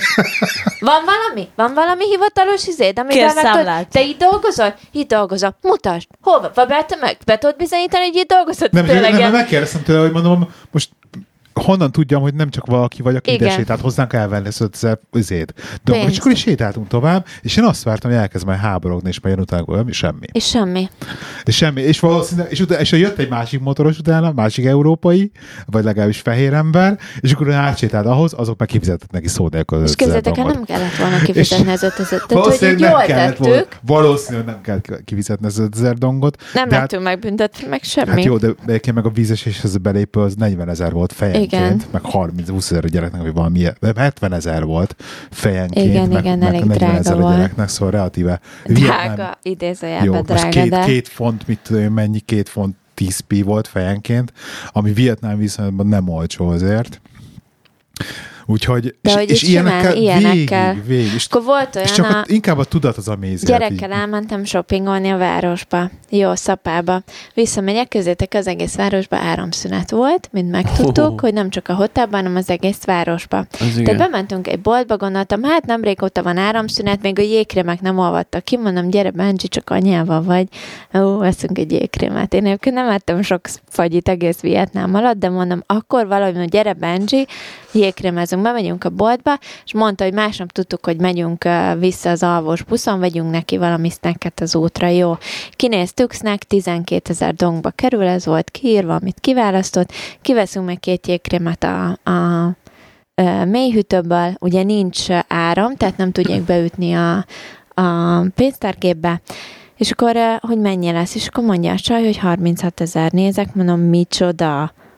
Van valami hivatalos izéd, amivel meg te itt dolgozol? Itt dolgozol. Mutasd. Hol van? Be tudod bizonyítani, hogy itt dolgozol? Nem, megkérdeztem tőle, hogy mondom, most honnan tudjam, hogy nem csak valaki vagy, aki ide sétált, hozzánk elvenni ezt 5000 üzét. És akkor is sétáltunk tovább, és én azt vártam, hogy elkezd majd háborogni, és majd jön utána semmi. És semmi. És valószínűleg, és jött egy másik motoros utána, másik európai, vagy legalábbis fehér ember, és akkor átsétált ahhoz, azok meg kifizetett neki szó nélkül. És képzeljétek, nem kellett volna kifizetni az 5000. Valószínűleg nem kell kifizetni az 5000 dongot. Nem lettünk megbüntetve, meg semmi. Hát jó, de egyébként meg a vízeséshez belépő az 40 000 volt fejenként, meg 30-20 ezer a gyereknek, vagy valami, 70 000 volt fejenként, meg 40 000 a gyereknek, szóval relatíve drága, idézőjelben drága, most 2 font, mit tudom, mennyi 2 font 10 pi volt fejenként, ami Vietnám viszonylatban nem olcsó azért. Úgyhogy, és ilyenekkel végig. Akkor volt olyan, és csak inkább a tudat az amézért. Gyerekkel elmentem shoppingolni a városba. Jó, Szapába. Visszamegyek, közétek az egész városba áramszünet volt, mint megtudtuk, hogy nem csak a hotelban, hanem az egész városba. Tehát bementünk egy boltba, gondoltam, hát nem régóta van áramszünet, még a jégkrémek nem olvadtak ki, mondom, gyere Benji, csak anyával vagy. Veszünk egy jégkrémet. Én egyébként nem ettem sok fagyit egész Vietnám alatt, de mondom, akkor valahogy, gyere Benji, jégkrémezünk, bemegyünk a boltba, és mondta, hogy másnap tudtuk, hogy megyünk vissza az alvós buszon, vegyünk neki valami snacket az útra, jó. Kinéztük, snack 12 000 dongba kerül, ez volt kiírva, amit kiválasztott, kiveszünk meg 2 jégkrémet a mélyhűtőből, ugye nincs áram, tehát nem tudják beütni a pénztárgépbe, és akkor, hogy mennyi lesz, és akkor mondja a csaj, hogy 36 000, nézek, mondom, micsoda?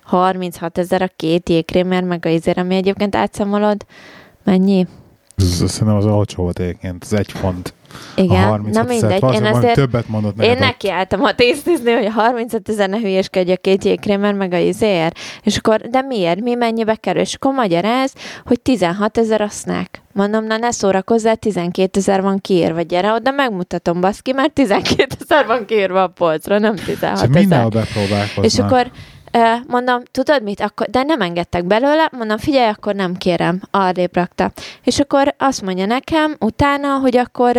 36 000 a 2 jégkrémért, meg a izér, ami egyébként átszámolod, mennyi? Szerintem az olcsó volt egyébként, az 1 font. Igen, na mindegy. Én azért többet mondott én nekiálltam a tésztízni, hogy 35 000 ne hülyeskedj a 2 jégkrémért, meg a izér. És akkor, de miért? Mi mennyibe kerül? És akkor magyaráz, hogy 16 000 a snack. Mondom, na ne szórakozzál, 12 000 van kiírva, gyere oda, megmutatom, baszki, mert 12 000 van kiírva a polcra, nem 16 000. Mindenhol bepróbálkoznak. És akkor mondom, tudod mit? Akkor, de nem engedtek belőle, mondom, figyelj, akkor nem kérem, arrébb rakta. És akkor azt mondja nekem utána, hogy akkor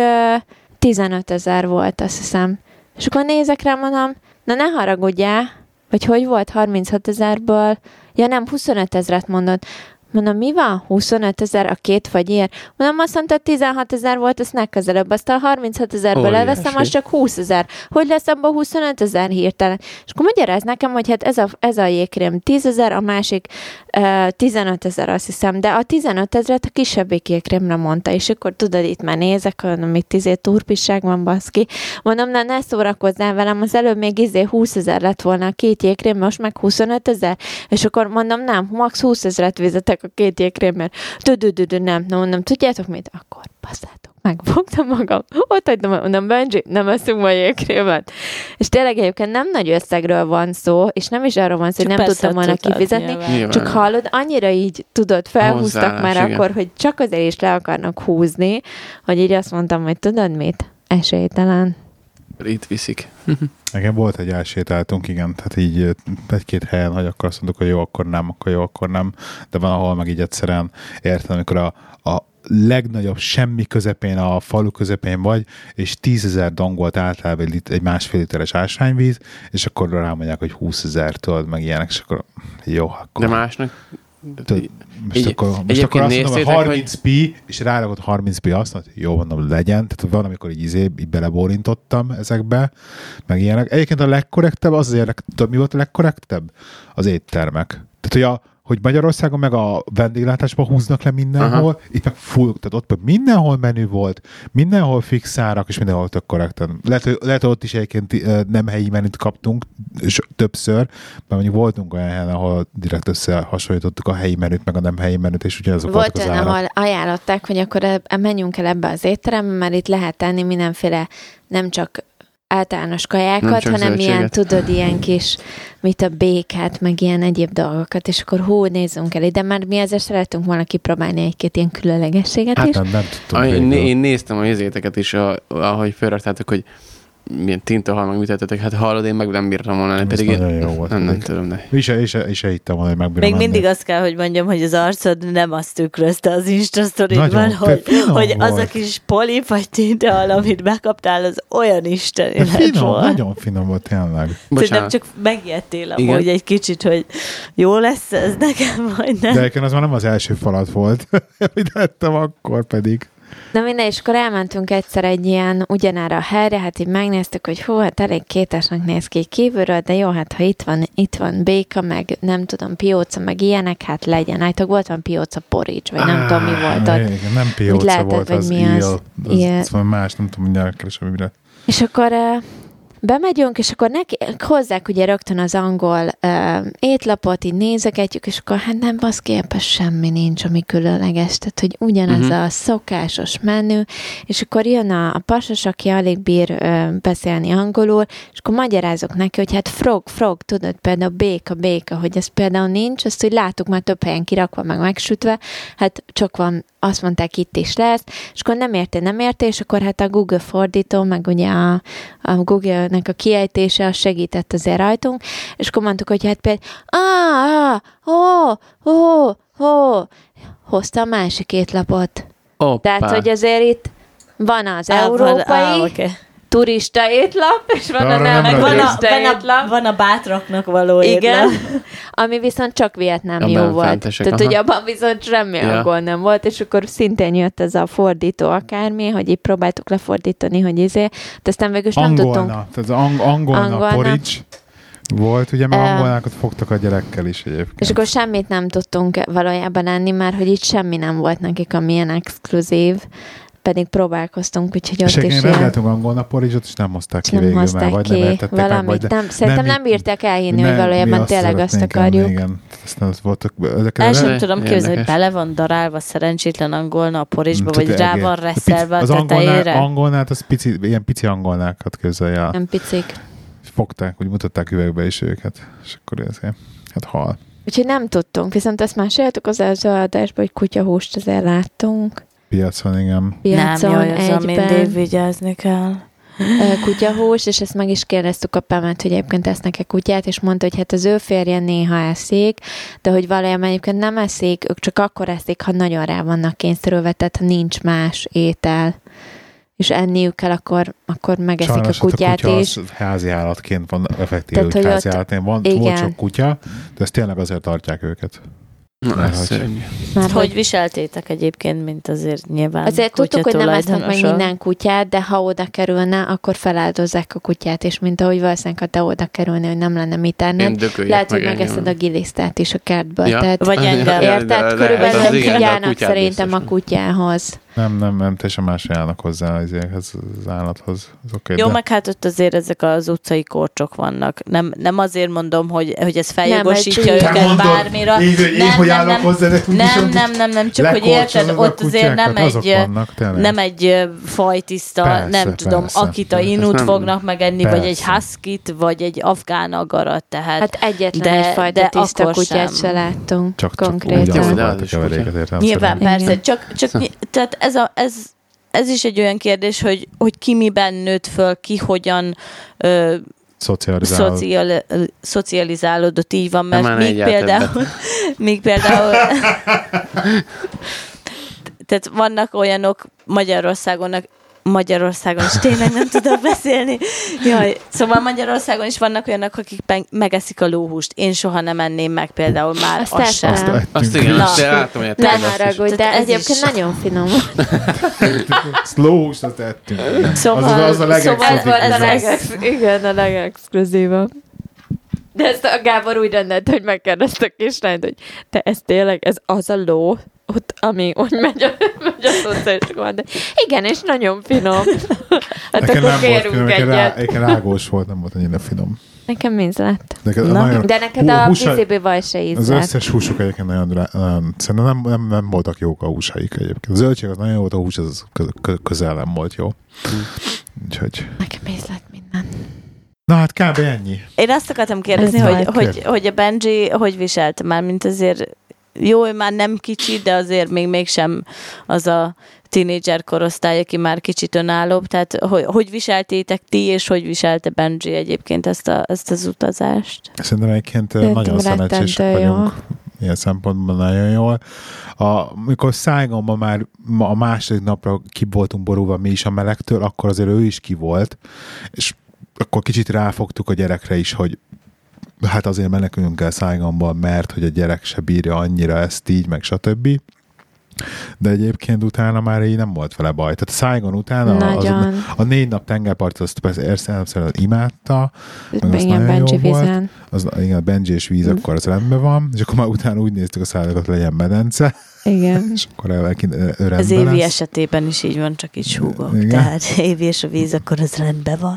15 000 volt, azt hiszem. És akkor nézek rá, mondom, na ne haragudjál, vagy hogy volt 36 000-ből? Ja nem, 25 000-et mondod. Mondom, mi van? 25 000 a 2 fagyért? Mondom, azt mondta, 16 000 volt, azt legközelebb. Aztán 36 000-ből elveszem, az csak 20 000. Hogy lesz abban 25 000 hirtelen? És akkor magyaráz nekem, hogy hát ez a jégkrém 10 000, a másik 15 000, azt hiszem. De a 15 000-et a kisebbik jégkrémre mondta. És akkor tudod, itt már nézek, mondom, itt turpisság van, baszki. Mondom, na ne szórakozzál velem, az előbb még 20 000 lett volna a 2 jégkrém, most meg 25 000. És akkor mondom, nem, max 20 000-et vizetek a 2 jégkrémmel. Nem, mondom, tudjátok mit? Akkor passzátok, megfogtam magam. Ott hagytam, mondom, Benji, nem eszünk ma jégkrémet. És tényleg egyébként nem nagy összegről van szó, és nem is arról van szó, hogy nem tudtam volna kifizetni. Csak hallod, annyira így, tudod, felhúztak már igen. Akkor, hogy csak azért is le akarnak húzni, hogy így azt mondtam, hogy tudod mit? Esélytelen. Itt viszik. Nekem volt egy elsétáltunk, igen, tehát így egy-két helyen, hogy akkor azt mondjuk, hogy jó, akkor nem, de van, ahol meg így egyszerűen értem, amikor a legnagyobb semmi közepén, a falu közepén vagy, és 10 000 dongolt általában egy 1,5 literes ásványvíz, és akkor rámondják, hogy 20 000 tudod, meg ilyenek, és akkor jó, akkor... De másnak? Most akkor azt mondom, hogy 30 pi, és rárakott 30 pi, azt mondom, hogy jó, mondom, legyen. Tehát van, amikor így belebólintottam ezekbe, meg ilyenek. Egyébként a legkorrektebb, az azért, mi volt a legkorrektebb? Az éttermek. Tehát, hogy Magyarországon meg a vendéglátásban húznak le mindenhol, itt meg full, tehát ott meg mindenhol menü volt, mindenhol fix árak, és mindenhol tök korrekten. Lehet, hogy ott is egyébként nem helyi menüt kaptunk többször, mert mondjuk voltunk olyan helyen, ahol direkt összehasonlítottuk a helyi menüt, meg a nem helyi menüt, és ugyanazok voltak az árak. Volt olyan, ahol ajánlották, hogy akkor menjünk el ebbe az étterembe, mert itt lehet tenni mindenféle, nem csak általános kajákat, hanem ilyen, tudod, ilyen kis, mit a békát, meg ilyen egyéb dolgokat, és akkor nézzünk el ide, mert mi ezért szeretünk volna kipróbálni egy-két ilyen különlegességet is. Hát nem tudtam. Én néztem a izéteket is, ahogy felraktátok, hogy milyen tintahal, meg mit tettetek, hát hallod, én meg nem bírtam volna, pedig nem tudom, de... És hittem volna, hogy megbírom. Még mindig azt kell, hogy mondjam, hogy az arcod nem azt tükrözte az Insta-sztoridban, hogy az a kis polip vagy tintahal, amit bekaptál, az olyan isteni lett volt. Nagyon finom volt, tényleg. Szerintem csak megijedtél amúgy egy kicsit, hogy jó lesz ez nekem, vagy nem. De egyébként az már nem az első falat volt, amit ettem akkor pedig. Na minden, és akkor elmentünk egyszer egy ilyen ugyanára a helyre, hát így megnéztük, hogy hát elég kétesnek néz ki kívülről, de jó, hát ha itt van béka, meg nem tudom, pióca, meg ilyenek, hát legyen. Hát volt van pióca porridge, vagy nem tudom, mi volt ott. Nem pióca lehetett, volt, az íl. Az más, nem tudom, mindjárt keresem, mire. És akkor... bemegyünk, és akkor hozzák ugye rögtön az angol étlapot, így nézegetjük, és akkor hát nem baszki, ebben semmi nincs, ami különleges, tehát hogy ugyanaz a szokásos menü, és akkor jön a pasas, aki alig bír beszélni angolul, és akkor magyarázok neki, hogy hát frog, tudod, például béka, hogy ez például nincs, azt úgy láttuk már több helyen kirakva, meg megsütve, hát csak van, azt mondták, itt is lesz, és akkor nem érte, és akkor hát a Google fordító, meg ugye a Google-nek a kiejtése, az segített azért rajtunk, és akkor mondtuk, hogy hát például hozta a másik étlapot. Tehát, hogy azért itt van az európai, turista étlap, és van a nem turista étlap. Van a bátraknak való étlap. Igen, ami viszont csak vietnámi jó volt. Tehát, hogy abban viszont semmi angol nem volt, és akkor szintén jött ez a fordító akármi, hogy így próbáltuk lefordítani, hogy de aztán végül nem tudtunk. Tehát angolna porridge volt, ugye, mert angolnákat fogtak a gyerekkel is egyébként. És akkor semmit nem tudtunk valójában enni, már hogy itt semmi nem volt nekik, amilyen exkluzív. pedig próbálkoztunk, úgyhogy és ott is rendeltünk angol naporizsot, és nem hozták ki végül, mert vagy nem értették valamit, meg, vagy szerintem nem bírták elhinni, hogy valójában tényleg azt akarjuk. Igen, aztán voltak... El sem tudom képzelni, hogy bele van darálva szerencsétlen angol naporizsba, vagy rá van reszelve a tetejére. Az angolnát, az ilyen pici angolnákat képzelj el. Nem picik. Fogták, úgy mutatták üvegbe is őket, és akkor ezért, hát hal. Úgyhogy nem tudtunk, viszont azt meséltük az első adásban, hogy kutyahúst azért láttunk. Piacon, igen. Piacon nem, jaj, az mindig vigyázni kell. Kutyahús, és ezt meg is kérdeztük a Pemet, hogy egyébként esznek-e kutyát, és mondta, hogy hát az ő férje néha eszik, de hogy valójában egyébként nem eszik, ők csak akkor eszik, ha nagyon rá vannak kényszerülve, tehát ha nincs más étel, és enniük kell, akkor megeszik sajnos, a kutyát a kutya is. házi állatként van, effektív házi állatként van. Volt sok kutya, de ezt tényleg azért tartják őket. Már hogy viseltétek egyébként, mint azért nyilván azért tudtuk, hogy nem esznek meg minden kutyát, de ha oda kerülne, akkor feláldozzák a kutyát, és mint ahogy valószínűleg, ha te oda kerülne, hogy nem lenne mit enned, lehet, hogy megeszed a gilisztát is a kertből. Ja. Tehát, vagy engem. Érted? Körülbelül figyelnek szerintem a kutyához. Nem, teljesen más ajánlnak hozzá az állathoz. Okay, jó, meg hát ott azért ezek az utcai korcsok vannak. Nem azért mondom, hogy ez feljogosítja őket bármira. Nem, csak hogy érted, ott azért nem egy fajtiszta, nem tudom, Akita Inut fognak megenni, vagy egy huskit, vagy egy afgán agarat. Tehát, hát egyetlen egy fajta tiszta kutyát se láttunk konkrétan. Nyilván, persze, csak tehát ez is egy olyan kérdés, hogy ki miben nőtt föl, ki hogyan szocializálódott, így van, mert még például tehát vannak olyanok Magyarországon is tényleg nem tudok beszélni. Jaj, szóval Magyarországon is vannak olyanok, akik megeszik a lóhúst. Én soha nem enném meg például már azt sem. Azt igen, azt látom, hogy nem haragudj, de egyébként nagyon finom. Lóhúst azt ettünk. Szóval az a legexkluzívabb. Igen, a legexkluzívabb. De ezt a Gábor úgy rendelt, hogy megkérdezte a kislányt, hogy te ez tényleg, ez az a ló, ott, ami úgy megy a szociálisokban. De igen, és nagyon finom. Hát nekem akkor kérünk egyet. Nekem rágós volt, nem volt annyira finom. Nekem ízlett. Nagyon, de neked a víziből vaj se ízlett. Az összes húsok egyébként nagyon szerintem nem voltak jók a húsaik egyébként. A zöldség az nagyon jó volt, a hús az közel nem volt jó. Úgyhogy... Nekem ízlett minden. Na hát kb. Ennyi. Én azt akartam kérdezni, hogy a Benji hogy viselte már, mint azért jó, hogy már nem kicsi, de azért mégsem az a tínédzser korosztály, aki már kicsit önállóbb. Tehát hogy viseltétek ti, és hogy viselte Benji egyébként ezt az utazást? Szerintem egyébként nagyon szerencsések vagyunk. Ilyen szempontból nagyon jól. Amikor Saigonban már a második napra ki voltunk borulva mi is a melegtől, akkor azért ő is ki volt, és akkor kicsit ráfogtuk a gyerekre is, hogy hát azért menekülünk el Saigonból, mert hogy a gyerek se bírja annyira ezt így, meg stb. De egyébként utána már így nem volt vele baj. Tehát a Saigon utána a 4 nap tengerpartot azt persze értelemszerűen imádta. Igen, Benji vízen. Igen, a Benji és víz, akkor az rendben van. És akkor már utána úgy néztük a szállatokat, legyen medence. Igen. És akkor rendben az Évi esetében is így van, csak így súgok. Tehát Évi és a víz, akkor az rendben van.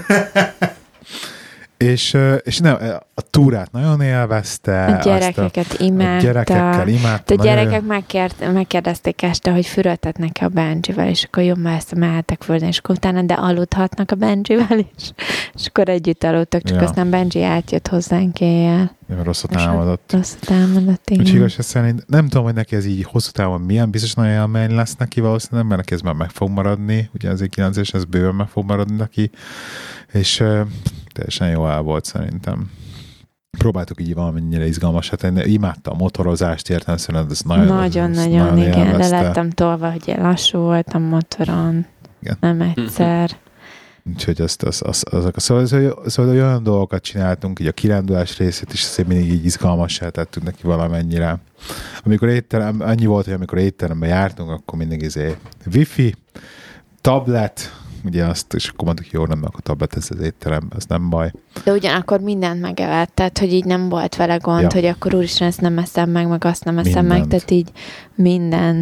És nem, a túrát nagyon élvezte. A gyerekeket imádta. A gyerekekkel imádta. A gyerekek megkérdezték este, hogy fürödtetnek-e a Benjivel, és akkor jobb, már ezt mehettek föl, és akkor utána, de aludhatnak a Benjivel is. És akkor együtt aludtak, csak aztán Benji átjött hozzánk éjjel. Rosszat támadott. Igen. Úgyhogy igaz, szerint nem tudom, hogy neki ez így hosszú távon milyen, biztos nagyon élmény lesz neki valószínűleg, mert neki ez már meg fog maradni, ugye azért 9 és ez bőven meg fog maradni neki, és teljesen jó el volt szerintem. Próbáltuk így valamennyire izgalmas, hát én imádta a motorozást, értelemszerűen ez nagyon igen, de lettem tolva, hogy lassú voltam motoron, igen. Nem egyszer. Úgyhogy szóval olyan dolgokat csináltunk, így a kirándulás részét is azért mindig így izgalmassá tettünk neki valamennyire. Annyi volt, hogy amikor étteremben jártunk, akkor mindig wifi, tablet, ugye azt, és akkor mondtuk, jó, nem, akkor tablet ez az étteremben, az nem baj. De ugyanakkor mindent megevett, tehát, hogy így nem volt vele gond, hogy akkor úristen, ezt nem eszem meg azt nem eszem meg, tehát így mindent.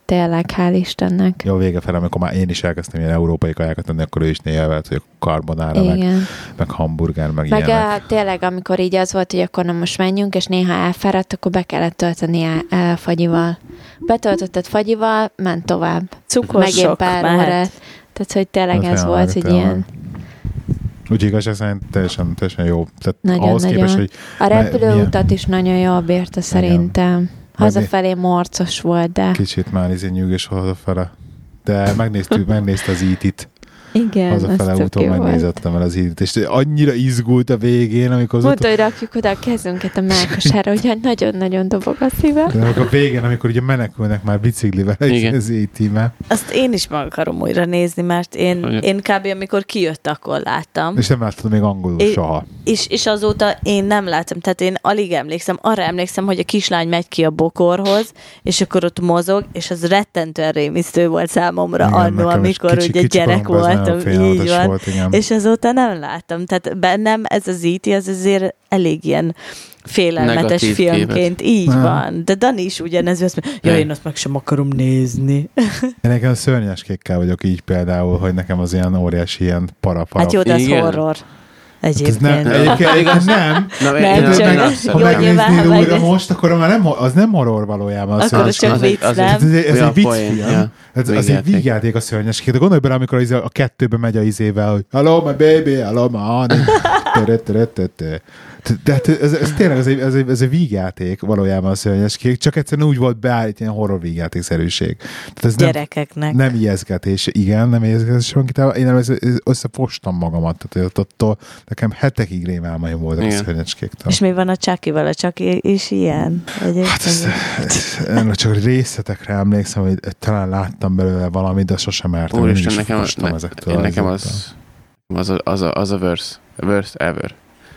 tényleg, hál' Istennek. Jó, vége fel, amikor már én is elkezdtem ilyen európai kajákat tenni, akkor ő is néha vett, hogy carbonara, meg hamburger, meg ilyenek. Tényleg, amikor így az volt, hogy akkor na most menjünk, és néha elfáradt, akkor be kellett tölteni fagyival. Betöltötted fagyival, ment tovább. Cukorsok pár órát. Tehát, hogy tényleg ez volt, hogy ilyen... Úgyhogy igazság szerint teljesen jó. Tehát nagyon, ahhoz képest, hogy... A repülőutat is nagyon jól bírta szerintem. Hazafelé morcos volt, de... Kicsit már nyűgös hazafele. De megnézte az IT-t. Igen, hazafele úton megnézettem el az IT-t. És annyira izgult a végén, amikor... Mondta, hogy rakjuk oda a kezünket a mellkasára, hogy nagyon-nagyon dobog a szívem. De a végén, amikor ugye menekülnek már biciklivel az IT-be. Azt én is meg akarom újra nézni, mert én kb. Amikor kijött, akkor láttam. És nem láttad még angolul soha. És azóta én nem láttam, tehát én alig emlékszem. Arra emlékszem, hogy a kislány megy ki a bokorhoz, és akkor ott mozog, és az rettentően rémisztő volt számomra annó, amikor ugye gyerek voltam. Így van. Volt, és azóta nem láttam. Tehát bennem ez az IT, az azért elég ilyen félelmetes negatív filmként. Képet. Így van. De Dani is ugyanez, azt mondja, én azt meg sem akarom nézni. Én nekem szörnyeskékkel vagyok így például, hogy nekem az ilyen óriási ilyen para. Hát jó, de az horror. Egyébként. Nem. Ha megnéznéd újra most, akkor már az nem horror valójában. Akkor csak vicc, nem? Ez egy viccfilm. Az egy vígjáték a szörnyeskék. De gondolj bele, amikor a kettőben megy a izével, hogy hello my baby, hello my honey. De ez tényleg ez egy vígjáték valójában a szörnyeskék, csak egyszerűen úgy volt beállít ilyen horror vígjátékszerűség. Ez gyerekeknek. Nem ijeszgetés, igen, nem ijeszgetés van kitálva. Én összefostam magamat, tehát attól nekem hetekig rémálmaim voltak a szörnyecskéktől. És mi van a Chucky-val? A Chucky is ilyen? Hát csak részletekre emlékszem, hogy talán láttam belőle valamit, de sosem mertem. Úristen, nekem az a worst ever.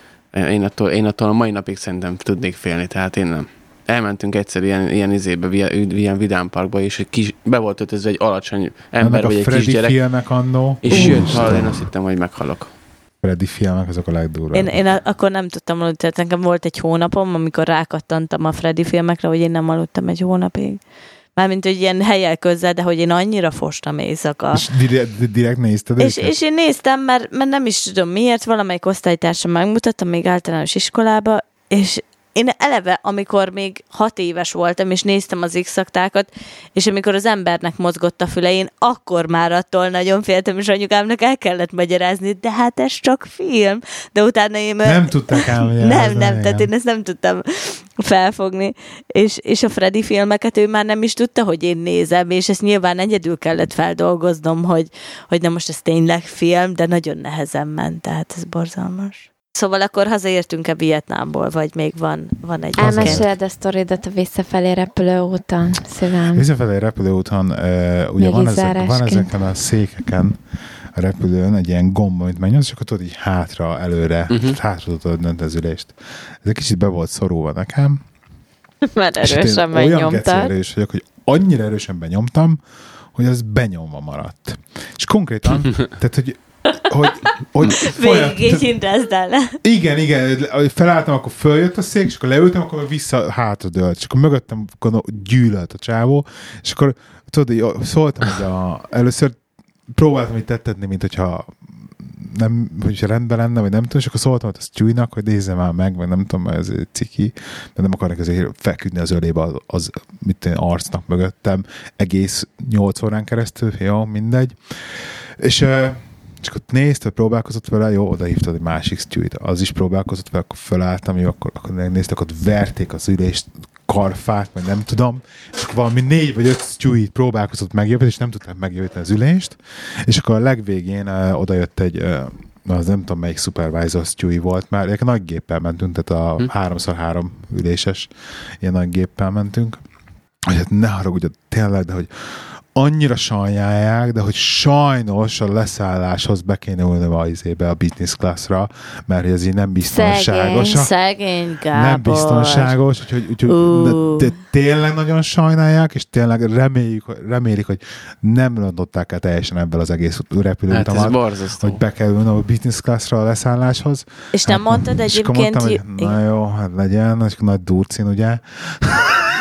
Én attól a mai napig szerintem tudnék félni, tehát én nem. Elmentünk egyszer ilyen izébe, ilyen vidámparkba, és be volt ötözve egy alacsony ember, vagy egy kisgyerek. A filmek annó. És jött hal, én azt hittem, hogy meghalok. Freddy filmek, azok a legdurvább. Én akkor nem tudtam aludni, tehát nekem volt egy hónapom, amikor rákattantam a Freddy filmekre, hogy én nem aludtam egy hónapig. Mármint, hogy ilyen helyel közel, de hogy én annyira fostam éjszaka. És direkt nézted és én néztem, mert nem is tudom miért, valamelyik osztálytársam megmutatta még általános iskolába, és én eleve, amikor még 6 éves voltam, és néztem az X-aktákat, és amikor az embernek mozgott a füle, én akkor már attól nagyon féltem, és anyukámnak el kellett magyarázni, de hát ez csak film. De utána én... Nem tudták elmagyarázni. Nem, tehát én ezt nem tudtam felfogni. És a Freddy filmeket ő már nem is tudta, hogy én nézem, és ezt nyilván egyedül kellett feldolgoznom, hogy na most ez tényleg film, de nagyon nehezen ment, tehát ez borzalmas. Szóval akkor hazaértünk-e Vietnámból, vagy még van egy... Elmeséled a sztoridat a visszafelé repülőúton, szívem. Visszafelé repülőúton, ugye van ezeken a székeken a repülőn egy ilyen gomb, amit megnyomsz, és akkor tudod így hátra, előre, hátra tudod dönteni az ülést. Ez egy kicsit be volt szorulva nekem. Mert erősen megnyomtad. Olyan erős vagyok, hogy annyira erősen benyomtam, hogy az benyomva maradt. És konkrétan, tehát, hogy végig hintezdel le. Igen, felálltam, akkor följött a szék, és akkor leültem, akkor meg vissza hátra dőlt, és akkor mögöttem gyűlölt a csávó, és akkor tudod, szóltam, hogy először próbáltam így tettetni, mint hogyha rendben lenne, vagy nem tudom, és akkor szóltam, hogy azt Tyújnak, hogy nézze már meg, vagy nem tudom, mert ez ciki, mert nem akarnak azért feküdni az ölébe az arcnak mögöttem egész 8 órán keresztül, jó, mindegy. És csak ott nézte, próbálkozott vele, jó, oda hívtad egy másik Stewie-t, az is próbálkozott vele, akkor felálltam, jó, akkor megnéztek, ott verték az ülést, karfát, vagy nem tudom, és akkor valami 4 vagy 5 Stewie próbálkozott megjövni, és nem tudták megjövni az ülést, és akkor a legvégén oda jött egy, az nem tudom melyik supervisor Stewie volt már, nagy géppel mentünk, tehát a 3x3 üléses ilyen nagy géppel mentünk, hogy hát ne haragudj, tényleg, de hogy annyira sajnálják, de hogy sajnos a leszálláshoz be kéne ülni a business classra, mert ez így nem biztonságos. Szegény Gábor. Nem biztonságos, úgyhogy de tényleg nagyon sajnálják, és tényleg remélik, hogy nem rontották el teljesen ebből az egész repülőutamat, hogy be kell ülni a business classra a leszálláshoz. És nem mondtad egyébként... És mondtam, hogy na jó, hát legyen, nagy durcin, ugye?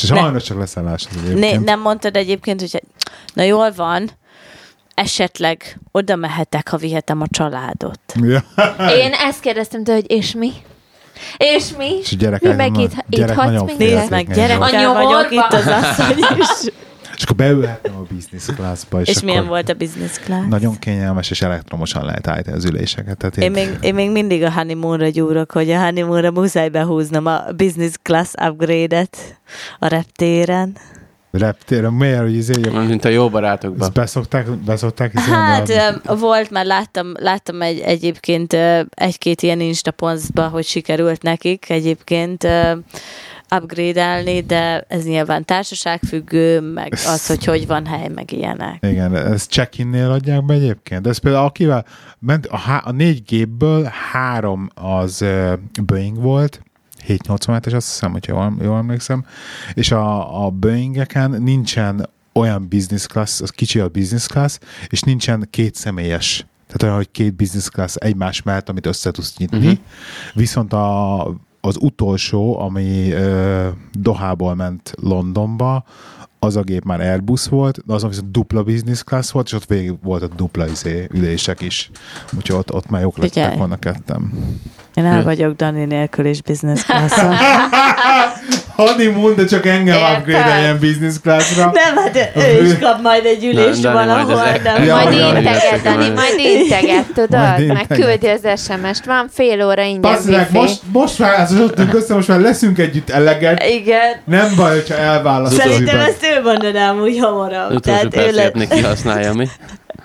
Sajnos csak leszállás az egyébként. Nem mondtad egyébként, hogy na jól van, esetleg oda mehetek, ha vihetem a családot. Ja. Én ezt kérdeztem tőle, hogy és mi? És mi? És gyerek, mi meg itt hagysz minket? Nézd meg, gyerekkel vagyok, itt az asszony is. És akkor beülhettem a business classba. És milyen volt a business class? Nagyon kényelmes, és elektromosan lehet állítani az üléseket. Tehát én még mindig a honeymoonra gyúrok, hogy a honeymoonra muszáj behúznom a business class upgrade-et a reptéren. Reptéren? Miért, hogy mint a jó barátokban. Beszokták Hát volt, már láttam egyébként egy-két ilyen instapontba, hogy sikerült nekik egyébként upgrade-elni, de ez nyilván társaságfüggő, meg az, hogy van hely, meg ilyenek. Igen, ezt check-innél adják be egyébként. De ez például akivel ment, a 4 gépből 3 az Boeing volt, 787-es, azt hiszem, hogy jól emlékszem, és a Boeingeken nincsen olyan business class, az kicsi a business class, és nincsen 2 személyes. Tehát olyan, hogy 2 business class egymás mellett, amit össze tudsz nyitni. Viszont az utolsó, ami Dohából ment Londonba, az a gép már Airbus volt, de azon viszont dupla business class volt, és ott végig volt a dupla ülések is. Úgyhogy ott már jók lettek volna ketten. Én el vagyok Dani nélkül is business classon. Honeymoon, de csak engem upgrade-eljen business classra. Nem, hát ő is kap majd egy ülést valahol. Majd integet, Dani, majd integet, tudod? Megküldi az SMS-t, van fél óra ingyen wifi. Most változottunk össze, most már leszünk együtt eleget. Igen. Nem baj, hogyha elválaszt. Szerintem ezt ő mondanám úgy hamarabb. Utolsó percet kihasználja, mi?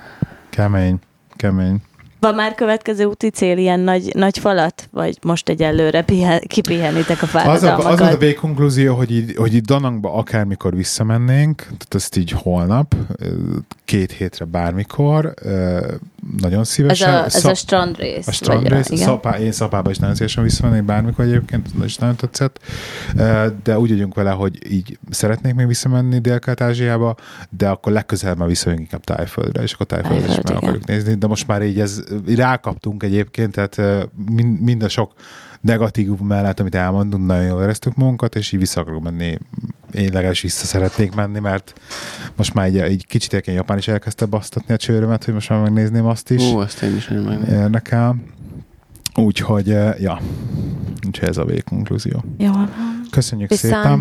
Kemény. Van már következő úti cél, ilyen nagy falat? Vagy most egyelőre kipihenitek a fáradalmakat? Az a végkonklúzió, hogy itt Danangba akármikor visszamennénk, tehát ezt így holnap, 2 hétre bármikor, nagyon szívesen. Ez a strandrész. A strandrész. Én Szapába is nagyon szívesen visszamennék bármikor egyébként, is nagyon tetszett. De úgy vagyunk vele, hogy így szeretnék még visszamenni Dél-Kelet-Ázsiába, de akkor legközelebb már visszamegyünk inkább Tájföldre, és akkor Tájföldre is meg akarjuk nézni. De most már így rákaptunk egyébként, tehát mind a sok negatív mellett, amit elmondunk, nagyon jól éreztük magunkat, és így vissza akarok menni. Én legalábbis vissza szeretnék menni, mert most már egy kicsit egyébként Japán is elkezdte basztatni a csőrömet, hogy most már megnézném azt is. Azt én is érdekel. Úgyhogy, úgyhogy ez a végkonklúzió. Jó. Köszönjük szépen.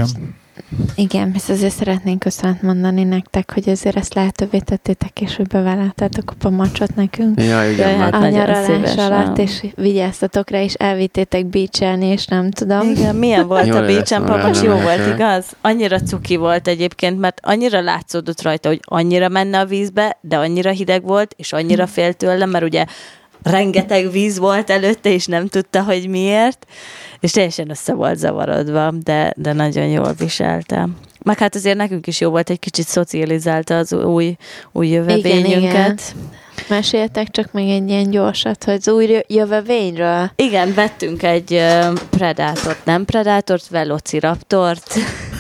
Igen, és azért szeretnénk köszönet mondani nektek, hogy azért ezt lehetővé tettétek, és hogy bevállaltátok a macsot nekünk. Ja, igen, a nyaralás alatt, és vigyáztatok rá, és elvittétek beachelni, és nem tudom. Igen, milyen volt a beachen, Papacs? Jó volt, igaz? Annyira cuki volt egyébként, mert annyira látszódott rajta, hogy annyira menne a vízbe, de annyira hideg volt, és annyira félt tőle, mert ugye rengeteg víz volt előtte, és nem tudta, hogy miért, és teljesen össze volt zavarodva, de nagyon jól viselte. Meg hát azért nekünk is jó volt, egy kicsit szocializálta az új jövevényünket. Igen. Meséltek csak még egy ilyen gyorsat, hogy az új jövevényről. Igen, vettünk egy Predátort, Velociraptort.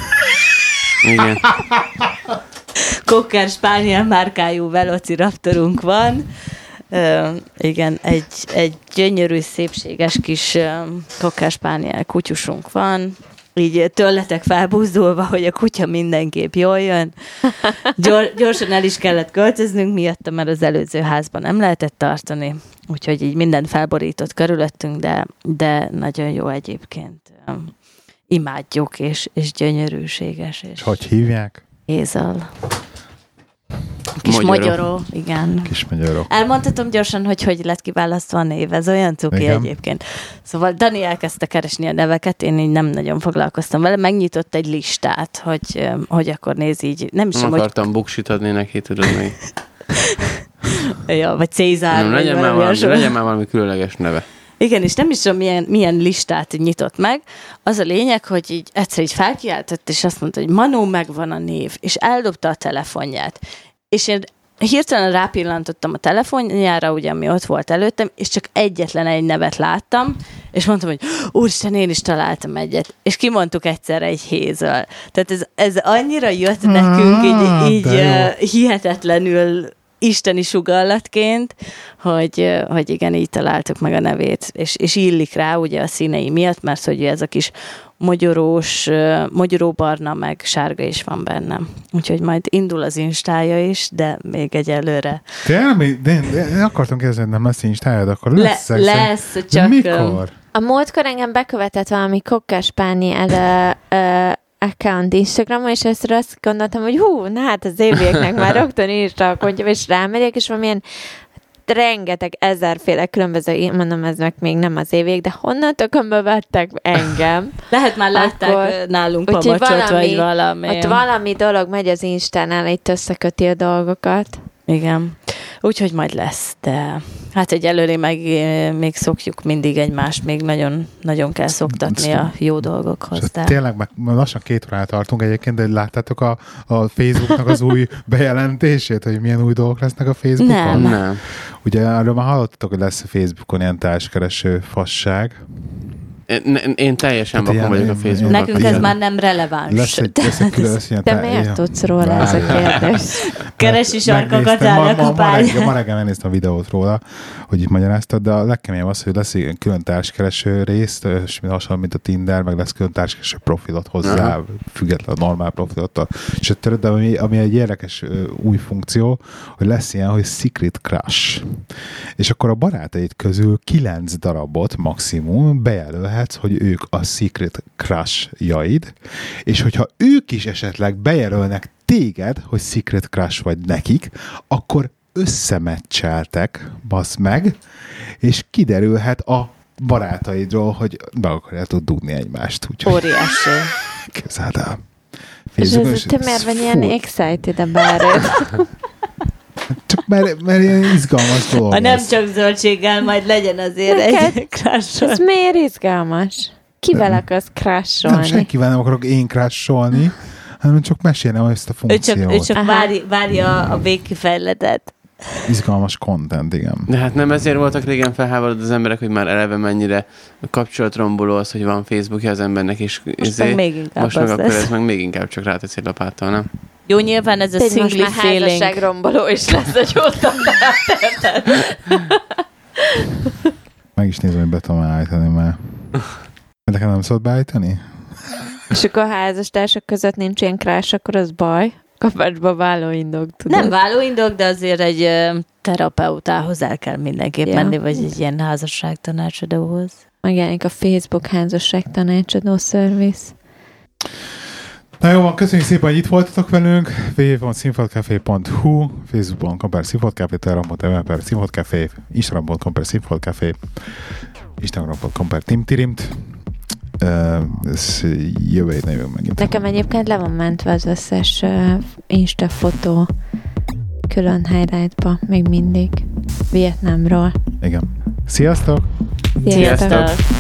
Igen. Cocker Spaniel márkájú Velociraptorunk van. Igen, egy gyönyörű, szépséges kis Cocker Spaniel kutyusunk van. Így tőletek felbuzdulva, hogy a kutya mindenképp jól jön. Gyorsan el is kellett költöznünk miatt, mert az előző házban nem lehetett tartani. Úgyhogy így mindent felborított körülöttünk, de nagyon jó egyébként. Imádjuk, és gyönyörűséges. És hogy hívják? Ézel. Kis magyaró, igen. Kis magyaró. Elmondhatom gyorsan, hogy lett kiválasztva a név, ez olyan cuki egyébként. Szóval Dani elkezdte keresni a neveket, én így nem nagyon foglalkoztam vele, megnyitott egy listát, hogy akkor néz így. Nem akartam buksit adni neki, tudod meg. Ja, vagy Cézár. Nem, legyen már valami különleges neve. Igen, és nem is tudom, milyen listát nyitott meg. Az a lényeg, hogy így egyszer így felkiáltott, és azt mondta, hogy Manó, megvan a név, és eldobta a telefonját. És én hirtelen rápillantottam a telefonjára, ugye, ami ott volt előttem, és csak egyetlen egy nevet láttam, és mondtam, hogy úristen, én is találtam egyet. És kimondtuk egyszerre egy Hazel. Tehát ez annyira jött nekünk, így hihetetlenül isteni sugallatként, hogy igen, így találtuk meg a nevét, és illik rá ugye a színei miatt, mert hogy ez a kis mogyoróbarna, meg sárga is van bennem. Úgyhogy majd indul az instája is, de még egyelőre. Én akartam kérdezni, hogy nem lesz instájad, akkor lesz. Lesz, csak... Mikor? A múltkor engem bekövetett valami Kokkás-Páni account Instagramon, és ezt azt gondoltam, hogy na hát az éveknek már rögtön Insta-akontja, és rámegyek, és valamilyen rengeteg ezerféle különböző, én mondom, ez meg még nem az évek, de honnan tökönből vettek engem? Lehet már látták akkor, nálunk pamacsot, vagy valami. Ott valami dolog megy az Instánál, itt összeköti a dolgokat. Igen. Úgyhogy majd lesz, de hát egyelőre még szokjuk mindig egymást, még nagyon, nagyon kell szoktatni a jó dolgokhoz. Tényleg meg lassan 2 órát tartunk egyébként, de láttátok a Facebooknak az új bejelentését, hogy milyen új dolgok lesznek a Facebookon? Nem. Ugye arról már hallottatok, hogy lesz a Facebookon ilyen társkereső fasság. Én teljesen vakon vagyok a Facebookon. Nekünk ez már nem releváns. Lesz egy külön Te miért tudsz róla ez a kérdés? Keresi sarkakat áll a kapány. Ma reggel megnéztem a videót róla, hogy itt magyaráztad, de a legkeményebb az, hogy lesz egy külön társkereső részt, és hasonló, mint a Tinder, meg lesz külön társkereső profilot hozzá, független a normál profilottól. És de ami egy érdekes új funkció, hogy lesz ilyen, hogy secret crush. És akkor a barátaid közül 9 darabot maximum bejelölhet, hogy ők a secret crush-jaid, és hogyha ők is esetleg bejelölnek téged, hogy secret crush vagy nekik, akkor összemeccseltek, basz meg, és kiderülhet a barátaidról, hogy be akarjátok dugni egymást. Óriási. Képzeld el. És te miért vagy ilyen excited about it? Csak mert ilyen izgalmas dolog. Ha nem csak zöldséggel, majd legyen azért egy crush. Ez miért izgalmas? Kivel akarsz crusholni? Nem, senkivel nem akarok én crusholni, hanem csak mesélnem ezt a funkciót. Ő csak várja a végkifejletet. Izgalmas content, igen. De hát nem ezért voltak régen felháborodott az emberek, hogy már eleve mennyire kapcsolatromboló az, hogy van Facebookja az embernek, és most meg akkor ez meg még inkább csak ráteszi lapáttal, nem? Jó, nyilván ez a single feeling. Házasságromboló is lesz egy hosszabbat. Meg is nézem, hogy be tudom állítani, mert nekem nem szabad beállítani? És akkor a házastársak között nincs ilyen crush, akkor az baj. Kapásba váló indok, tudod? Nem váló indok, de azért egy terapeutához el kell mindenképp menni, vagy egy ilyen házasságtanácsadóhoz. Megjelenik a Facebook házasságtanácsadó szerviz. Na jó van, köszönjük szépen, hogy itt voltatok velünk. www.színfoltcafé.hu, facebook.com/színfoltcafé, telegram.m/színfoltcafé, instagram.com/színfoltcafé, instagram.com/timtirimt. Ez jövő héten jövünk megint. Nekem egyébként le van mentve az összes Insta fotó külön highlightba, még mindig Vietnámról. Igen. Sziasztok! Sziasztok!